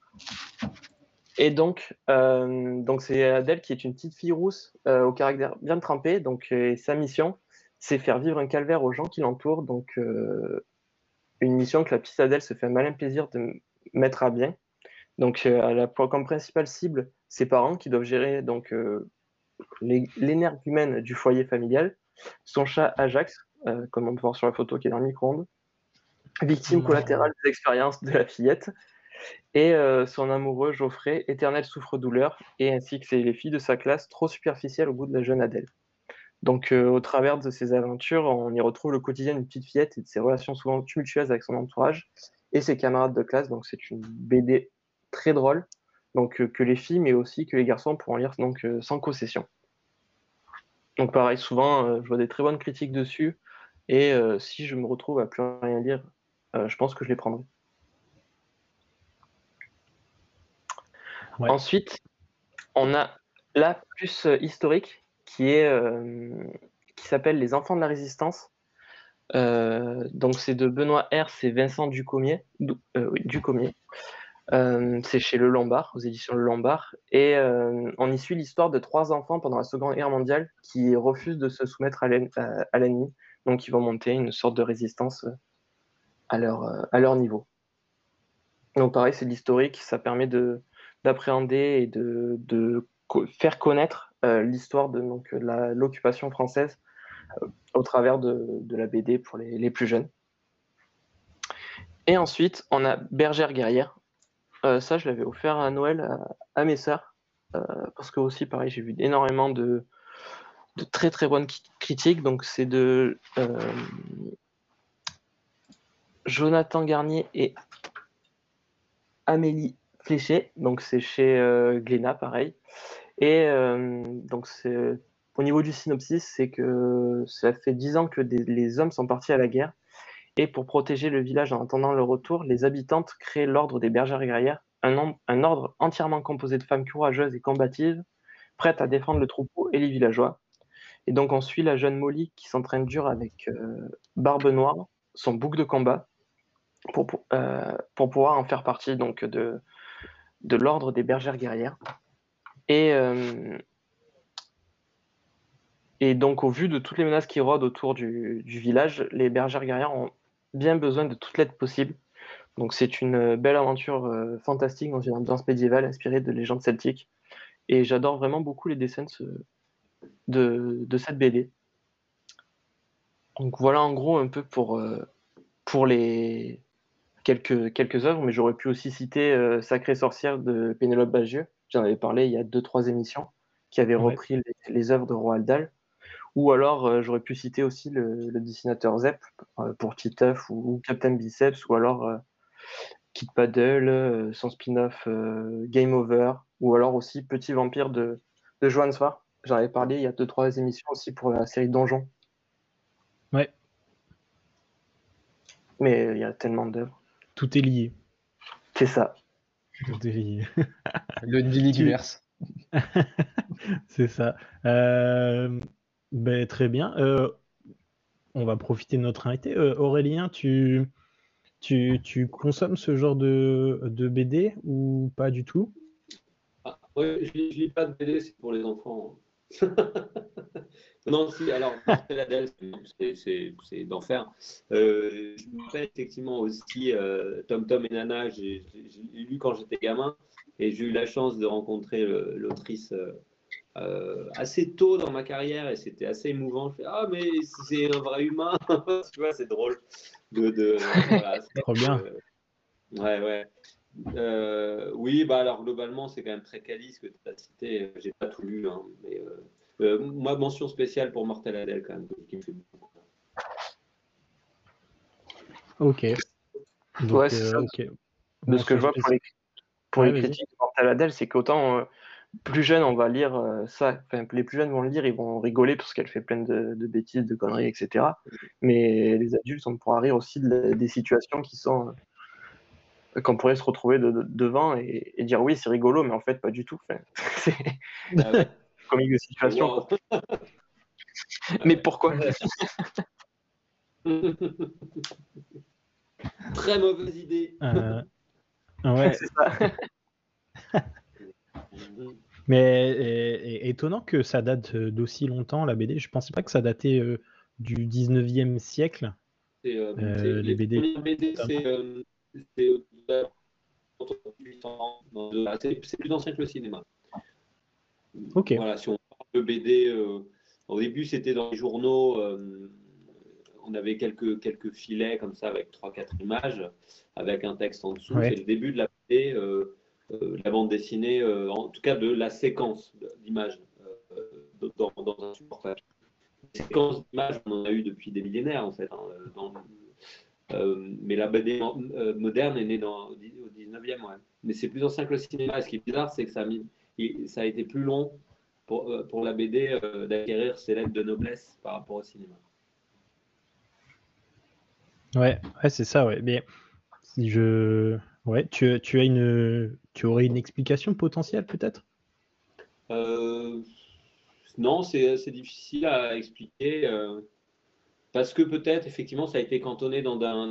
Et donc c'est Adèle qui est une petite fille rousse au caractère bien trempé. Donc sa mission, c'est faire vivre un calvaire aux gens qui l'entourent. Donc une mission que la petite Adèle se fait un malin plaisir de mettre à bien. Donc elle a comme principale cible ses parents qui doivent gérer donc l'énergumène du foyer familial, son chat Ajax, comme on peut voir sur la photo qui est dans le micro-ondes, victime collatérale des expériences de la fillette, et son amoureux Geoffrey, éternel souffre-douleur, et ainsi que les filles de sa classe, trop superficielles au goût de la jeune Adèle. Donc au travers de ces aventures, on y retrouve le quotidien d'une petite fillette et de ses relations souvent tumultueuses avec son entourage et ses camarades de classe. Donc c'est une BD très drôle, donc que les filles mais aussi que les garçons pourront lire donc sans concession. Donc pareil, souvent je vois des très bonnes critiques dessus, et si je me retrouve à plus rien lire, je pense que je les prendrai. Ouais. Ensuite, on a la plus historique qui s'appelle Les Enfants de la Résistance. Donc c'est de Benoît Hers et Vincent Ducomier. Ducomier. C'est chez Le Lombard, aux éditions Le Lombard, et on y suit l'histoire de 3 enfants pendant la Seconde Guerre mondiale qui refusent de se soumettre à l'ennemi, donc ils vont monter une sorte de résistance à leur niveau. Donc pareil, c'est de l'historique, ça permet d'appréhender et de faire connaître l'histoire de l'occupation française au travers de la BD pour les plus jeunes. Et ensuite, on a Bergère guerrière. Ça, je l'avais offert à Noël à mes sœurs, parce que aussi, pareil, j'ai vu énormément de très très bonnes critiques. Donc c'est de Jonathan Garnier et Amélie Fléché, donc c'est chez Glénat, pareil. Et donc au niveau du synopsis, c'est que ça fait 10 ans que les hommes sont partis à la guerre, et pour protéger le village en attendant le retour, les habitantes créent l'ordre des bergères guerrières, un ordre entièrement composé de femmes courageuses et combatives, prêtes à défendre le troupeau et les villageois. Et donc on suit la jeune Molly qui s'entraîne dur avec Barbe Noire, son bouc de combat. pour pouvoir en faire partie donc de l'ordre des bergères guerrières. Et donc, au vu de toutes les menaces qui rôdent autour du village, les bergères guerrières ont bien besoin de toute l'aide possible. Donc, c'est une belle aventure fantastique dans une ambiance médiévale inspirée de légendes celtiques. Et j'adore vraiment beaucoup les dessins de cette BD. Donc, voilà en gros un peu pour les quelques œuvres, mais j'aurais pu aussi citer Sacrée sorcière de Pénélope Bagieux. J'en avais parlé il y a 2-3 émissions, qui avait Ouais. repris les œuvres de Roald Dahl. Ou alors, j'aurais pu citer aussi le dessinateur Zep pour Titeuf ou Captain Biceps, ou alors Kid Paddle, son spin-off Game Over, ou alors aussi Petit Vampire de Johann Svar. J'en avais parlé il y a 2-3 émissions aussi pour la série Donjon. Ouais, Mais il y a tellement d'œuvres. tout est lié. C'est ça. Tout est lié. Le Diligiverse. C'est ça. Ben, très bien. On va profiter de notre invité. Aurélien, tu consommes ce genre de BD ou pas du tout? Ouais, je lis pas de BD, c'est pour les enfants. Non, si, alors, Mortel Adèle, c'est d'enfer. Je me rappelle effectivement aussi Tom Tom et Nana, j'ai lu quand j'étais gamin et j'ai eu la chance de rencontrer l'autrice assez tôt dans ma carrière et c'était assez émouvant. Je fais, ah, mais c'est un vrai humain, tu vois, c'est drôle. Voilà, Trop bien. ouais, ouais. Oui, bah alors globalement, c'est quand même très quali ce que tu as cité. J'ai pas tout lu, hein, mais moi, mention spéciale pour Mortel Adèle quand même, qui me fait beaucoup. Ok. Donc, Ouais, c'est ça. ok. De ce que je vois pour Ouais, les vas-y. critiques de Mortal Adèle, c'est qu'autant plus jeune, on va lire ça. Enfin, les plus jeunes vont le lire, ils vont rigoler parce qu'elle fait plein de bêtises, de conneries, etc. Mais les adultes, on pourra rire aussi des situations qui sont qu'on pourrait se retrouver devant et dire oui, c'est rigolo, mais en fait, pas du tout. Enfin, c'est Ah ouais. comique de situation. Wow. Quoi. Mais pourquoi? Très mauvaise idée. Ouais. C'est ça. Mais étonnant que ça date d'aussi longtemps, la BD. Je pensais pas que ça datait du 19e siècle, les Les BD. premières BD, c'est c'est plus ancien que le cinéma. Ok. Voilà, si on parle de BD, au début c'était dans les journaux, on avait quelques filets comme ça avec 3-4 images, avec un texte en dessous. Ouais. C'est le début de la BD, la bande dessinée, en tout cas de la séquence d'images dans un support papier. La séquence d'images, on en a eu depuis des millénaires en fait. Mais la BD moderne est née au 19e, ouais. Mais c'est plus ancien que le cinéma. Et ce qui est bizarre, c'est que ça a été plus long pour la BD d'acquérir ses lettres de noblesse par rapport au cinéma. Ouais, c'est ça, ouais. Mais si ouais, tu aurais une explication potentielle peut-être? Non, c'est difficile à expliquer parce que peut-être effectivement ça a été cantonné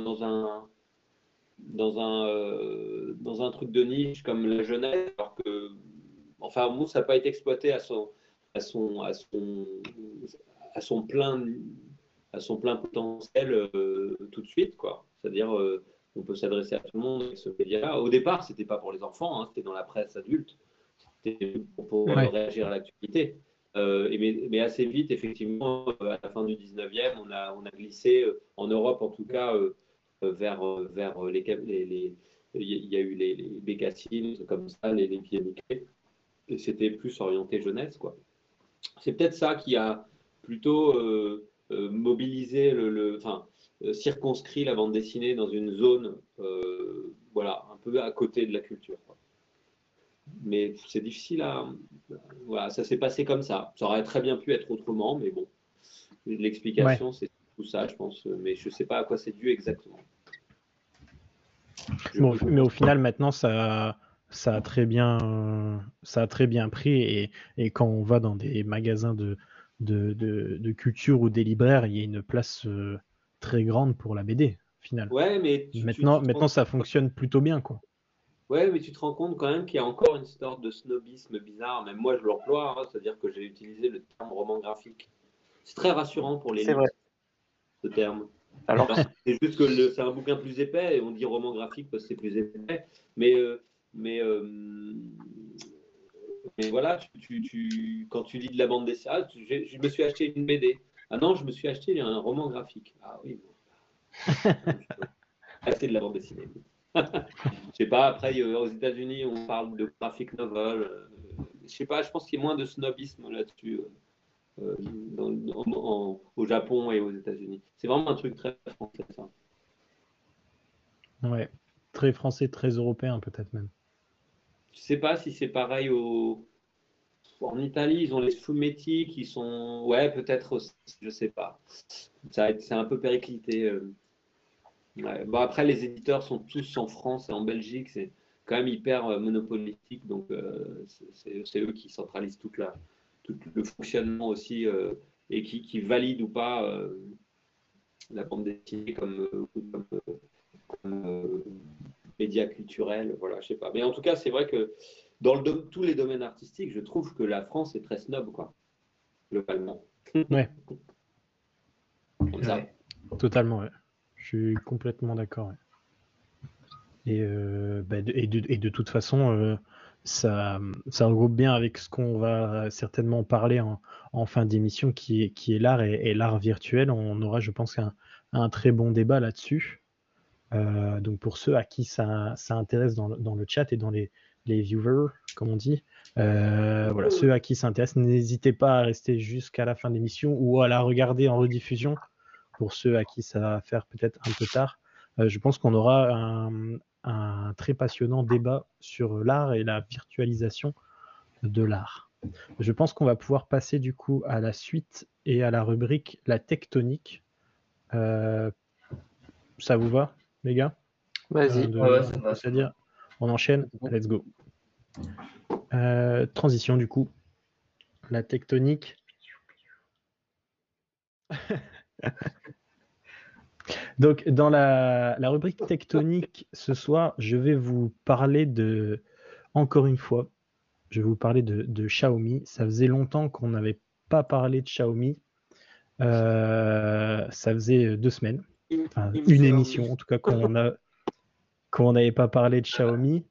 dans un truc de niche comme la jeunesse, alors que enfin moi ça n'a pas été exploité à son à son à son plein à son plein potentiel tout de suite quoi. C'est-à-dire on peut s'adresser à tout le monde avec ce média-là. Au départ, c'était pas pour les enfants, hein, c'était dans la presse adulte, c'était pour réagir à l'actualité. Mais assez vite, effectivement, à la fin du 19e, on a glissé, en Europe en tout cas, vers il y a eu les bécassines, comme ça, les pieds nickelés, et c'était plus orienté jeunesse, quoi. C'est peut-être ça qui a plutôt mobilisé circonscrit la bande dessinée dans une zone, voilà, un peu à côté de la culture, quoi. Mais c'est difficile à. Voilà, ça s'est passé comme ça. Ça aurait très bien pu être autrement, mais bon, l'explication, c'est tout ça, je pense. Mais je ne sais pas à quoi c'est dû exactement. Bon, mais au final, maintenant, ça a très bien pris. Et quand on va dans des magasins de culture ou des libraires, il y a une place très grande pour la BD. final. Ouais, mais Maintenant, ça fonctionne plutôt bien, quoi. Ouais, mais tu te rends compte quand même qu'il y a encore une sorte de snobisme bizarre. Même moi, je l'emploie, hein, c'est-à-dire que j'ai utilisé le terme roman graphique. C'est très rassurant pour C'est vrai. l'élite, ce terme. Alors, C'est juste que c'est un bouquin plus épais et on dit roman graphique parce que c'est plus épais. Mais, euh, mais, euh, mais voilà, quand tu lis de la bande dessinée, je me suis acheté une BD. Ah non, je me suis acheté un roman graphique. Ah oui, bon. Acheter de la bande dessinée. Je sais pas, après, aux États-Unis, on parle de graphic novel. Je sais pas, je pense qu'il y a moins de snobisme là-dessus au Japon et aux États-Unis. C'est vraiment un truc très français, ça. Ouais. Très français, très européen, peut-être même. Je sais pas si c'est pareil en Italie, ils ont les fumetti qui sont. Ouais, peut-être aussi, je sais pas. C'est un peu périclité. Ouais. Bon, après, les éditeurs sont tous en France et en Belgique, c'est quand même hyper monopolistique, donc c'est eux qui centralisent tout le fonctionnement aussi et qui valident ou pas la bande dessinée comme média culturel, voilà, je sais pas. Mais en tout cas, c'est vrai que dans tous les domaines artistiques, je trouve que la France est très snob, quoi, globalement. Ouais, Comme ça. Ouais. totalement, ouais. Je suis complètement d'accord. Ouais. Et de toute façon, ça regroupe bien avec ce qu'on va certainement parler en fin d'émission, qui est l'art et l'art virtuel. On aura, je pense, un très bon débat là-dessus. Donc pour ceux à qui ça intéresse dans le chat et dans les viewers, comme on dit, voilà, ceux à qui ça intéresse, n'hésitez pas à rester jusqu'à la fin de l'émission ou à la regarder en rediffusion. Pour ceux à qui ça va faire peut-être un peu tard, je pense qu'on aura un très passionnant débat sur l'art et la virtualisation de l'art. Je pense qu'on va pouvoir passer du coup à la suite et à la rubrique la tectonique. Ça vous va, les gars? vas-y. Ouais, ça va. C'est-à-dire, on enchaîne, let's go. Transition du coup, la tectonique. Donc, dans la rubrique tectonique, ce soir, je vais vous parler encore une fois, je vais vous parler de Xiaomi. Ça faisait longtemps qu'on n'avait pas parlé de Xiaomi. Ça faisait 2 semaines, enfin, une émission en tout cas, qu'on n'avait pas parlé de Xiaomi.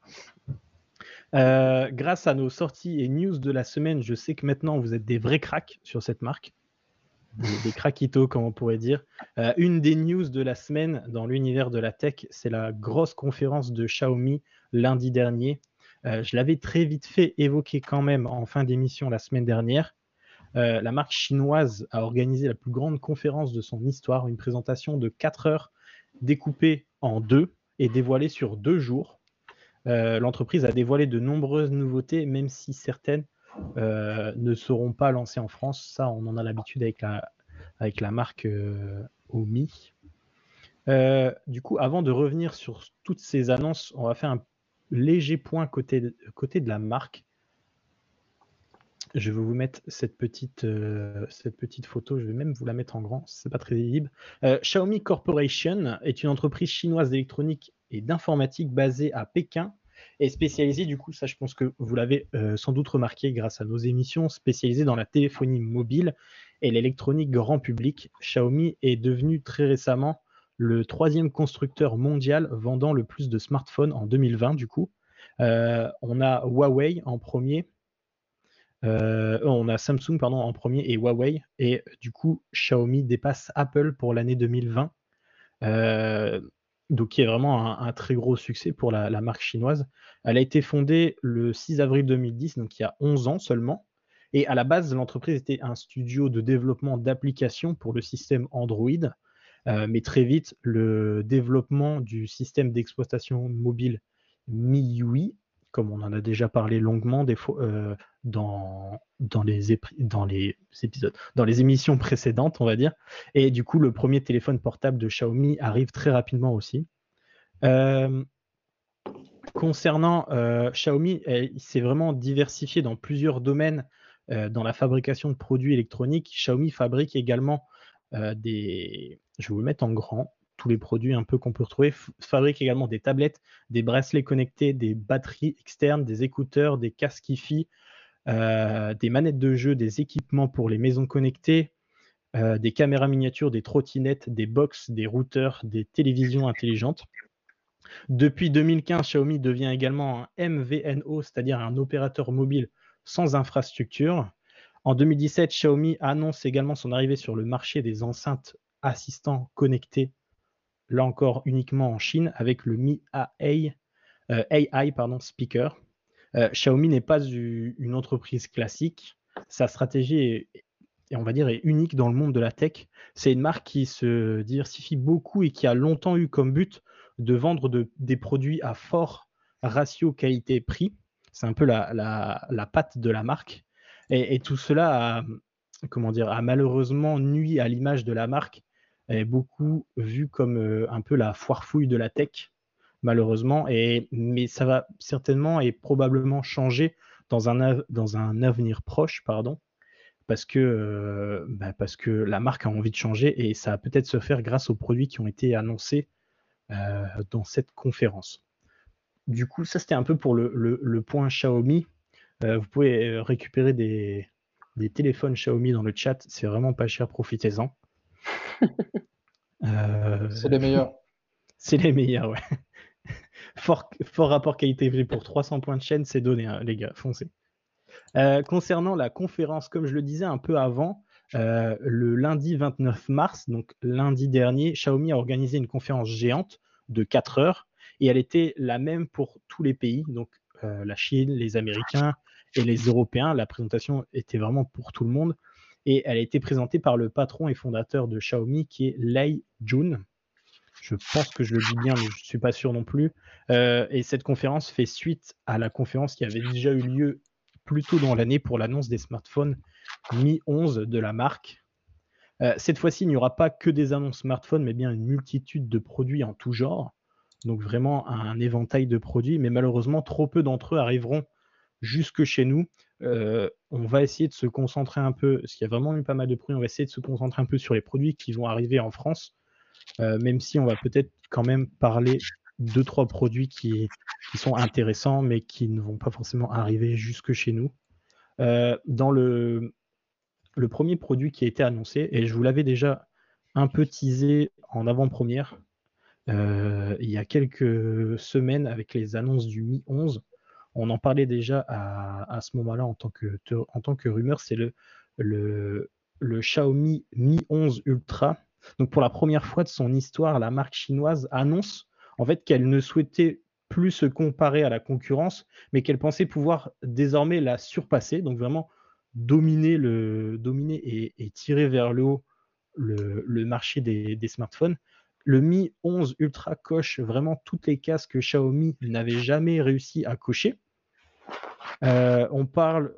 Grâce à nos sorties et news de la semaine, je sais que maintenant vous êtes des vrais cracks sur cette marque. Des craquitos, comme on pourrait dire. Une des news de la semaine dans l'univers de la tech, c'est la grosse conférence de Xiaomi lundi dernier. Je l'avais très vite fait évoquer quand même en fin d'émission la semaine dernière. La marque chinoise a organisé la plus grande conférence de son histoire, une présentation de 4 heures découpée en 2 et dévoilée sur 2 jours. L'entreprise a dévoilé de nombreuses nouveautés, même si certaines ne seront pas lancées en France. Ça, on en a l'habitude avec la marque Omi. Du coup, avant de revenir sur toutes ces annonces, on va faire un léger point côté de la marque. Je vais vous mettre cette petite photo. Je vais même vous la mettre en grand. C'est pas très visible. Xiaomi Corporation est une entreprise chinoise d'électronique et d'informatique basée à Pékin et spécialisée, du coup, ça je pense que vous l'avez sans doute remarqué grâce à nos émissions, spécialisée dans la téléphonie mobile et l'électronique grand public. Xiaomi est devenu très récemment le 3e constructeur mondial vendant le plus de smartphones en 2020, du coup. On a Huawei en premier. On a Samsung en premier et Huawei, et du coup Xiaomi dépasse Apple pour l'année 2020, donc qui est vraiment un très gros succès pour la marque chinoise. Elle a été fondée le 6 avril 2010, donc il y a 11 ans seulement, et à la base l'entreprise était un studio de développement d'applications pour le système Android, mais très vite le développement du système d'exploitation mobile MIUI, comme on en a déjà parlé longuement des fois, dans les épisodes, dans les émissions précédentes, on va dire. Et du coup, le premier téléphone portable de Xiaomi arrive très rapidement aussi. Concernant Xiaomi, il s'est vraiment diversifié dans plusieurs domaines dans la fabrication de produits électroniques. Xiaomi fabrique également je vais vous le mettre en grand, tous les produits un peu qu'on peut retrouver. Fabrique également des tablettes, des bracelets connectés, des batteries externes, des écouteurs, des casques Hi-Fi, des manettes de jeu, des équipements pour les maisons connectées, des caméras miniatures, des trottinettes, des box, des routeurs, des télévisions intelligentes. Depuis 2015, Xiaomi devient également un MVNO, c'est-à-dire un opérateur mobile sans infrastructure. En 2017, Xiaomi annonce également son arrivée sur le marché des enceintes assistants connectés, là encore uniquement en Chine, avec le Mi AI speaker. Xiaomi n'est pas une entreprise classique. Sa stratégie on va dire, est unique dans le monde de la tech. C'est une marque qui se diversifie beaucoup et qui a longtemps eu comme but de vendre des produits à fort ratio qualité-prix. C'est un peu la patte de la marque. Et tout cela a malheureusement nui à l'image de la marque, est beaucoup vu comme un peu la foire fouille de la tech, malheureusement. Mais ça va certainement et probablement changer dans un avenir proche, parce que la marque a envie de changer et ça va peut-être se faire grâce aux produits qui ont été annoncés dans cette conférence. Du coup, ça c'était un peu pour le point Xiaomi. Vous pouvez récupérer des téléphones Xiaomi dans le chat, c'est vraiment pas cher, profitez-en. C'est les meilleurs. C'est les meilleurs, ouais. Fort rapport qualité-prix pour 300 points de chaîne, c'est donné, hein, les gars, foncez. Concernant la conférence, comme je le disais un peu avant, le lundi 29 mars, donc lundi dernier, Xiaomi a organisé une conférence géante de 4 heures et elle était la même pour tous les pays, donc la Chine, les Américains et les Européens. La présentation était vraiment pour tout le monde et elle a été présentée par le patron et fondateur de Xiaomi qui est Lei Jun. Je pense que je le dis bien, mais je ne suis pas sûr non plus. Et cette conférence fait suite à la conférence qui avait déjà eu lieu plus tôt dans l'année pour l'annonce des smartphones Mi 11 de la marque. Cette fois-ci, il n'y aura pas que des annonces smartphones, mais bien une multitude de produits en tout genre. Donc vraiment un éventail de produits, mais malheureusement, trop peu d'entre eux arriveront jusque chez nous. On va essayer de se concentrer un peu, parce qu'il y a vraiment eu pas mal de produits, on va essayer de se concentrer un peu sur les produits qui vont arriver en France, même si on va peut-être quand même parler 2-3 produits qui sont intéressants, mais qui ne vont pas forcément arriver jusque chez nous. Dans le premier produit qui a été annoncé, et je vous l'avais déjà un peu teasé en avant-première, il y a quelques semaines avec les annonces du Mi 11, on en parlait déjà à ce moment-là en tant que rumeur, c'est le Xiaomi Mi 11 Ultra. Donc pour la première fois de son histoire, la marque chinoise annonce en fait qu'elle ne souhaitait plus se comparer à la concurrence, mais qu'elle pensait pouvoir désormais la surpasser, donc vraiment dominer et tirer vers le haut le marché des smartphones. Le Mi 11 Ultra coche vraiment toutes les cases que Xiaomi n'avait jamais réussi à cocher. On parle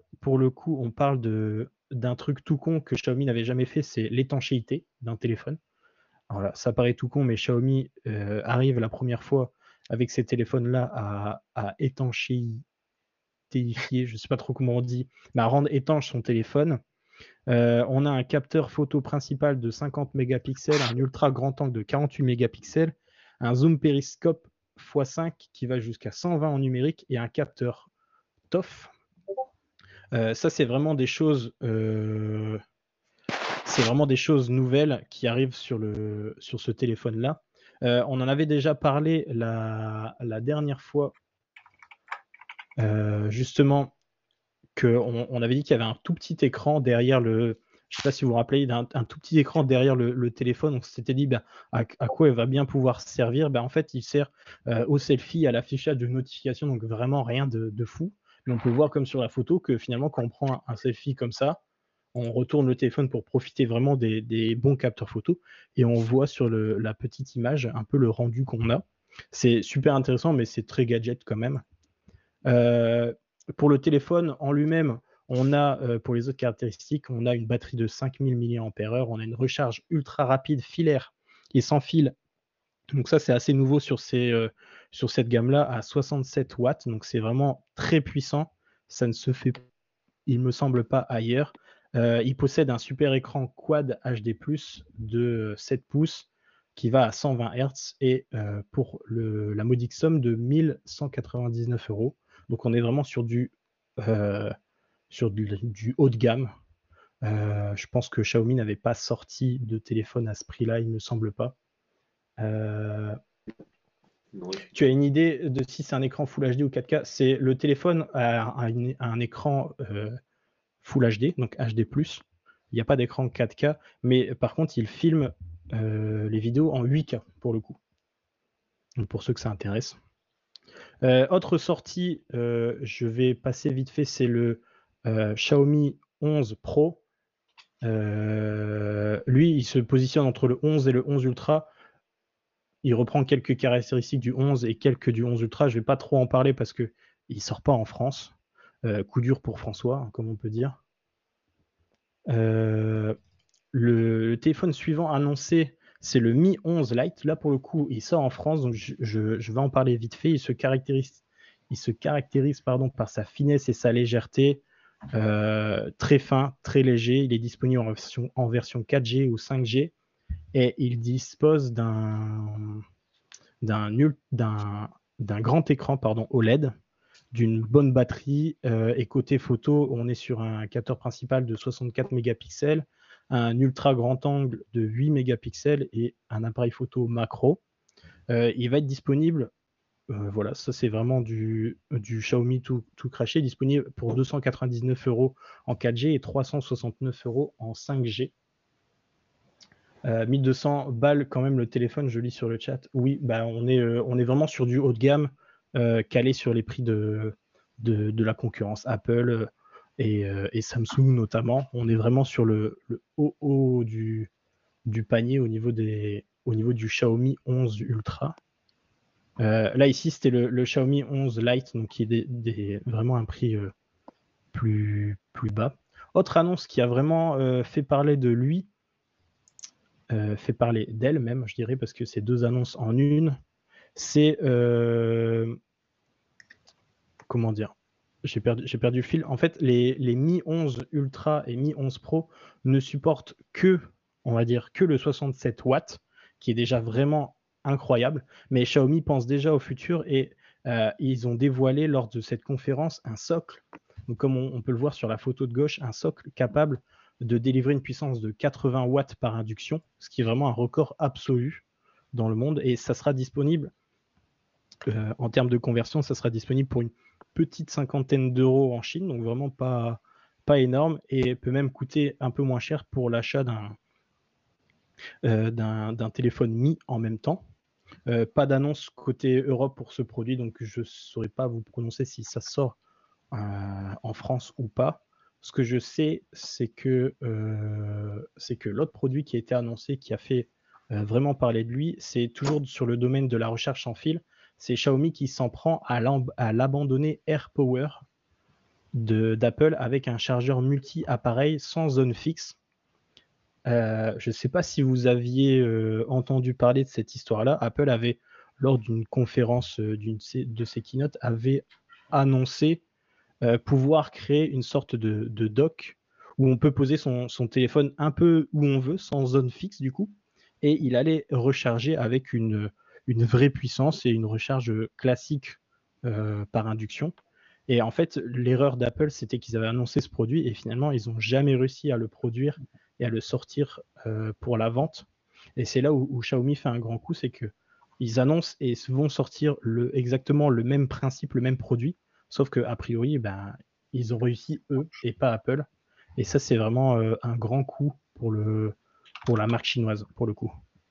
d'un truc tout con que Xiaomi n'avait jamais fait, c'est l'étanchéité d'un téléphone. Alors là, ça paraît tout con, mais Xiaomi arrive la première fois avec ces téléphones-là à étanchéifier, je ne sais pas trop comment on dit, mais à rendre étanche son téléphone. On a un capteur photo principal de 50 mégapixels, un ultra grand angle de 48 mégapixels, un zoom périscope x5 qui va jusqu'à 120 en numérique et un capteur TOF. Ça, c'est vraiment des choses nouvelles qui arrivent sur ce téléphone-là. On en avait déjà parlé la dernière fois, justement, qu'on avait dit qu'il y avait un tout petit écran derrière je ne sais pas si vous vous rappelez, un tout petit écran derrière le téléphone. On s'était dit à quoi il va bien pouvoir servir. En fait, il sert au selfie, à l'affichage de notifications, donc vraiment rien de fou. Mais on peut voir comme sur la photo que finalement, quand on prend un selfie comme ça, on retourne le téléphone pour profiter vraiment des bons capteurs photo et on voit sur la petite image un peu le rendu qu'on a. C'est super intéressant, mais c'est très gadget quand même. Pour le téléphone en lui-même, on a, pour les autres caractéristiques, on a une batterie de 5000 mAh, on a une recharge ultra rapide filaire et sans fil. Donc ça, c'est assez nouveau sur cette gamme-là, à 67 watts. Donc c'est vraiment très puissant. Ça ne se fait, il me semble, pas ailleurs. Il possède un super écran Quad HD+, de 7 pouces, qui va à 120 Hz et pour la modique somme de 1199 €. Donc on est vraiment sur du haut de gamme. Je pense que Xiaomi n'avait pas sorti de téléphone à ce prix-là, il ne me semble pas. Non, Tu as une idée de si c'est un écran Full HD ou 4K? C'est le téléphone a un écran Full HD, donc HD+. Il n'y a pas d'écran 4K, mais par contre, il filme les vidéos en 8K pour le coup. Donc pour ceux que ça intéresse. Autre sortie, je vais passer vite fait, c'est le Xiaomi 11 Pro. Lui, il se positionne entre le 11 et le 11 Ultra. Il reprend quelques caractéristiques du 11 et quelques du 11 Ultra. Je ne vais pas trop en parler parce qu'il ne sort pas en France. Coup dur pour François, hein, comme on peut dire. Le téléphone suivant annoncé, c'est le Mi 11 Lite. Là, pour le coup, il sort en France, donc je vais en parler vite fait. Il se caractérise par sa finesse et sa légèreté. Très fin, très léger. Il est disponible en version 4G ou 5G. Et il dispose d'un grand écran OLED, d'une bonne batterie, et côté photo, on est sur un capteur principal de 64 mégapixels, un ultra grand angle de 8 mégapixels et un appareil photo macro. Il va être disponible, voilà, ça c'est vraiment du Xiaomi tout craché, disponible pour 299 € en 4G et 369 € en 5G. 1200 balles quand même le téléphone, je lis sur le chat. Oui, bah on est vraiment sur du haut de gamme, calé sur les prix de la concurrence Apple et Samsung notamment. On est vraiment sur le haut du panier au niveau du Xiaomi 11 Ultra. Là ici c'était le Xiaomi 11 Lite, donc qui est vraiment un prix plus bas. Autre annonce qui a vraiment fait parler de lui, fait parler d'elle même, je dirais, parce que c'est deux annonces en une. C'est comment dire, j'ai perdu le fil. En fait, les Mi 11 Ultra et Mi 11 Pro ne supportent on va dire, que le 67 watts, qui est déjà vraiment incroyable. Mais Xiaomi pense déjà au futur et ils ont dévoilé lors de cette conférence un socle. Donc, comme on peut le voir sur la photo de gauche, un socle capable de délivrer une puissance de 80 watts par induction, ce qui est vraiment un record absolu dans le monde. Et ça sera disponible, en termes de conversion, ça sera disponible pour une petite cinquantaine d'euros en Chine, donc vraiment pas énorme, et peut même coûter un peu moins cher pour l'achat d'un téléphone Mi en même temps. Pas d'annonce côté Europe pour ce produit, donc je ne saurais pas vous prononcer si ça sort en France ou pas. Ce que je sais, c'est que l'autre produit qui a été annoncé, qui a fait vraiment parler de lui, c'est toujours sur le domaine de la recherche sans fil. C'est Xiaomi qui s'en prend à l'abandonné AirPower d'Apple avec un chargeur multi-appareil sans zone fixe. Je ne sais pas si vous aviez entendu parler de cette histoire-là. Apple avait, lors d'une conférence de ses keynotes, avait annoncé pouvoir créer une sorte de dock où on peut poser son téléphone un peu où on veut, sans zone fixe du coup, et il allait recharger avec une vraie puissance et une recharge classique par induction. Et en fait, l'erreur d'Apple, c'était qu'ils avaient annoncé ce produit et finalement, ils n'ont jamais réussi à le produire et à le sortir pour la vente. Et c'est là où Xiaomi fait un grand coup, c'est qu'ils annoncent et vont sortir exactement le même principe, le même produit, sauf qu'a priori, ils ont réussi eux et pas Apple. Et ça, c'est vraiment un grand coup pour la marque chinoise, pour le coup.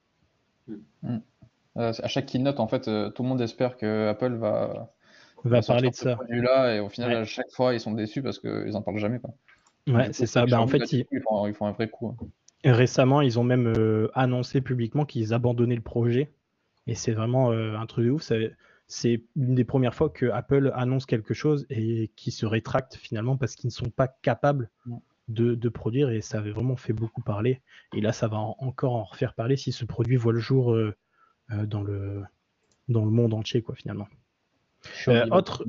À chaque keynote, en fait, tout le monde espère que Apple va parler de ce ça. produit-là, et au final, à chaque fois, ils sont déçus parce qu'ils en parlent jamais, quoi. Ouais, c'est ça. En fait, ils font un vrai coup. Hein. Récemment, ils ont même annoncé publiquement qu'ils abandonnaient le projet. Et c'est vraiment un truc de ouf. C'est une des premières fois que Apple annonce quelque chose et qui se rétracte finalement parce qu'ils ne sont pas capables de produire, et ça avait vraiment fait beaucoup parler. Et là, ça va encore en refaire parler si ce produit voit le jour dans le monde entier, quoi, finalement. Autre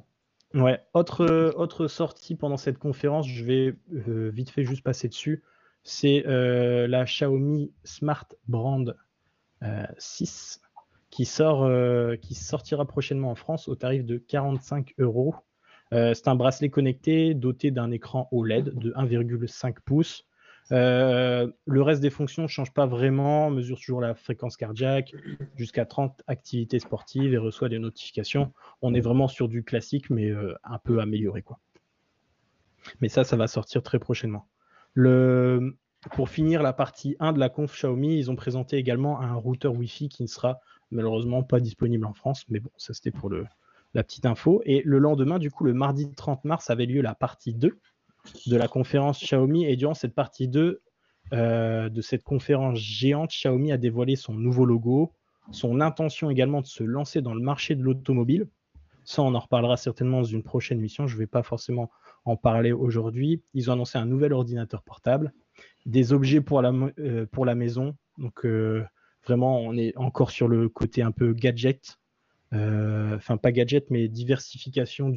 sortie pendant cette conférence, je vais vite fait juste passer dessus, c'est la Xiaomi Smart Brand 6 qui sortira prochainement en France au tarif de 45 €. C'est un bracelet connecté doté d'un écran OLED de 1,5 pouces. Le reste des fonctions ne change pas vraiment, mesure toujours la fréquence cardiaque, jusqu'à 30 activités sportives et reçoit des notifications. On est vraiment sur du classique, mais un peu amélioré, quoi. Mais ça va sortir très prochainement. Pour finir la partie 1 de la conf Xiaomi, ils ont présenté également un routeur Wi-Fi qui ne sera malheureusement pas disponible en France, mais bon, ça c'était pour la petite info. Et le lendemain, du coup, le mardi 30 mars, avait lieu la partie 2 de la conférence Xiaomi, et durant cette partie 2 de cette conférence géante, Xiaomi a dévoilé son nouveau logo, son intention également de se lancer dans le marché de l'automobile. Ça, on en reparlera certainement dans une prochaine émission, je ne vais pas forcément en parler aujourd'hui. Ils ont annoncé un nouvel ordinateur portable, des objets pour la maison, donc vraiment on est encore sur le côté un peu gadget, enfin pas gadget mais diversification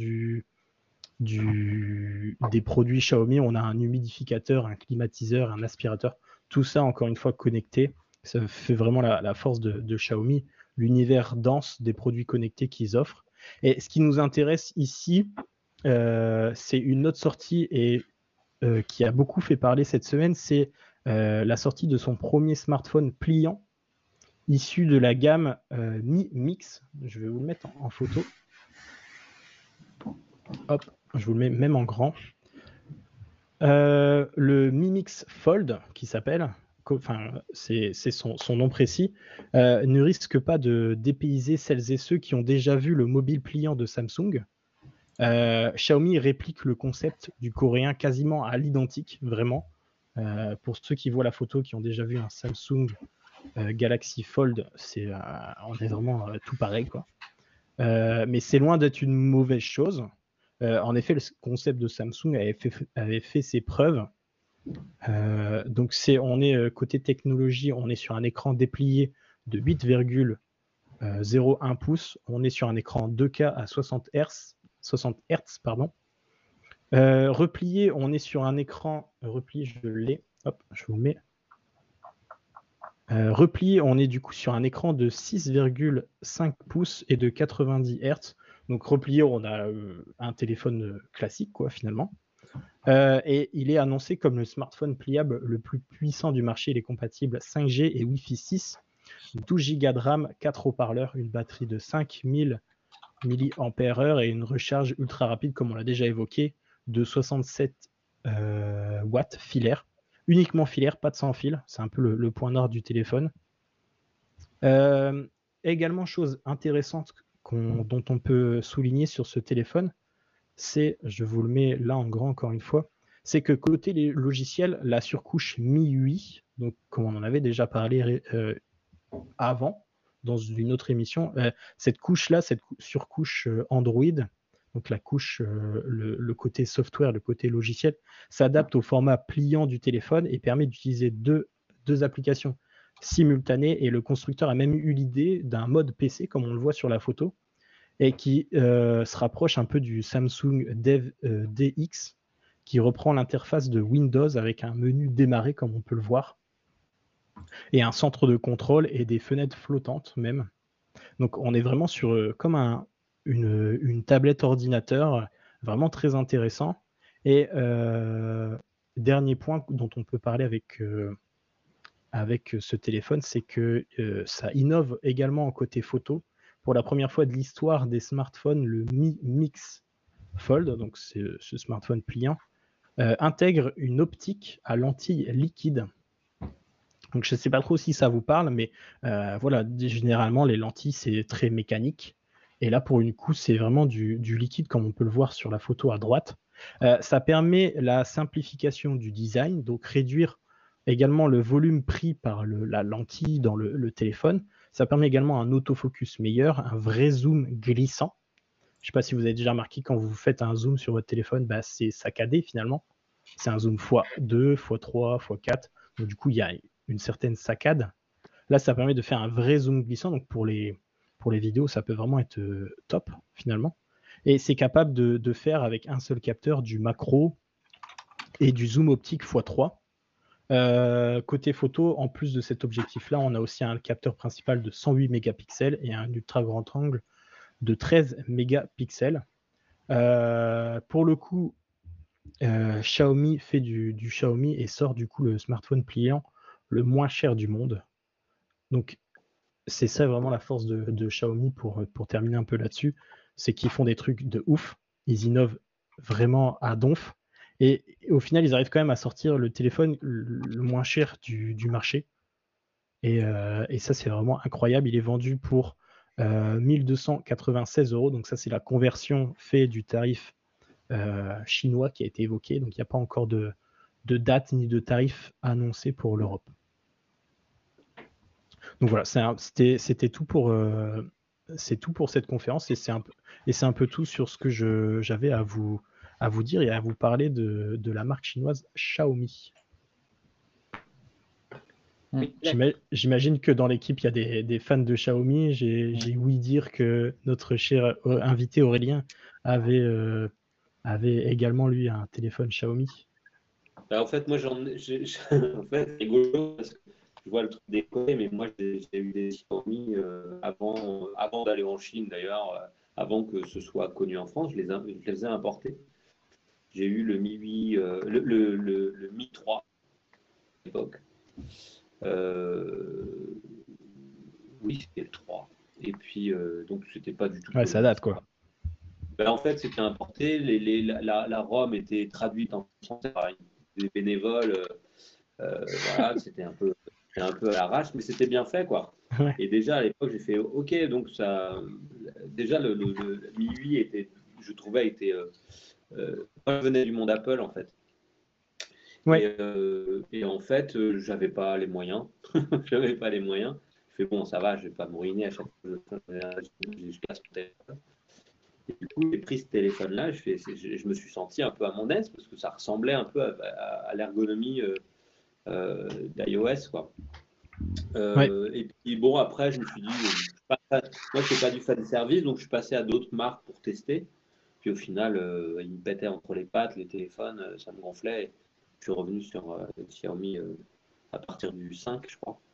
des produits Xiaomi. On a un humidificateur, un climatiseur, un aspirateur, tout ça encore une fois connecté. Ça fait vraiment la force de Xiaomi, l'univers dense des produits connectés qu'ils offrent. Et ce qui nous intéresse ici, c'est une autre sortie et qui a beaucoup fait parler cette semaine, c'est la sortie de son premier smartphone pliant issu de la gamme Mi Mix. Je vais vous le mettre en photo. Hop, je vous le mets même en grand. Le Mi Mix Fold, qui s'appelle, enfin, c'est son nom précis, ne risque pas de dépayser celles et ceux qui ont déjà vu le mobile pliant de Samsung. Xiaomi réplique le concept du coréen quasiment à l'identique, vraiment. Pour ceux qui voient la photo, qui ont déjà vu un Samsung Galaxy Fold, on est vraiment tout pareil, quoi. Mais c'est loin d'être une mauvaise chose. En effet, le concept de Samsung avait fait ses preuves. Donc on est côté technologie, on est sur un écran déplié de 8,01 pouces. On est sur un écran 2K à 60 Hz. Replié, on est sur un écran replié, je l'ai. Hop, je vous le mets. Replié, on est du coup sur un écran de 6,5 pouces et de 90 Hz. Donc replié, on a un téléphone classique, quoi, finalement. Et il est annoncé comme le smartphone pliable le plus puissant du marché. Il est compatible 5G et Wi-Fi 6, 12 Go de RAM, 4 haut-parleurs, une batterie de 5000 mAh et une recharge ultra rapide, comme on l'a déjà évoqué, de 67 watts filaire. Uniquement filaire, pas de sans fil. C'est un peu le point nord du téléphone. Également, chose intéressante dont on peut souligner sur ce téléphone, c'est, je vous le mets là en grand encore une fois, c'est que côté les logiciels, la surcouche MIUI, donc comme on en avait déjà parlé avant dans une autre émission, cette couche-là, cette surcouche Android, donc la couche, le côté software, le côté logiciel, s'adapte au format pliant du téléphone et permet d'utiliser deux applications simultanées. Et le constructeur a même eu l'idée d'un mode PC, comme on le voit sur la photo, et qui se rapproche un peu du Samsung Dev DX, qui reprend l'interface de Windows avec un menu démarrer, comme on peut le voir, et un centre de contrôle et des fenêtres flottantes même. Donc on est vraiment sur comme une tablette ordinateur, vraiment très intéressant. Et dernier point dont on peut parler avec ce téléphone, c'est que ça innove également en côté photo. Pour la première fois de l'histoire des smartphones, le Mi Mix Fold, donc c'est ce smartphone pliant, intègre une optique à lentille liquide. Donc je ne sais pas trop si ça vous parle, mais voilà, généralement les lentilles c'est très mécanique. Et là pour une coup c'est vraiment du liquide, comme on peut le voir sur la photo à droite. Ça permet la simplification du design, donc réduire également le volume pris par la lentille dans le téléphone. Ça permet également un autofocus meilleur, un vrai zoom glissant. Je ne sais pas si vous avez déjà remarqué, quand vous faites un zoom sur votre téléphone, c'est saccadé finalement. C'est un zoom x2, x3, x4. Donc du coup, il y a une certaine saccade. Là, ça permet de faire un vrai zoom glissant. Donc pour les vidéos, ça peut vraiment être top finalement. Et c'est capable de faire avec un seul capteur du macro et du zoom optique x3. Côté photo, en plus de cet objectif-là, on a aussi un capteur principal de 108 mégapixels et un ultra grand angle de 13 mégapixels. Pour le coup, Xiaomi fait du Xiaomi et sort du coup le smartphone pliant le moins cher du monde. Donc, c'est ça vraiment la force de Xiaomi pour terminer un peu là-dessus. C'est qu'ils font des trucs de ouf. Ils innovent vraiment à donf. Et au final, ils arrivent quand même à sortir le téléphone le moins cher du marché. Et ça, c'est vraiment incroyable. Il est vendu pour 1296 €. Donc ça, c'est la conversion faite du tarif chinois qui a été évoqué. Donc il n'y a pas encore de date ni de tarif annoncé pour l'Europe. Donc voilà, c'était tout pour cette conférence et c'est un peu tout sur ce que j'avais à vous dire et à vous parler de la marque chinoise Xiaomi. J'imagine que dans l'équipe, il y a des fans de Xiaomi. J'ai ouï dire que notre cher invité Aurélien avait également, lui, un téléphone Xiaomi. En fait, moi, en fait, c'est rigolo parce que je vois le truc décoller, mais moi, j'ai eu des Xiaomi avant d'aller en Chine, d'ailleurs, avant que ce soit connu en France, je les faisais importer. J'ai eu le Mi 8, le Mi 3 à l'époque. Oui, c'était le 3. Et puis, donc, c'était pas du tout. Ouais, ça date, quoi. Ben, en fait, c'était importé. La ROM était traduite en français par des bénévoles. Voilà, c'était un peu à l'arrache, mais c'était bien fait, quoi. Ouais. Et déjà, à l'époque, j'ai fait OK. Donc, ça, déjà, le Mi 8 était, je trouvais, était. Moi, je venais du monde Apple, en fait. Ouais. Et en fait, j'avais pas les moyens. J'avais pas les moyens. Je fais bon, ça va, je vais pas me ruiner à chaque fois que je casse mon téléphone. Et du coup, j'ai pris ce téléphone-là, je me suis senti un peu à mon aise parce que ça ressemblait un peu à l'ergonomie d'iOS, quoi. Ouais. Et puis bon, après, je me suis dit, moi, je ne fais pas du fan service, donc je suis passé à d'autres marques pour tester. Puis au final, ils me pétaient entre les pattes, les téléphones, ça me gonflait. Et je suis revenu sur Xiaomi à partir du 5, je crois.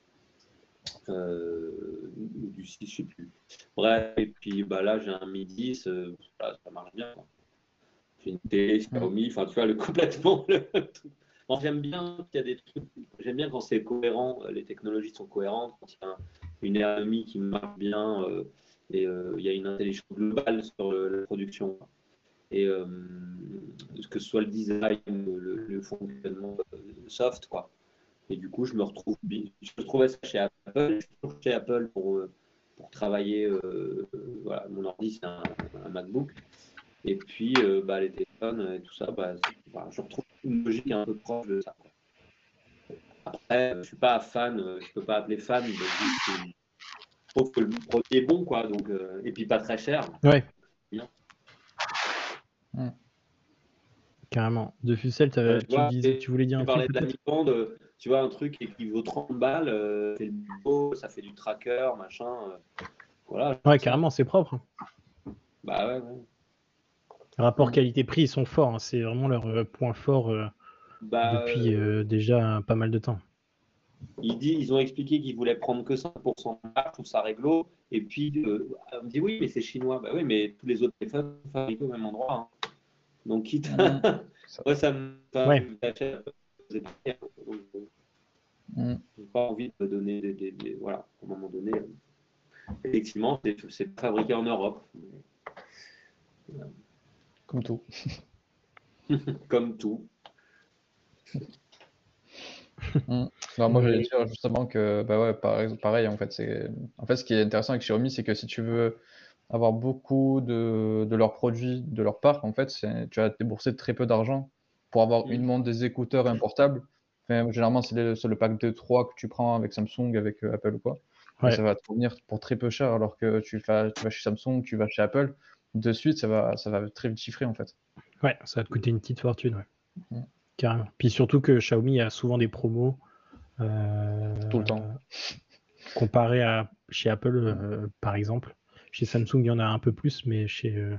Ou du 6, je ne sais plus. Bref, et puis bah, là, j'ai un Mi 10, ça marche bien, quoi. J'ai une télé Xiaomi, enfin, tu vois, complètement le truc. Bon, j'aime bien qu'il y a des trucs, j'aime bien quand c'est cohérent, les technologies sont cohérentes, quand il y a une ergonomie qui marche bien et il y a une intelligence globale sur la production. Et que ce soit le design, le fonctionnement soft, quoi. Et du coup, je me retrouvais ça chez Apple. Je suis toujours chez Apple pour travailler. Voilà, mon ordi, c'est un MacBook. Et puis, les téléphones et tout ça, je retrouve une logique un peu proche de ça, quoi. Après, je ne suis pas fan, je ne peux pas appeler fan, mais je trouve que le produit est bon, quoi. Donc, et puis pas très cher. Ouais. Bien. Carrément. De Fussel, tu voulais dire un tu parlais truc de la peut-être? Mi-Band, tu vois, un truc qui vaut 30 balles, c'est beau, ça fait du tracker, machin. Voilà. Ouais, carrément, c'est propre. Bah ouais. Rapport qualité-prix, ils sont forts. Hein. C'est vraiment leur point fort depuis déjà pas mal de temps. Ils ont expliqué qu'ils voulaient prendre que 5% de marge, je trouve ça réglo. Et puis, on me dit oui, mais c'est chinois. Bah oui, mais tous les autres téléphones sont fabriqués au même endroit, hein. Donc, quitte moi, ça me fait j'ai pas envie de me donner des voilà, à un moment donné. Effectivement, c'est fabriqué en Europe. Comme tout. Comme tout. Non, moi, j'allais dire justement que, bah ouais, pareil, en fait, ce qui est intéressant avec Xiaomi, c'est que si tu veux avoir beaucoup de leurs produits, de leur part, en fait, tu vas débourser très peu d'argent pour avoir une montre, des écouteurs et un portable. Enfin, généralement, c'est le pack de 3 que tu prends avec Samsung, avec Apple ou quoi. Et ça va te revenir pour très peu cher, alors que tu vas chez Samsung, tu vas chez Apple, de suite, ça va très vite chiffrer, en fait. Ouais, ça va te coûter une petite fortune, ouais. Carrément. Puis surtout que Xiaomi a souvent des promos. Tout le temps. Comparé à chez Apple, par exemple. Chez Samsung, il y en a un peu plus, mais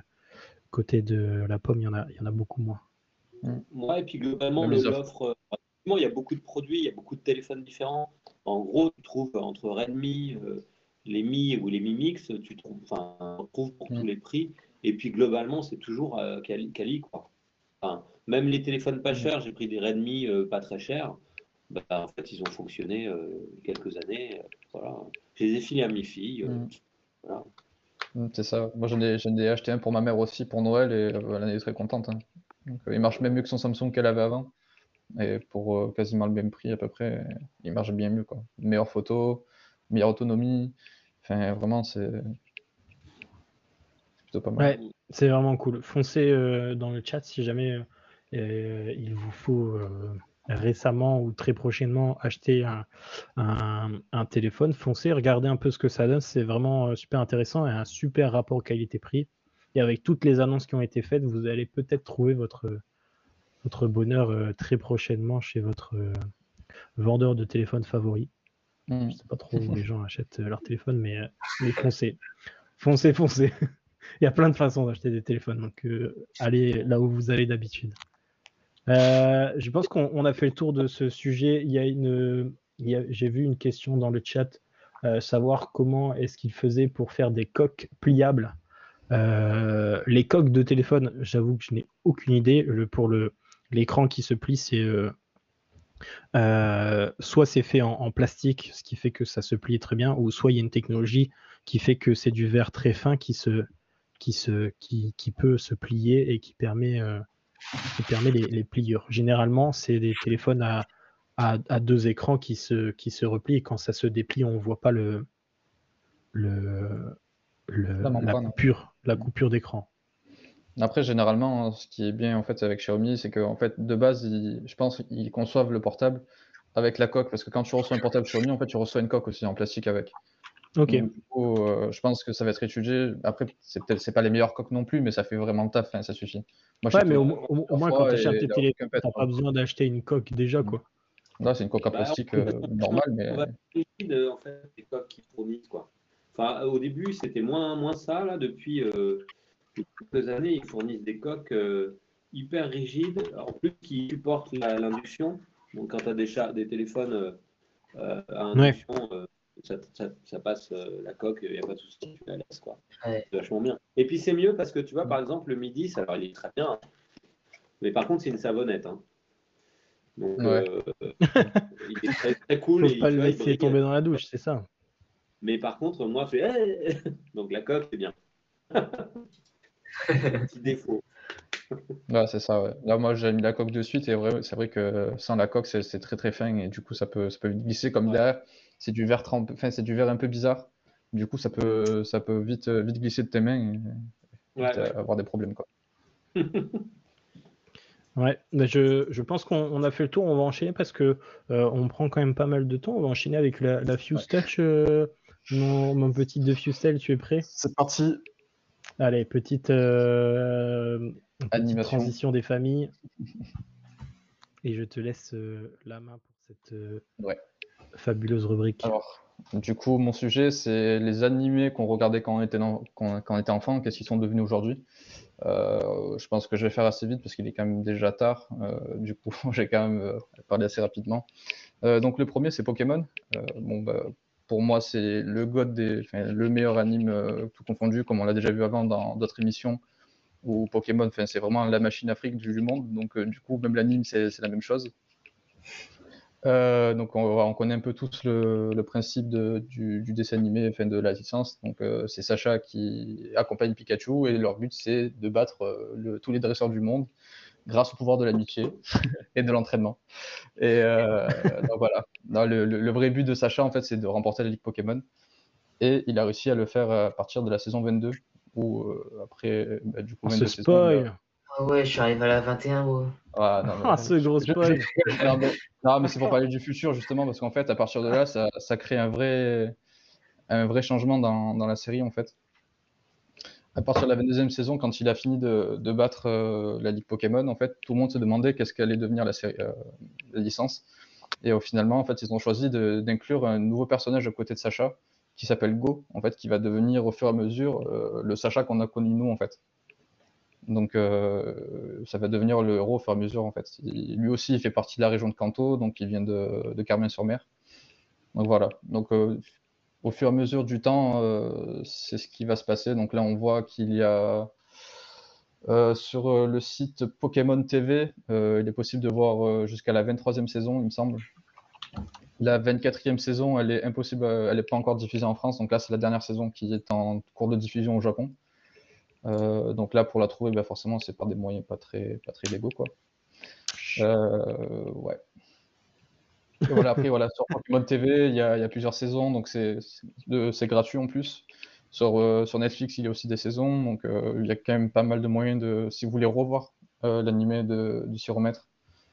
côté de la pomme, il y en a beaucoup moins. Ouais, et puis globalement, La mise à l'offre effectivement, il y a beaucoup de produits, il y a beaucoup de téléphones différents. En gros, tu trouves entre Redmi, les Mi ou les Mi Mix, on trouve pour tous les prix. Et puis globalement, c'est toujours quali, quoi. Enfin, même les téléphones pas chers, j'ai pris des Redmi pas très chers. Bah, en fait, ils ont fonctionné quelques années. Voilà. Je les ai filés à mes filles. Voilà. C'est ça. Moi, j'en ai acheté un pour ma mère aussi pour Noël et elle en est très contente, hein. Donc, il marche même mieux que son Samsung qu'elle avait avant. Et pour quasiment le même prix à peu près, il marche bien mieux, quoi. Meilleure photo, meilleure autonomie. Enfin, vraiment, c'est plutôt pas mal. Ouais, c'est vraiment cool. Foncez dans le chat si jamais il vous faut récemment ou très prochainement acheter un téléphone. Foncez, regardez un peu ce que ça donne. C'est vraiment super intéressant et un super rapport qualité-prix. Et avec toutes les annonces qui ont été faites, vous allez peut-être trouver votre bonheur très prochainement chez votre vendeur de téléphone favori. Je sais pas trop où les gens achètent leur téléphone, mais foncez. Foncez. Il y a plein de façons d'acheter des téléphones, donc allez là où vous allez d'habitude. Je pense qu'on a fait le tour de ce sujet. J'ai vu une question dans le chat, savoir comment est-ce qu'il faisait pour faire des coques pliables. Les coques de téléphone, j'avoue que je n'ai aucune idée. Pour l'écran qui se plie, c'est soit c'est fait en plastique, ce qui fait que ça se plie très bien, ou soit il y a une technologie qui fait que c'est du verre très fin qui peut se plier et qui permet les pliures. Généralement, c'est des téléphones à deux écrans qui se replient, et quand ça se déplie, on ne voit pas la coupure d'écran. Après, généralement, ce qui est bien en fait avec Xiaomi, c'est que en fait, de base, je pense qu'ils conçoivent le portable avec la coque, parce que quand tu reçois un portable Xiaomi, en fait, tu reçois une coque aussi en plastique avec. Ok. Donc, du coup, je pense que ça va être étudié. Après, c'est pas les meilleures coques non plus, mais ça fait vraiment le taf, hein, ça suffit. Moi, ouais, mais au moins, quand tu achètes tes téléphones, tu n'as pas besoin d'acheter une coque déjà, quoi. Là, c'est une coque en plastique normale, mais. On va en fait des coques qui fournissent, quoi. Enfin, au début, c'était moins ça, là. Depuis quelques années, ils fournissent des coques hyper rigides, en plus qui supportent l'induction. Donc, quand tu as des téléphones à induction, ça passe la coque, il n'y a pas de souci, tu la laisses, quoi. Ouais. C'est vachement bien. Et puis, c'est mieux parce que tu vois, par exemple, le Midis, alors il est très bien, hein, mais par contre, c'est une savonnette, hein. Donc, il est très, très cool. Faut pas le laisser tomber dans la douche, c'est ça. Mais par contre, moi, je fais donc la coque, c'est bien. Petit défaut. Ouais, c'est ça, ouais. Là, moi, j'ai mis la coque de suite et c'est vrai que sans la coque, c'est très très fin et du coup, ça peut vite glisser comme derrière. C'est du verre c'est du verre un peu bizarre. Du coup, ça peut vite glisser de tes mains et avoir des problèmes, quoi. Ouais, mais je pense qu'on a fait le tour. On va enchaîner parce que on prend quand même pas mal de temps. On va enchaîner avec la Fuse Touch. Mon petit de Fustel, tu es prêt? C'est parti. Allez, petite transition des familles. Et je te laisse la main pour cette fabuleuse rubrique. Alors, du coup, mon sujet, c'est les animés qu'on regardait quand on était enfant, qu'est-ce qu'ils sont devenus aujourd'hui. Je pense que je vais faire assez vite parce qu'il est quand même déjà tard. Du coup, j'ai quand même parlé assez rapidement. Donc, le premier, c'est Pokémon. Pour moi, c'est le le meilleur anime tout confondu, comme on l'a déjà vu avant dans d'autres émissions, où Pokémon, c'est vraiment la machine Afrique du monde. Donc, du coup, même l'anime, c'est la même chose. Donc on connaît un peu tous le principe du dessin animé, de la licence. Donc c'est Sacha qui accompagne Pikachu et leur but c'est de battre tous les dresseurs du monde grâce au pouvoir de l'amitié et de l'entraînement. Et donc voilà. Non, le vrai but de Sacha en fait c'est de remporter la Ligue Pokémon et il a réussi à le faire à partir de la saison 22 où après du coup 22 ce spoil. Ah ouais, je suis arrivé à la 21. Ouais. Ce gros spoil. Non, mais c'est pour parler du futur, justement, parce qu'en fait, à partir de là, ça crée un vrai changement dans la série, en fait. À partir de la 22e saison, quand il a fini de battre la Ligue Pokémon, en fait, tout le monde se demandait qu'est-ce qu'allait devenir la licence. Et finalement, en fait, ils ont choisi d'inclure un nouveau personnage à côté de Sacha, qui s'appelle Go, en fait, qui va devenir au fur et à mesure le Sacha qu'on a connu nous, en fait. Donc ça va devenir le héros au fur et à mesure en fait. Lui aussi il fait partie de la région de Kanto, donc il vient de Carmin-sur-Mer. Donc voilà. Donc au fur et à mesure du temps, c'est ce qui va se passer. Donc là on voit qu'il y a sur le site Pokémon TV, il est possible de voir jusqu'à la 23e saison, il me semble. La 24e saison, elle est impossible, elle n'est pas encore diffusée en France. Donc là, c'est la dernière saison qui est en cours de diffusion au Japon. Donc là, pour la trouver, bah forcément, c'est par des moyens pas très légaux, quoi. Ouais. Et voilà, après, voilà, sur Pokémon TV, il y a plusieurs saisons, donc c'est gratuit en plus. Sur Netflix, il y a aussi des saisons, donc il y a quand même pas mal de moyens de, si vous voulez revoir l'animé du Siromètre.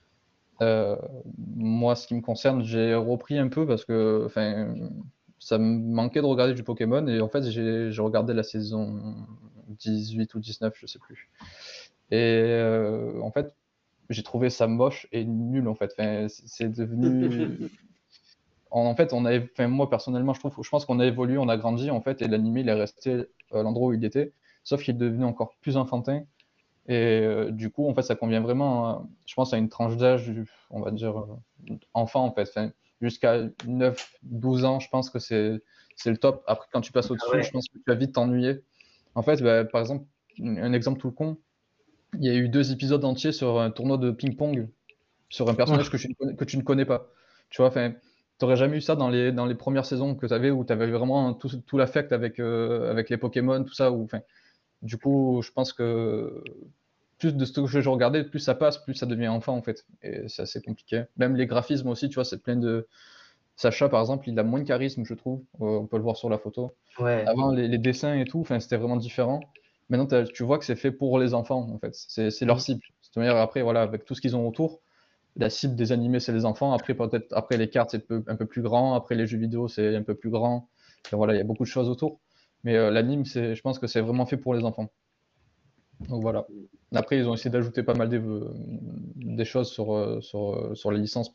Moi, ce qui me concerne, j'ai repris un peu parce que, enfin, ça me manquait de regarder du Pokémon et en fait, j'ai regardé la saison 18 ou 19, je sais plus. Et en fait, j'ai trouvé ça moche et nul en fait. Enfin, c'est devenu. En fait, enfin, moi personnellement, je pense qu'on a évolué, on a grandi en fait, et l'anime il est resté à l'endroit où il était, sauf qu'il est devenu encore plus enfantin. Et du coup, en fait, ça convient vraiment, je pense, à une tranche d'âge, on va dire, enfant, en fait. Enfin, jusqu'à 9-12 ans, je pense que c'est le top. Après, quand tu passes au-dessus, je pense que tu vas vite t'ennuyer. En fait, bah, par exemple, un exemple tout con, il y a eu 2 épisodes entiers sur un tournoi de ping-pong, sur un personnage que tu ne connais pas. Tu vois, enfin, t'aurais jamais eu ça dans les premières saisons que tu avais, où tu avais vraiment tout l'affect avec les Pokémon, tout ça. Enfin, du coup, je pense que plus de ce que je regardais, plus ça passe, plus ça devient enfant en fait. Et c'est assez compliqué. Même les graphismes aussi, tu vois, c'est plein de. Sacha, par exemple, il a moins de charisme, je trouve. On peut le voir sur la photo. Ouais. Avant, les dessins et tout, c'était vraiment différent. Maintenant, tu vois que c'est fait pour les enfants, en fait. C'est leur cible. C'est-à-dire, après, voilà, avec tout ce qu'ils ont autour, la cible des animés, c'est les enfants. Après, peut-être, après les cartes, c'est un peu plus grand. Après, les jeux vidéo, c'est un peu plus grand. Et voilà, il y a beaucoup de choses autour. Mais l'anime, je pense que c'est vraiment fait pour les enfants. Donc voilà. Après, ils ont essayé d'ajouter pas mal des choses sur les licences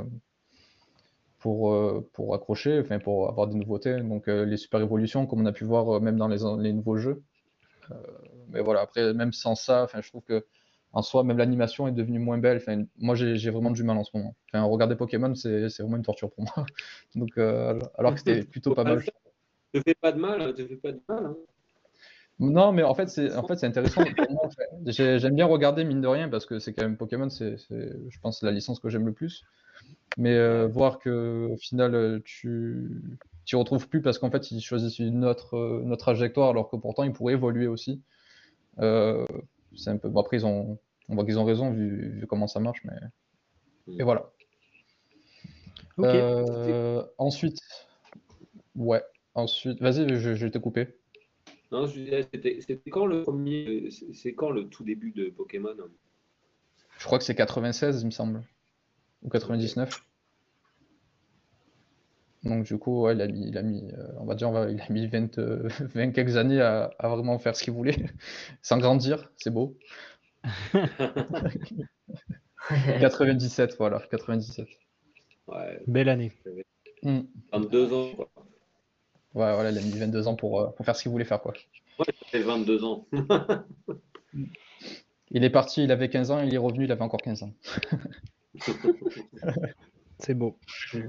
pour accrocher, enfin pour avoir des nouveautés. Donc les super évolutions, comme on a pu voir même dans les nouveaux jeux. Mais voilà, après, même sans ça, enfin, je trouve que en soi, même l'animation est devenue moins belle. Enfin, moi, j'ai vraiment du mal en ce moment. Enfin, regarder Pokémon, c'est vraiment une torture pour moi. Donc, alors que c'était plutôt pas mal. Te fais pas de mal, te fais pas de mal. Hein. Non, mais en fait, c'est intéressant. Pour moi, j'aime bien regarder, mine de rien, parce que c'est quand même Pokémon, je pense, la licence que j'aime le plus. Mais voir qu'au final, tu retrouves plus parce qu'en fait, ils choisissent une autre trajectoire, alors que pourtant, ils pourraient évoluer aussi. C'est un peu. Bon, après, on voit qu'ils ont raison, vu comment ça marche, mais. Et voilà. Ok. Ensuite. Ouais. Ensuite. Vas-y, je t'ai coupé. Non, je disais, c'était quand le premier, c'est quand le tout début de Pokémon? Je crois que c'est 96, il me semble. Ou 99. Donc du coup, ouais, on va dire, il a mis 20 quelques années à vraiment faire ce qu'il voulait, sans grandir, c'est beau. 97, voilà, 97. Ouais, Belle année. 22 ans, quoi. Ouais, voilà, il a mis 22 ans pour faire ce qu'il voulait faire, quoi. Ouais, ça fait 22 ans. Il est parti, il avait 15 ans, il est revenu, il avait encore 15 ans. C'est beau.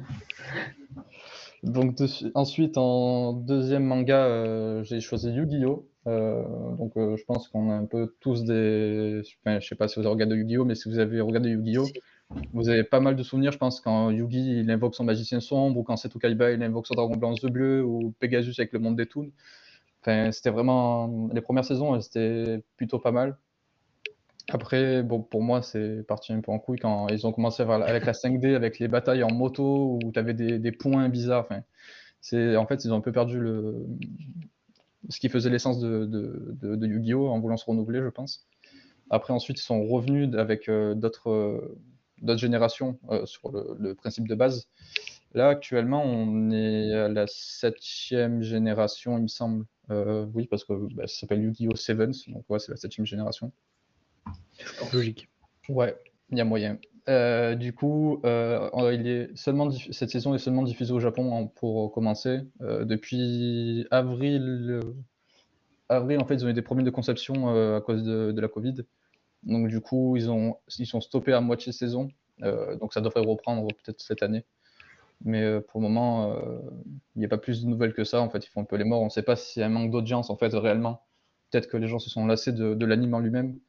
Donc ensuite, en deuxième manga, j'ai choisi Yu-Gi-Oh! Donc je pense qu'on a un peu tous des. Enfin, je sais pas si vous avez regardé Yu-Gi-Oh! Mais si vous avez regardé Yu-Gi-Oh! Vous avez pas mal de souvenirs, je pense, quand Yugi il invoque son magicien sombre, ou quand Seto Kaiba il invoque son dragon blanc œuf bleu, ou Pegasus avec le monde des Toons. Enfin, c'était vraiment. Les premières saisons, c'était plutôt pas mal. Après, bon, pour moi, c'est parti un peu en couille quand ils ont commencé avec la 5D, avec les batailles en moto, où tu avais des points bizarres. Enfin, en fait, ils ont un peu perdu ce qui faisait l'essence de Yu-Gi-Oh! En voulant se renouveler, je pense. Après, ensuite, ils sont revenus avec d'autres générations sur le principe de base. Là, actuellement, on est à la 7e génération, il me semble. Oui, parce que ça s'appelle Yu-Gi-Oh! Sevens, donc ouais, c'est la 7e génération. Logique. Ouais, il y a moyen. Du coup, cette saison est seulement diffusée au Japon pour commencer. Depuis avril avril, en fait, ils ont eu des problèmes de conception à cause de la Covid. Donc du coup, ils sont stoppés à moitié saison. Donc ça devrait reprendre peut-être cette année. Mais pour le moment, il n'y a pas plus de nouvelles que ça. En fait, ils font un peu les morts. On ne sait pas si c'est un manque d'audience, en fait, réellement. Peut-être que les gens se sont lassés de l'anime en lui-même.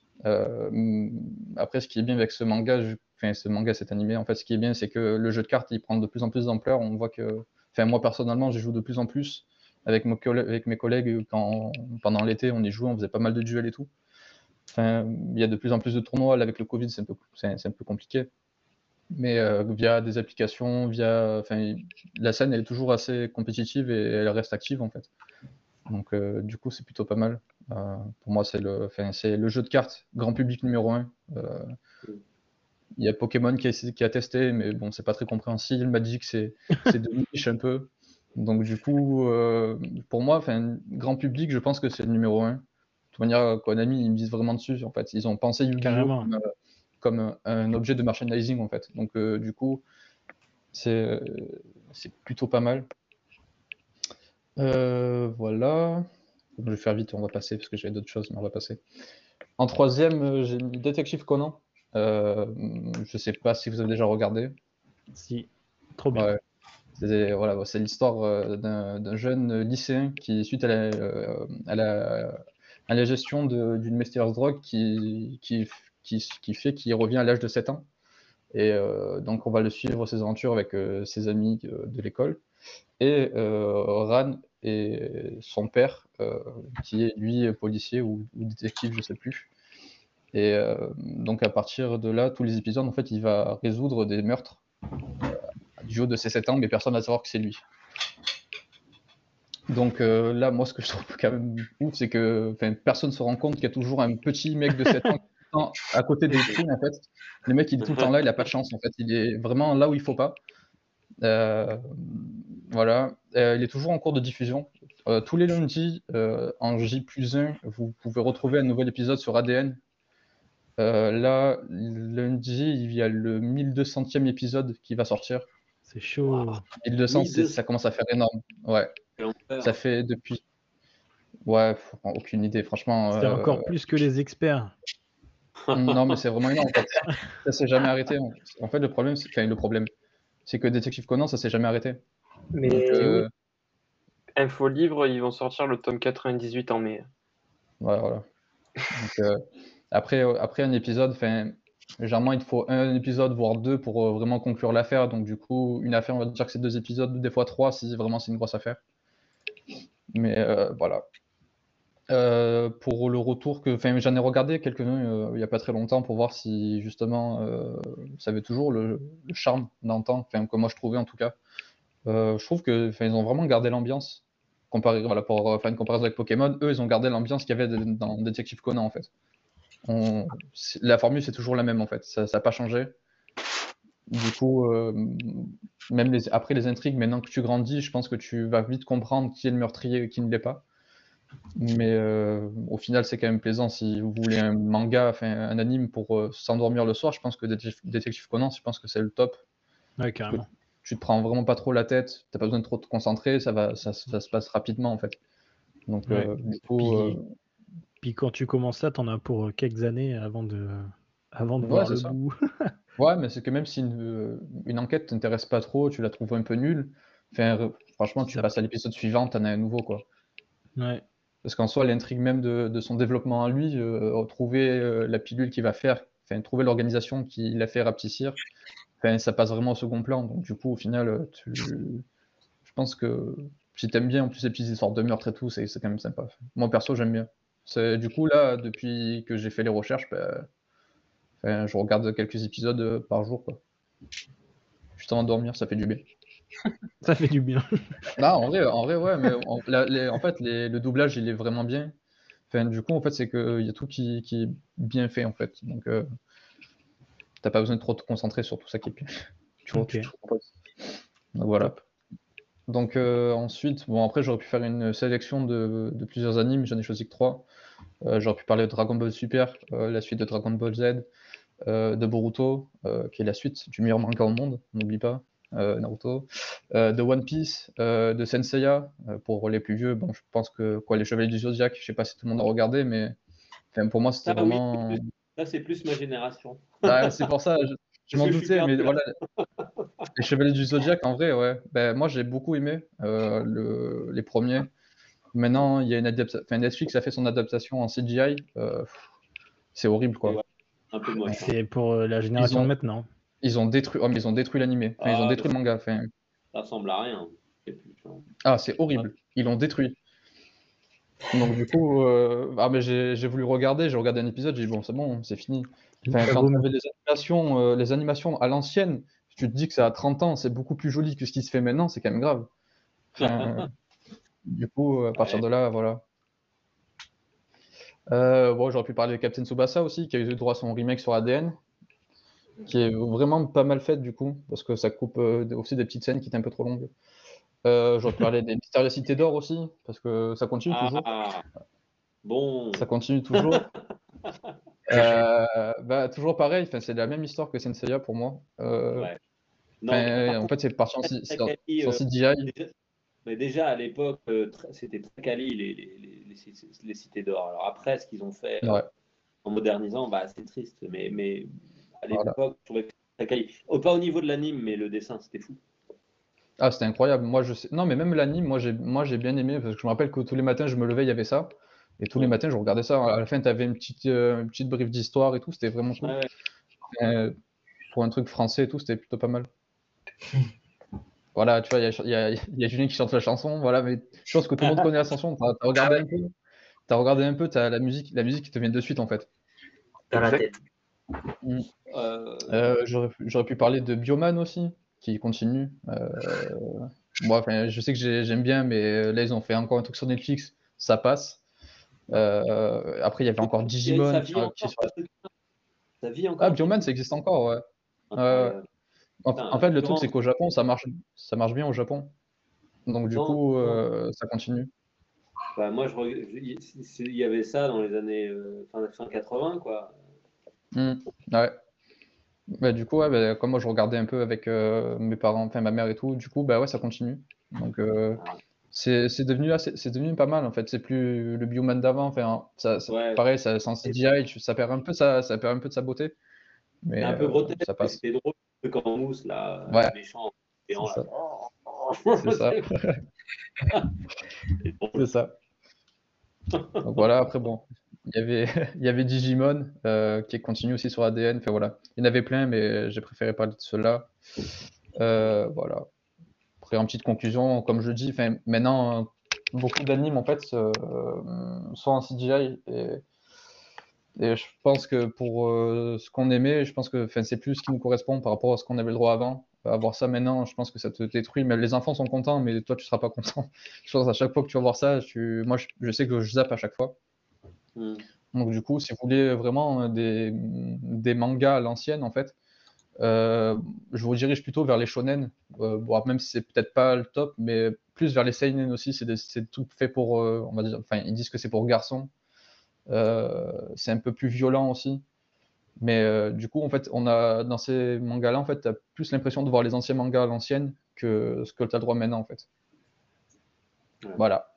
Après, ce qui est bien avec ce manga, cet animé, en fait, ce qui est bien, c'est que le jeu de cartes, il prend de plus en plus d'ampleur. On voit que, moi personnellement, j'y joue de plus en plus avec mes collègues. Pendant l'été, on y jouait, on faisait pas mal de duels et tout. Il y a de plus en plus de tournois. Là, avec le Covid, c'est un peu compliqué. Mais via des applications, la scène, elle est toujours assez compétitive et elle reste active, en fait. Donc, du coup, c'est plutôt pas mal. Pour moi, c'est le jeu de cartes grand public numéro 1. Il y a Pokémon qui a testé, mais bon, c'est pas très compréhensible. Magic, c'est de niche un peu. Donc, du coup, pour moi, grand public, je pense que c'est le numéro 1. De toute manière, Konami, ils misent vraiment dessus. En fait, ils ont pensé Yu-Gi-Oh! Carrément. Comme un objet de merchandising, en fait. Donc, du coup, c'est plutôt pas mal. Voilà. Je vais faire vite, on va passer, parce que j'avais d'autres choses, mais on va passer. En troisième, j'ai mis Détective Conan. Je sais pas si vous avez déjà regardé. Si, trop bien. Ouais. C'est l'histoire d'un jeune lycéen qui, suite à la gestion d'une mystérieuse drogue qui fait qu'il revient à l'âge de 7 ans. Et donc, on va le suivre ses aventures avec ses amis de l'école. Et Ran et son père, qui est lui policier ou détective, je sais plus. Et donc, à partir de là, tous les épisodes, en fait, il va résoudre des meurtres du haut de ses 7 ans, mais personne ne va savoir que c'est lui. Donc là, moi, ce que je trouve quand même ouf, c'est que personne ne se rend compte qu'il y a toujours un petit mec de 7 ans à côté des pros, en fait. Le mec, il est tout le temps là, il n'a pas de chance, en fait. Il est vraiment là où il ne faut pas. Voilà. Il est toujours en cours de diffusion. Tous les lundis, en J+1, vous pouvez retrouver un nouvel épisode sur ADN. Là, lundi, il y a le 1200e épisode qui va sortir. C'est chaud. 1200, ça commence à faire énorme. Ouais. Ça fait depuis. Ouais, aucune idée, franchement. C'est encore plus que les experts. Non, mais c'est vraiment énorme, en fait. Ça s'est jamais arrêté. En fait, le problème, c'est que Détective Conan, ça s'est jamais arrêté. Mais Donc, Info Livre, ils vont sortir le tome 98 en mai. ouais, voilà. Donc, après un épisode, généralement, il te faut un épisode, voire 2 pour vraiment conclure l'affaire. Donc, du coup, une affaire, on va dire que c'est 2 épisodes, des fois 3, si vraiment c'est une grosse affaire. Mais voilà. Pour le retour j'en ai regardé quelques-uns il y a pas très longtemps pour voir si justement ça avait toujours le charme d'antan, que moi je trouvais en tout cas. Je trouve que ils ont vraiment gardé l'ambiance comparé, voilà, pour faire une comparaison avec Pokémon. Eux, ils ont gardé l'ambiance qu'il y avait dans Détective Conan, en fait. La formule, c'est toujours la même, en fait. Ça n'a pas changé. Du coup, même après les intrigues, maintenant que tu grandis, je pense que tu vas vite comprendre qui est le meurtrier et qui ne l'est pas. Mais au final, c'est quand même plaisant. Si vous voulez un manga, un anime pour s'endormir le soir, je pense que Détective Conan, je pense que c'est le top. Ouais, carrément. Tu te prends vraiment pas trop la tête, t'as pas besoin de trop te concentrer, ça se passe rapidement, en fait. Donc, Ouais. du coup, Puis quand tu commences ça, t'en as pour quelques années avant de ouais, voir c'est le ça. bout. Ouais, mais c'est que même si une enquête t'intéresse pas trop, tu la trouves un peu nulle, franchement, tu Ça- passes à l'épisode suivant, t'en as un nouveau, quoi. Ouais. Parce qu'en soi, l'intrigue même de son développement à lui, trouver la pilule qu'il va faire, trouver l'organisation qui l'a fait rapetissir, ça passe vraiment au second plan. Donc, du coup, au final, je pense que si t'aimes bien en plus les petites histoires de meurtre et tout, c'est quand même sympa. Moi, perso, j'aime bien. Du coup, là, depuis que j'ai fait les recherches, je regarde quelques épisodes par jour, quoi. Juste avant de dormir, ça fait du bien. Ça fait du bien. Non, en vrai, ouais, mais en fait, le doublage, il est vraiment bien. Du coup, en fait, c'est qu'il y a tout qui est bien fait, en fait. Donc, t'as pas besoin de trop te concentrer sur tout ça qui est bien. Ok. Donc, voilà. Donc, ensuite, bon, après, j'aurais pu faire une sélection de plusieurs animes, j'en ai choisi que 3. J'aurais pu parler de Dragon Ball Super, la suite de Dragon Ball Z, de Boruto, qui est la suite du meilleur manga au monde, n'oublie pas. Naruto, de One Piece, de Senseiya, pour les plus vieux. Bon, je pense que les Chevaliers du Zodiaque, je sais pas si tout le monde a regardé, mais pour moi, c'était Ça, oui, vraiment. ça, c'est plus ma génération. Bah, c'est pour ça, je Parce m'en que je suis doutais, mais perdu là. voilà, les Chevaliers du Zodiaque, en vrai, ouais. Ben, moi, j'ai beaucoup aimé les premiers. Maintenant, il y a Netflix a fait son adaptation en CGI. C'est horrible, Et quoi. ouais, un peu moche. hein. C'est pour la génération de maintenant. Ils ont détruit l'animé. Enfin, ils ont Ah, détruit le manga. Enfin, ça ressemble à rien. C'est plus, hein. c'est horrible. Ils l'ont détruit. Donc du coup, mais j'ai voulu regarder. J'ai regardé un épisode. J'ai dit bon, c'est bon, c'est fini. Enfin, Ça quand vaut tu mieux. avais les animations à l'ancienne, tu te dis que ça a 30 ans, c'est beaucoup plus joli que ce qui se fait maintenant. C'est quand même grave. Enfin, du coup, à partir Ouais. de là, voilà. Bon, j'aurais pu parler de Captain Tsubasa aussi, qui a eu droit à son remake sur ADN, qui est vraiment pas mal faite du coup, parce que ça coupe aussi des petites scènes qui étaient un peu trop longues. J'aurais pu parler des Mystérieuses Cités d'Or aussi, parce que ça continue toujours. Ah, bon. Ça continue toujours. Toujours pareil, c'est la même histoire que Senseiya pour moi. Ouais. Non, mais par En contre, fait, c'est parti Takali, sans CGI. déjà à l'époque, c'était très quali les cités d'or. Alors après, ce qu'ils ont fait Ouais, en modernisant, bah, c'est triste. Mais à voilà. l'époque, je trouvais que c'était très quali. Oh, pas au niveau de l'anime, mais le dessin, c'était fou. Ah, c'était incroyable. Moi, je sais. Non, mais même l'anime, j'ai bien aimé, parce que je me rappelle que tous les matins, je me levais, il y avait ça. Et tous les Ouais. matins, je regardais ça. À la fin, tu avais une petite brief d'histoire et tout. C'était vraiment cool. Ouais, Pour un truc français et tout, c'était plutôt pas mal. Voilà, tu vois, il y a Julien qui chante la chanson. Voilà, mais je pense que tout le monde connaît la chanson. T'as regardé un peu. T'as regardé un peu, t'as la musique qui te vient de suite en fait. Dans la tête. Mm. euh, J'aurais pu parler de Bioman aussi, qui continue. Bon, enfin, je sais que j'aime bien, mais là ils ont fait encore un truc sur Netflix, ça passe. Après il y avait encore Digimon ça qui, vit qui est encore, sur la- ce truc. Ça vit Ah, encore, Bioman, Digimon. ça existe encore, ouais. Ouais. Incroyable. En Putain, fait, le truc comment c'est qu'au Japon, ça marche bien au Japon. Donc du non, coup, non. ça continue. Bah, moi, il y avait ça dans les années fin 80, quoi. Mm. Ouais. Bah, du coup, ouais, bah, comme moi je regardais un peu avec mes parents, enfin ma mère et tout, du coup, bah ouais, ça continue. Donc Ah, c'est devenu pas mal en fait. C'est plus le Bioman d'avant. Enfin, ouais, pareil, sans CGI, ça perd un peu ça perd un peu de sa beauté, c'est mais un peu grotesque, ça mais passe. c'était drôle. Le truc en mousse, là, Ouais, le méchant, c'est géant, là. ça, c'est ça, C'est c'est drôle. ça. Donc voilà. Après bon, il y avait Digimon qui continue aussi sur ADN. Enfin voilà, il y en avait plein, mais j'ai préféré parler de ceux-là. Voilà. Après, en petite conclusion, comme je dis, maintenant, beaucoup d'animes en fait sont en CGI et je pense que pour ce qu'on aimait, je pense que c'est plus ce qui nous correspond par rapport à ce qu'on avait le droit avant. Avoir ça maintenant, je pense que ça te détruit. Mais les enfants sont contents, mais toi, tu seras pas content. Je pense à chaque fois que tu vas voir ça, moi, je sais que je zappe à chaque fois. Hmm. Donc du coup, si vous voulez vraiment des mangas à l'ancienne, en fait, je vous dirige plutôt vers les shonen. Bon, même si c'est peut-être pas le top, mais plus vers les seinen aussi. C'est tout fait pour, on va dire, enfin, ils disent que c'est pour garçons. C'est un peu plus violent aussi. Mais du coup, en fait, on a dans ces mangas-là, en fait, t'as plus l'impression de voir les anciens mangas à l'ancienne que ce que tu as droit maintenant, en fait. Ouais. Voilà.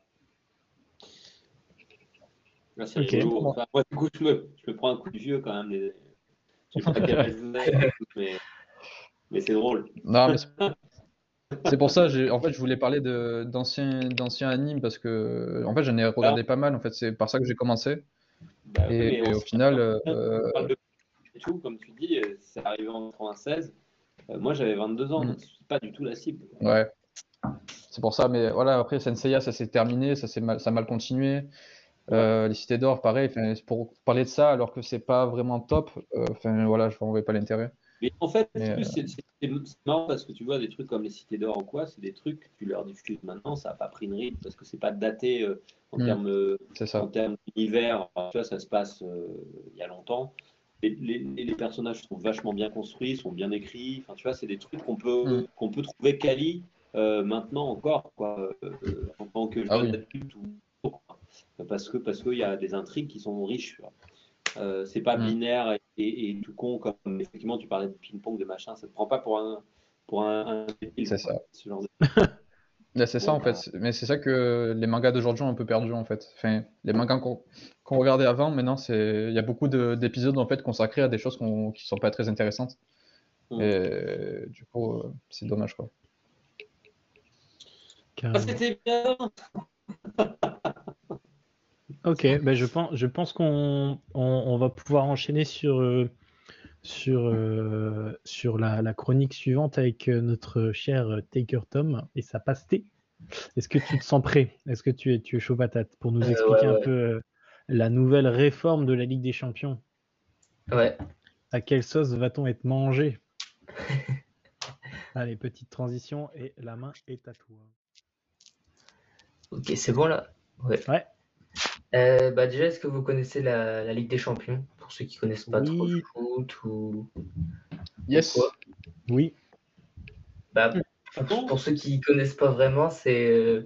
Là, c'est Ok. rigolo. Enfin, moi, du coup, je me prends un coup de vieux quand même. Je sais pas quel âge vous avez, mais c'est drôle. Non, mais c'est pour ça, en fait, je voulais parler d'anciens animes parce que, en fait, j'en ai Alors, regardé pas mal. En fait, c'est par ça que j'ai commencé. bah oui, mais Et au final, on parle de et tout, comme tu dis, c'est arrivé en 96. Moi, j'avais 22 ans, hmm, donc je suis pas du tout la cible. ouais, c'est pour ça. Mais voilà, après, Senseiya, ça s'est terminé, ça a mal continué. Ouais. Les Cités d'Or, pareil. C'est pour parler de ça, alors que c'est pas vraiment top. Voilà, je ne vois pas l'intérêt. Mais en fait, Mais c'est marrant parce que tu vois, des trucs comme les Cités d'Or ou quoi, c'est des trucs que tu leur diffuses maintenant, ça n'a pas pris une ride parce que c'est pas daté c'est en ça. termes d'univers. Tu vois, ça se passe il y a longtemps. Les personnages sont vachement bien construits, sont bien écrits. Enfin, tu vois, c'est des trucs Hmm. qu'on peut trouver quali maintenant encore, quoi, en tant que Ah jeune oui. adulte ou quoi. Parce qu'il y a des intrigues qui sont riches. Tu vois. C'est pas Hmm. binaire et tout con comme effectivement tu parlais de ping-pong de machin. Ça te prend pas pour un film, C'est ça. ce genre de... Là, c'est ça Bon, en fait. Mais c'est ça que les mangas d'aujourd'hui ont un peu perdu en fait. Enfin, les mangas qu'on regardait avant, maintenant, il y a beaucoup d'épisodes en fait consacrés à des choses qui sont pas très intéressantes. Et du coup, c'est dommage quoi. Carrément. C'était bien. Ok, ben je pense qu'on va pouvoir enchaîner sur la chronique suivante avec notre cher Taker Tom et sa pasté. Est-ce que tu te sens prêt? Est-ce que tu es chaud patate pour nous expliquer un Ouais. peu la nouvelle réforme de la Ligue des Champions? Ouais. À quelle sauce va-t-on être mangé? Allez, petite transition et la main est à toi. Ok, c'est bon là? Ouais. Ouais. Bah déjà, est-ce que vous connaissez la Ligue des Champions? Pour ceux qui connaissent pas trop le Oui. foot ou Yes. quoi? Oui. Bah, pour ceux qui connaissent pas vraiment, euh,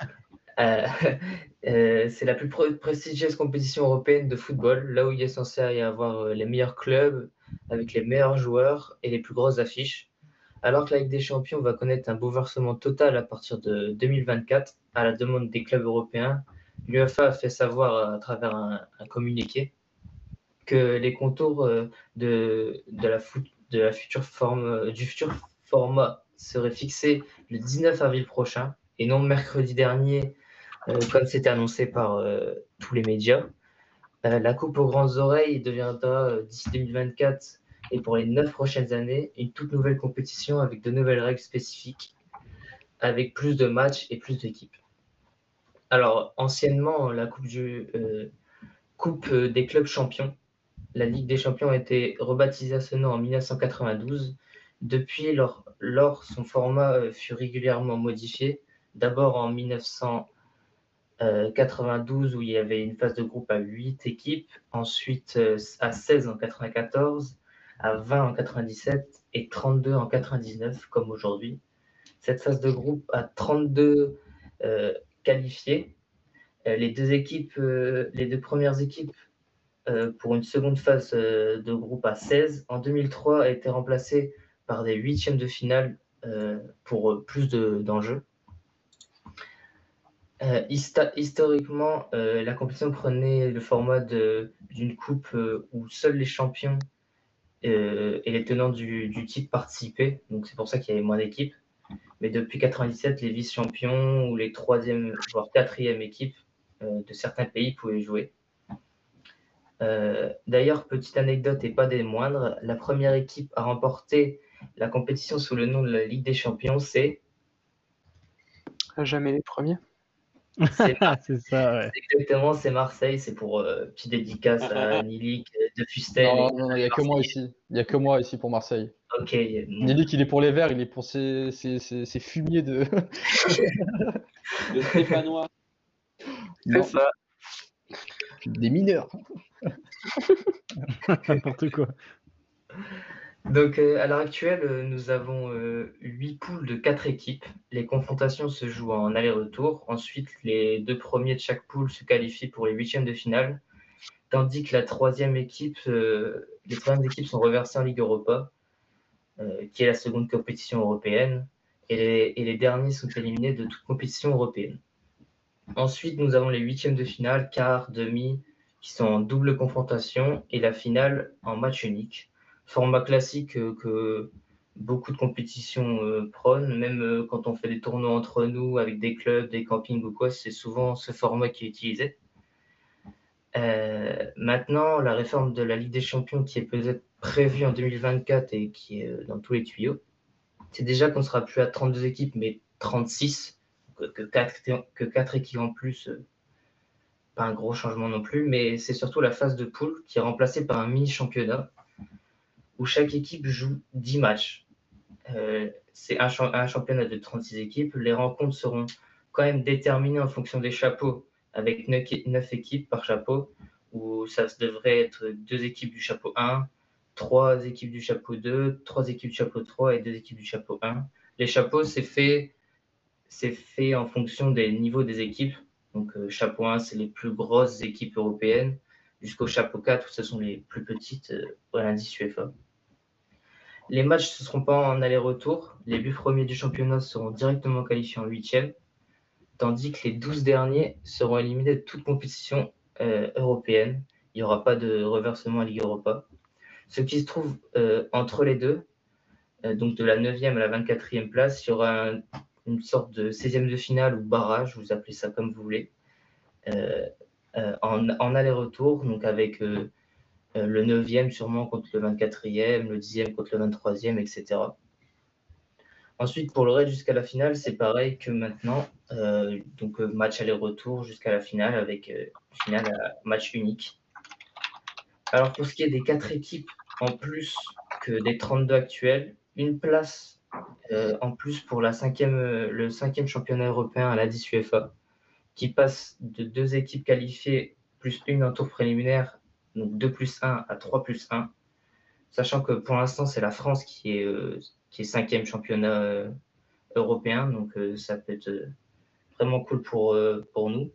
c'est la plus prestigieuse compétition européenne de football, là où il est censé y avoir les meilleurs clubs, avec les meilleurs joueurs et les plus grosses affiches. Alors que la Ligue des Champions va connaître un bouleversement total à partir de 2024, à la demande des clubs européens, l'UEFA a fait savoir à travers un communiqué que les contours de la future forme, du futur format seraient fixés le 19 avril prochain et non mercredi dernier, comme c'était annoncé par tous les médias. La Coupe aux grandes oreilles deviendra d'ici 2024 et pour les 9 prochaines années une toute nouvelle compétition avec de nouvelles règles spécifiques, avec plus de matchs et plus d'équipes. Alors, anciennement, la Coupe des clubs champions, la Ligue des champions a été rebaptisée à ce nom en 1992. Depuis lors son format fut régulièrement modifié. D'abord en 1992 où il y avait une phase de groupe à 8 équipes, ensuite à 16 en 94, à 20 en 97 et 32 en 99 comme aujourd'hui. Cette phase de groupe a 32 qualifiés. Les deux premières équipes pour une seconde phase de groupe à 16. En 2003, a été remplacée par des huitièmes de finale pour plus d'enjeux. Historiquement, la compétition prenait le format d'une coupe où seuls les champions et les tenants du titre participaient. Donc c'est pour ça qu'il y avait moins d'équipes. Mais depuis 1997, les vice-champions ou les troisième, voire quatrième équipes de certains pays pouvaient jouer. D'ailleurs, petite anecdote et pas des moindres, la première équipe à remporter la compétition sous le nom de la Ligue des Champions, c'est Jamais les premiers. C'est ça, ouais. exactement, c'est Marseille. C'est pour petite dédicace à Nilik, De Fustel. Non, il n'y a que moi ici. Il n'y a que moi ici pour Marseille. Ok. Nilik, il est pour les Verts, il est pour ses fumiers de. Le Stéphanois. C'est ça. Des mineurs. N'importe quoi. Donc, à l'heure actuelle, nous avons 8 poules de 4 équipes. Les confrontations se jouent en aller-retour. Ensuite, les deux premiers de chaque poule se qualifient pour les huitièmes de finale, tandis que les troisièmes équipes sont reversées en Ligue Europa, qui est la seconde compétition européenne, et les derniers sont éliminés de toute compétition européenne. Ensuite, nous avons les huitièmes de finale, quart, demi, qui sont en double confrontation, et la finale en match unique. Format classique que beaucoup de compétitions prônent, même quand on fait des tournois entre nous avec des clubs, des campings ou quoi, c'est souvent ce format qui est utilisé. Maintenant, la réforme de la Ligue des Champions qui est peut-être prévue en 2024 et qui est dans tous les tuyaux, c'est déjà qu'on ne sera plus à 32 équipes, mais 36, que 4 équipes en plus, pas un gros changement non plus, mais c'est surtout la phase de poule qui est remplacée par un mini-championnat où chaque équipe joue 10 matchs. C'est un championnat de 36 équipes. Les rencontres seront quand même déterminées en fonction des chapeaux, avec 9 équipes par chapeau, où ça devrait être 2 équipes du chapeau 1, 3 équipes du chapeau 2, 3 équipes du chapeau 3 et 2 équipes du chapeau 1. Les chapeaux, c'est fait en fonction des niveaux des équipes. Donc, chapeau 1, c'est les plus grosses équipes européennes, jusqu'au chapeau 4, ce sont les plus petites à l'indice UEFA. Les matchs ne seront pas en aller-retour. Les 8 premiers du championnat seront directement qualifiés en 8e, tandis que les 12 derniers seront éliminés de toute compétition européenne. Il n'y aura pas de reversement à Ligue Europa. Ce qui se trouve entre les deux, donc de la 9e à la 24e place, il y aura une sorte de 16e de finale ou barrage, vous appelez ça comme vous voulez, en aller-retour, donc avec le 9e sûrement contre le 24e, le 10e contre le 23e, etc. Ensuite, pour le reste jusqu'à la finale, c'est pareil que maintenant. Donc, match aller-retour jusqu'à la finale avec finale à match unique. Alors, pour ce qui est des 4 équipes en plus que des 32 actuelles, une place en plus pour le 5e championnat européen à la 10 UEFA, qui passe de 2 équipes qualifiées plus une en tour préliminaire, donc 2 plus 1 à 3 plus 1, sachant que pour l'instant, c'est la France qui est 5e championnat européen, donc ça peut être vraiment cool pour nous.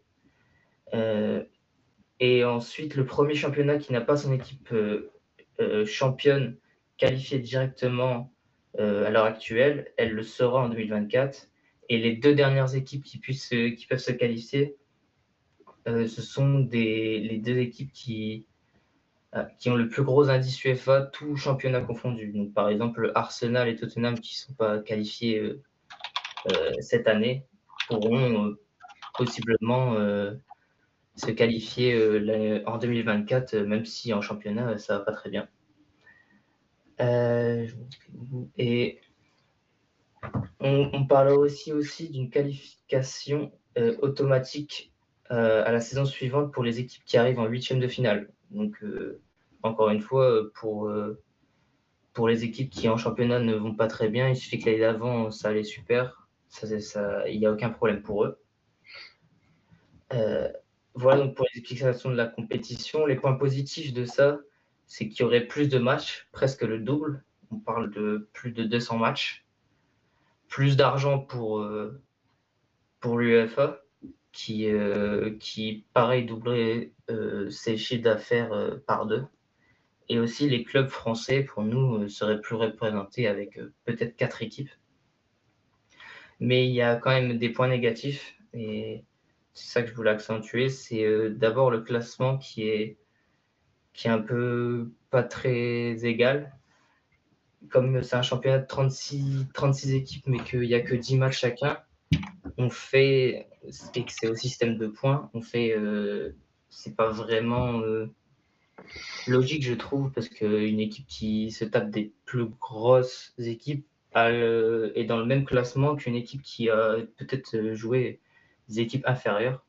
Et ensuite, le premier championnat qui n'a pas son équipe championne qualifiée directement à l'heure actuelle, elle le sera en 2024. Et les 2 dernières équipes qui peuvent se qualifier, ce sont les 2 équipes qui ont le plus gros indice UEFA, tout championnat confondu. Donc, par exemple, Arsenal et Tottenham qui ne sont pas qualifiés cette année pourront possiblement se qualifier en 2024, même si en championnat, ça ne va pas très bien. Et on parlera aussi d'une qualification automatique à la saison suivante pour les équipes qui arrivent en 8e de finale. Donc, encore une fois, pour les équipes qui en championnat ne vont pas très bien, il suffit que l'année d'avant, ça allait super. Il n'y a aucun problème pour eux. Voilà donc pour les explications de la compétition. Les points positifs de ça, c'est qu'il y aurait plus de matchs, presque le double. On parle de plus de 200 matchs. Plus d'argent pour l'UEFA, qui pareil, doublerait ses chiffres d'affaires par 2. Et aussi, les clubs français, pour nous, seraient plus représentés avec peut-être 4 équipes. Mais il y a quand même des points négatifs, et c'est ça que je voulais accentuer. C'est d'abord le classement qui est un peu pas très égal. Comme c'est un championnat de 36 équipes, mais qu'il n'y a que 10 matchs chacun, et que c'est au système de points, c'est pas vraiment logique, je trouve, parce qu'une équipe qui se tape des plus grosses équipes est dans le même classement qu'une équipe qui a peut-être joué des équipes inférieures.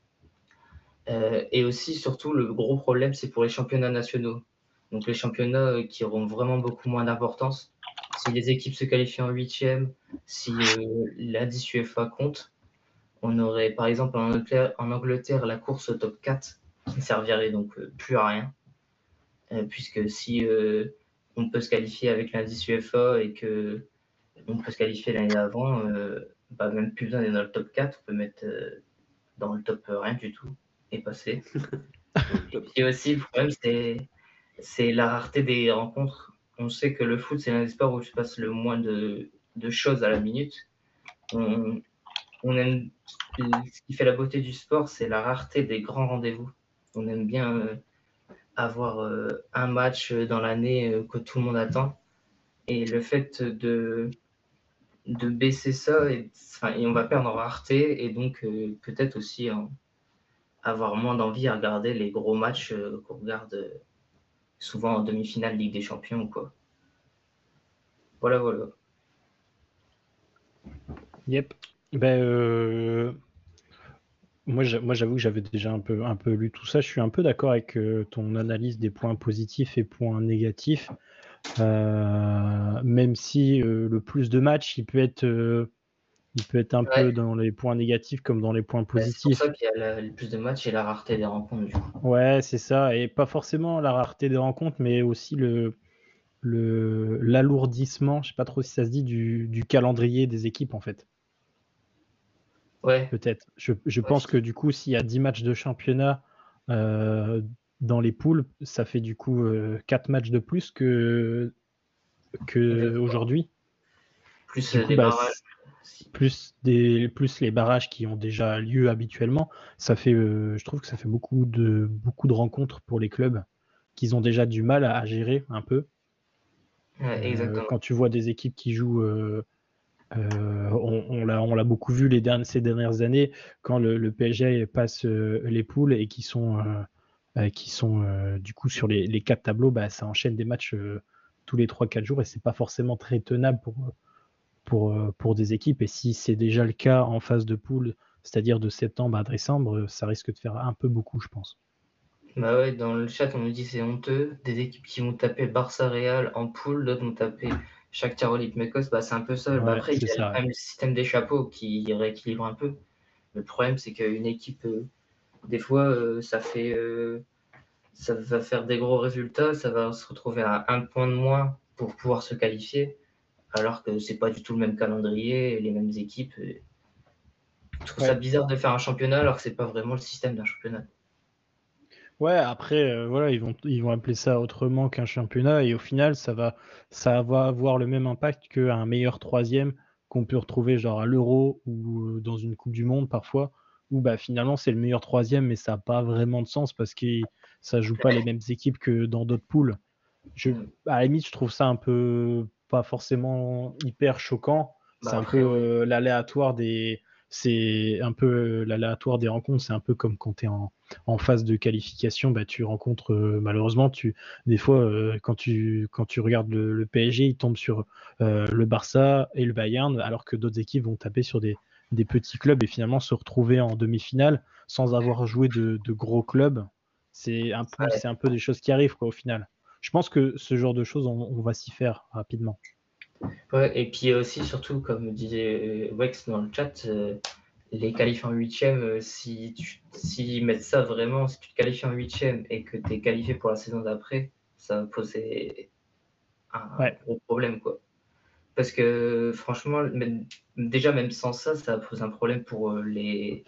Et aussi, surtout, le gros problème, c'est pour les championnats nationaux. Donc les championnats qui auront vraiment beaucoup moins d'importance. Si les équipes se qualifient en 8e, si l'indice UEFA compte, on aurait par exemple en Angleterre la course au top 4 qui ne servirait donc plus à rien. Puisque si on peut se qualifier avec l'indice UEFA et qu'on peut se qualifier l'année d'avant, même plus besoin d'être dans le top 4, on peut mettre dans le top rien du tout et passer. Et aussi, le problème, c'est la rareté des rencontres. On sait que le foot, c'est l'un des sports où il se passe le moins de choses à la minute. On aime, ce qui fait la beauté du sport, c'est la rareté des grands rendez-vous. On aime bien avoir un match dans l'année que tout le monde attend. Et le fait de baisser ça, et on va perdre en rareté, et donc peut-être aussi avoir moins d'envie à regarder les gros matchs qu'on regarde souvent en demi-finale Ligue des Champions, quoi. Voilà. Yep. Moi, j'avoue que j'avais déjà un peu lu tout ça. Je suis un peu d'accord avec ton analyse des points positifs et points négatifs. Même si le plus de matchs, il peut être un peu dans les points négatifs comme dans les points positifs. C'est pour ça qu'il y a le plus de matchs et la rareté des rencontres, du coup. Ouais, c'est ça. Et pas forcément la rareté des rencontres, mais aussi l'alourdissement, je sais pas trop si ça se dit, du calendrier des équipes, en fait. Ouais. Peut-être. Je pense que du coup, s'il y a 10 matchs de championnat dans les poules, ça fait du coup 4 matchs de plus que qu'aujourd'hui. Plus Du coup, des barrages. plus les barrages qui ont déjà lieu habituellement, ça fait, je trouve que ça fait beaucoup de rencontres pour les clubs qu'ils ont déjà du mal à gérer un peu. Ouais, exactement. Quand tu vois des équipes qui jouent, on l'a beaucoup vu ces dernières années, quand le PSG passe les poules et qui sont du coup sur les 4 tableaux, bah, ça enchaîne des matchs tous les 3-4 jours et c'est pas forcément très tenable pour des équipes. Et si c'est déjà le cas en phase de poule, c'est-à-dire de septembre à décembre, ça risque de faire un peu beaucoup, je pense. Bah ouais, dans le chat, on nous dit c'est honteux. Des équipes qui vont taper Barça Real en poule, d'autres vont taper Shakhtar Olympiakos. Bah, c'est un peu ça. Bah, Ouais, après, il y c'est a ça. quand même le système des chapeaux qui rééquilibre un peu. Le problème, c'est qu'une équipe, des fois, ça va faire des gros résultats, ça va se retrouver à 1 point de moins pour pouvoir se qualifier, alors que c'est pas du tout le même calendrier et les mêmes équipes. Je trouve ça bizarre de faire un championnat alors que c'est pas vraiment le système d'un championnat. Ouais, après, voilà, ils vont appeler ça autrement qu'un championnat et au final, ça va avoir le même impact qu'un meilleur troisième qu'on peut retrouver genre à l'Euro ou dans une Coupe du Monde parfois, où bah, finalement c'est le meilleur troisième, mais ça n'a pas vraiment de sens parce que ça joue pas les mêmes équipes que dans d'autres poules. À la limite, je trouve ça un peu pas forcément hyper choquant. Bah C'est un peu après, oui. l'aléatoire des. C'est un peu l'aléatoire des rencontres. C'est un peu comme quand tu es en phase de qualification, bah, tu rencontres malheureusement, des fois, quand tu regardes le PSG, il tombe sur le Barça et le Bayern, alors que d'autres équipes vont taper sur des petits clubs et finalement se retrouver en demi-finale sans avoir joué de gros clubs. C'est un peu des choses qui arrivent quoi, au final. Je pense que ce genre de choses, on va s'y faire rapidement. Ouais, et puis aussi, surtout, comme disait Wex dans le chat, les qualifs en huitième, s'ils mettent ça vraiment, si tu te qualifies en huitième et que tu es qualifié pour la saison d'après, ça va poser un gros problème, quoi. Parce que franchement, déjà même sans ça, ça pose un problème pour les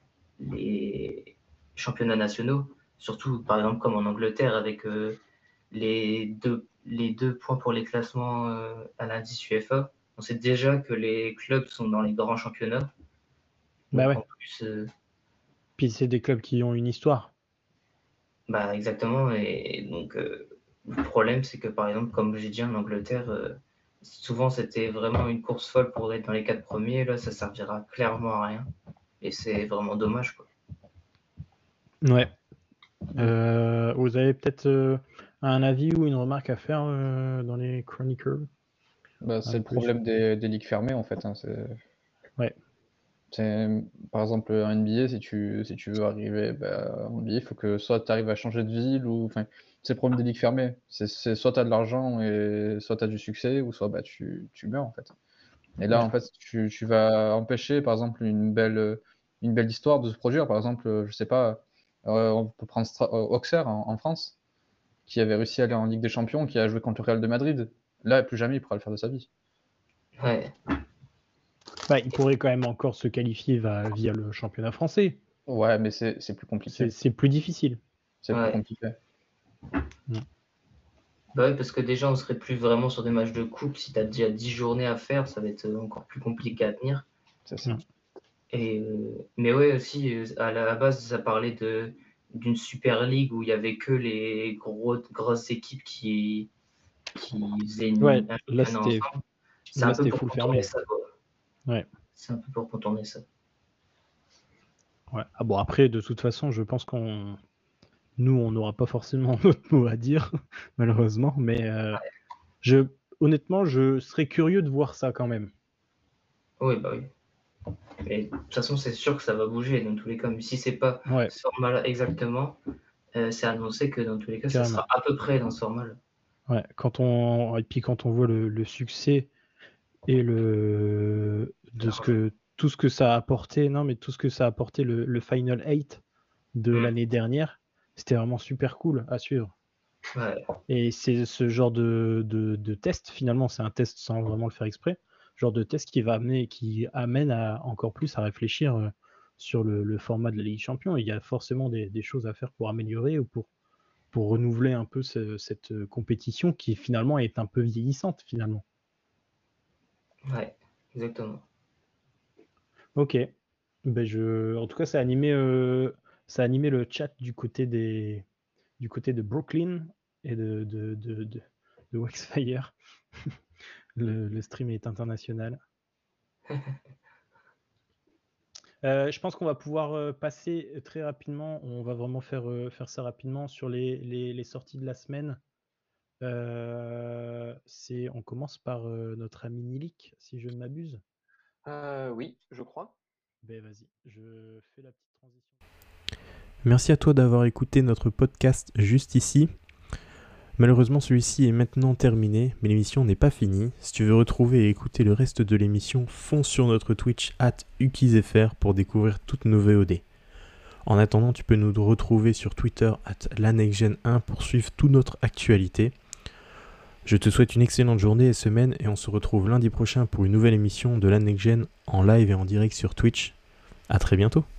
championnats nationaux. Surtout, par exemple, comme en Angleterre, avec les deux points pour les classements à l'indice UEFA. On sait déjà que les clubs sont dans les grands championnats. Bah Donc ouais. en plus, Puis c'est des clubs qui ont une histoire. bah exactement. Et donc le problème, c'est que par exemple, comme j'ai dit en Angleterre, souvent c'était vraiment une course folle pour être dans les 4 premiers. Là, ça servira clairement à rien. Et c'est vraiment dommage, quoi. Ouais. Vous avez peut-être un avis ou une remarque à faire dans les chroniqueurs? Bah, c'est le problème des ligues fermées en fait. Hein, Ouais. Par exemple, en NBA, si tu veux arriver en NBA, il faut que soit tu arrives à changer de ville, ou enfin, c'est le problème des ligues fermées. C'est soit tu as de l'argent et soit tu as du succès, ou soit tu meurs en fait. Et là, en fait, tu vas empêcher, par exemple, une belle histoire de se produire. Par exemple, je sais pas, on peut prendre Auxerre en France, qui avait réussi à aller en Ligue des Champions, qui a joué contre le Real de Madrid. Là, plus jamais il pourra le faire de sa vie. Ouais. Bah, il pourrait quand même encore se qualifier via le championnat français. Ouais, mais c'est plus compliqué. C'est plus difficile. C'est plus compliqué. Bah ouais, parce que déjà, on serait plus vraiment sur des matchs de coupe. Si tu as déjà 10 journées à faire, ça va être encore plus compliqué à tenir. C'est ça. Et, mais ouais, aussi, à la base, ça parlait d'une Super League où il y avait que les grosses équipes qui faisaient un championnat ensemble. C'est un peu pour contourner ça, quoi. Ouais. C'est un peu pour contourner ça. Ouais. Ah bon, après, de toute façon, je pense nous, on n'aura pas forcément notre mot à dire, malheureusement, mais honnêtement, je serais curieux de voir ça quand même. Oui, bah oui. Mais de toute façon, c'est sûr que ça va bouger dans tous les cas. Mais si c'est pas ce format-là exactement, c'est annoncé que dans tous les cas, ça sera à peu près dans ce format-là. Ouais, et puis quand on voit le succès et tout ce que ça a apporté, tout ce que ça a apporté le Final 8 de l'année dernière, c'était vraiment super cool à suivre. Ouais. Et c'est ce genre de test, finalement, c'est un test sans vraiment le faire exprès, genre de test qui amène encore plus à réfléchir sur le format de la Ligue des Champions. Il y a forcément des choses à faire pour améliorer ou pour renouveler un peu cette compétition qui finalement est un peu vieillissante finalement. Ouais, exactement. Ok. En tout cas, ça a animé le chat du côté de Brooklyn et de Waxfire. Le stream est international. Je pense qu'on va pouvoir passer très rapidement. On va vraiment faire ça rapidement sur les sorties de la semaine. On commence par notre ami Nilik, si je ne m'abuse. Oui, je crois. Ben vas-y, je fais la petite transition. Merci à toi d'avoir écouté notre podcast juste ici. Malheureusement, celui-ci est maintenant terminé, mais l'émission n'est pas finie. Si tu veux retrouver et écouter le reste de l'émission, fonce sur notre Twitch @ukizfr pour découvrir toutes nos VOD. En attendant, tu peux nous retrouver sur Twitter @lanexgen1 pour suivre toute notre actualité. Je te souhaite une excellente journée et semaine et on se retrouve lundi prochain pour une nouvelle émission de la Next Gen en live et en direct sur Twitch. À très bientôt.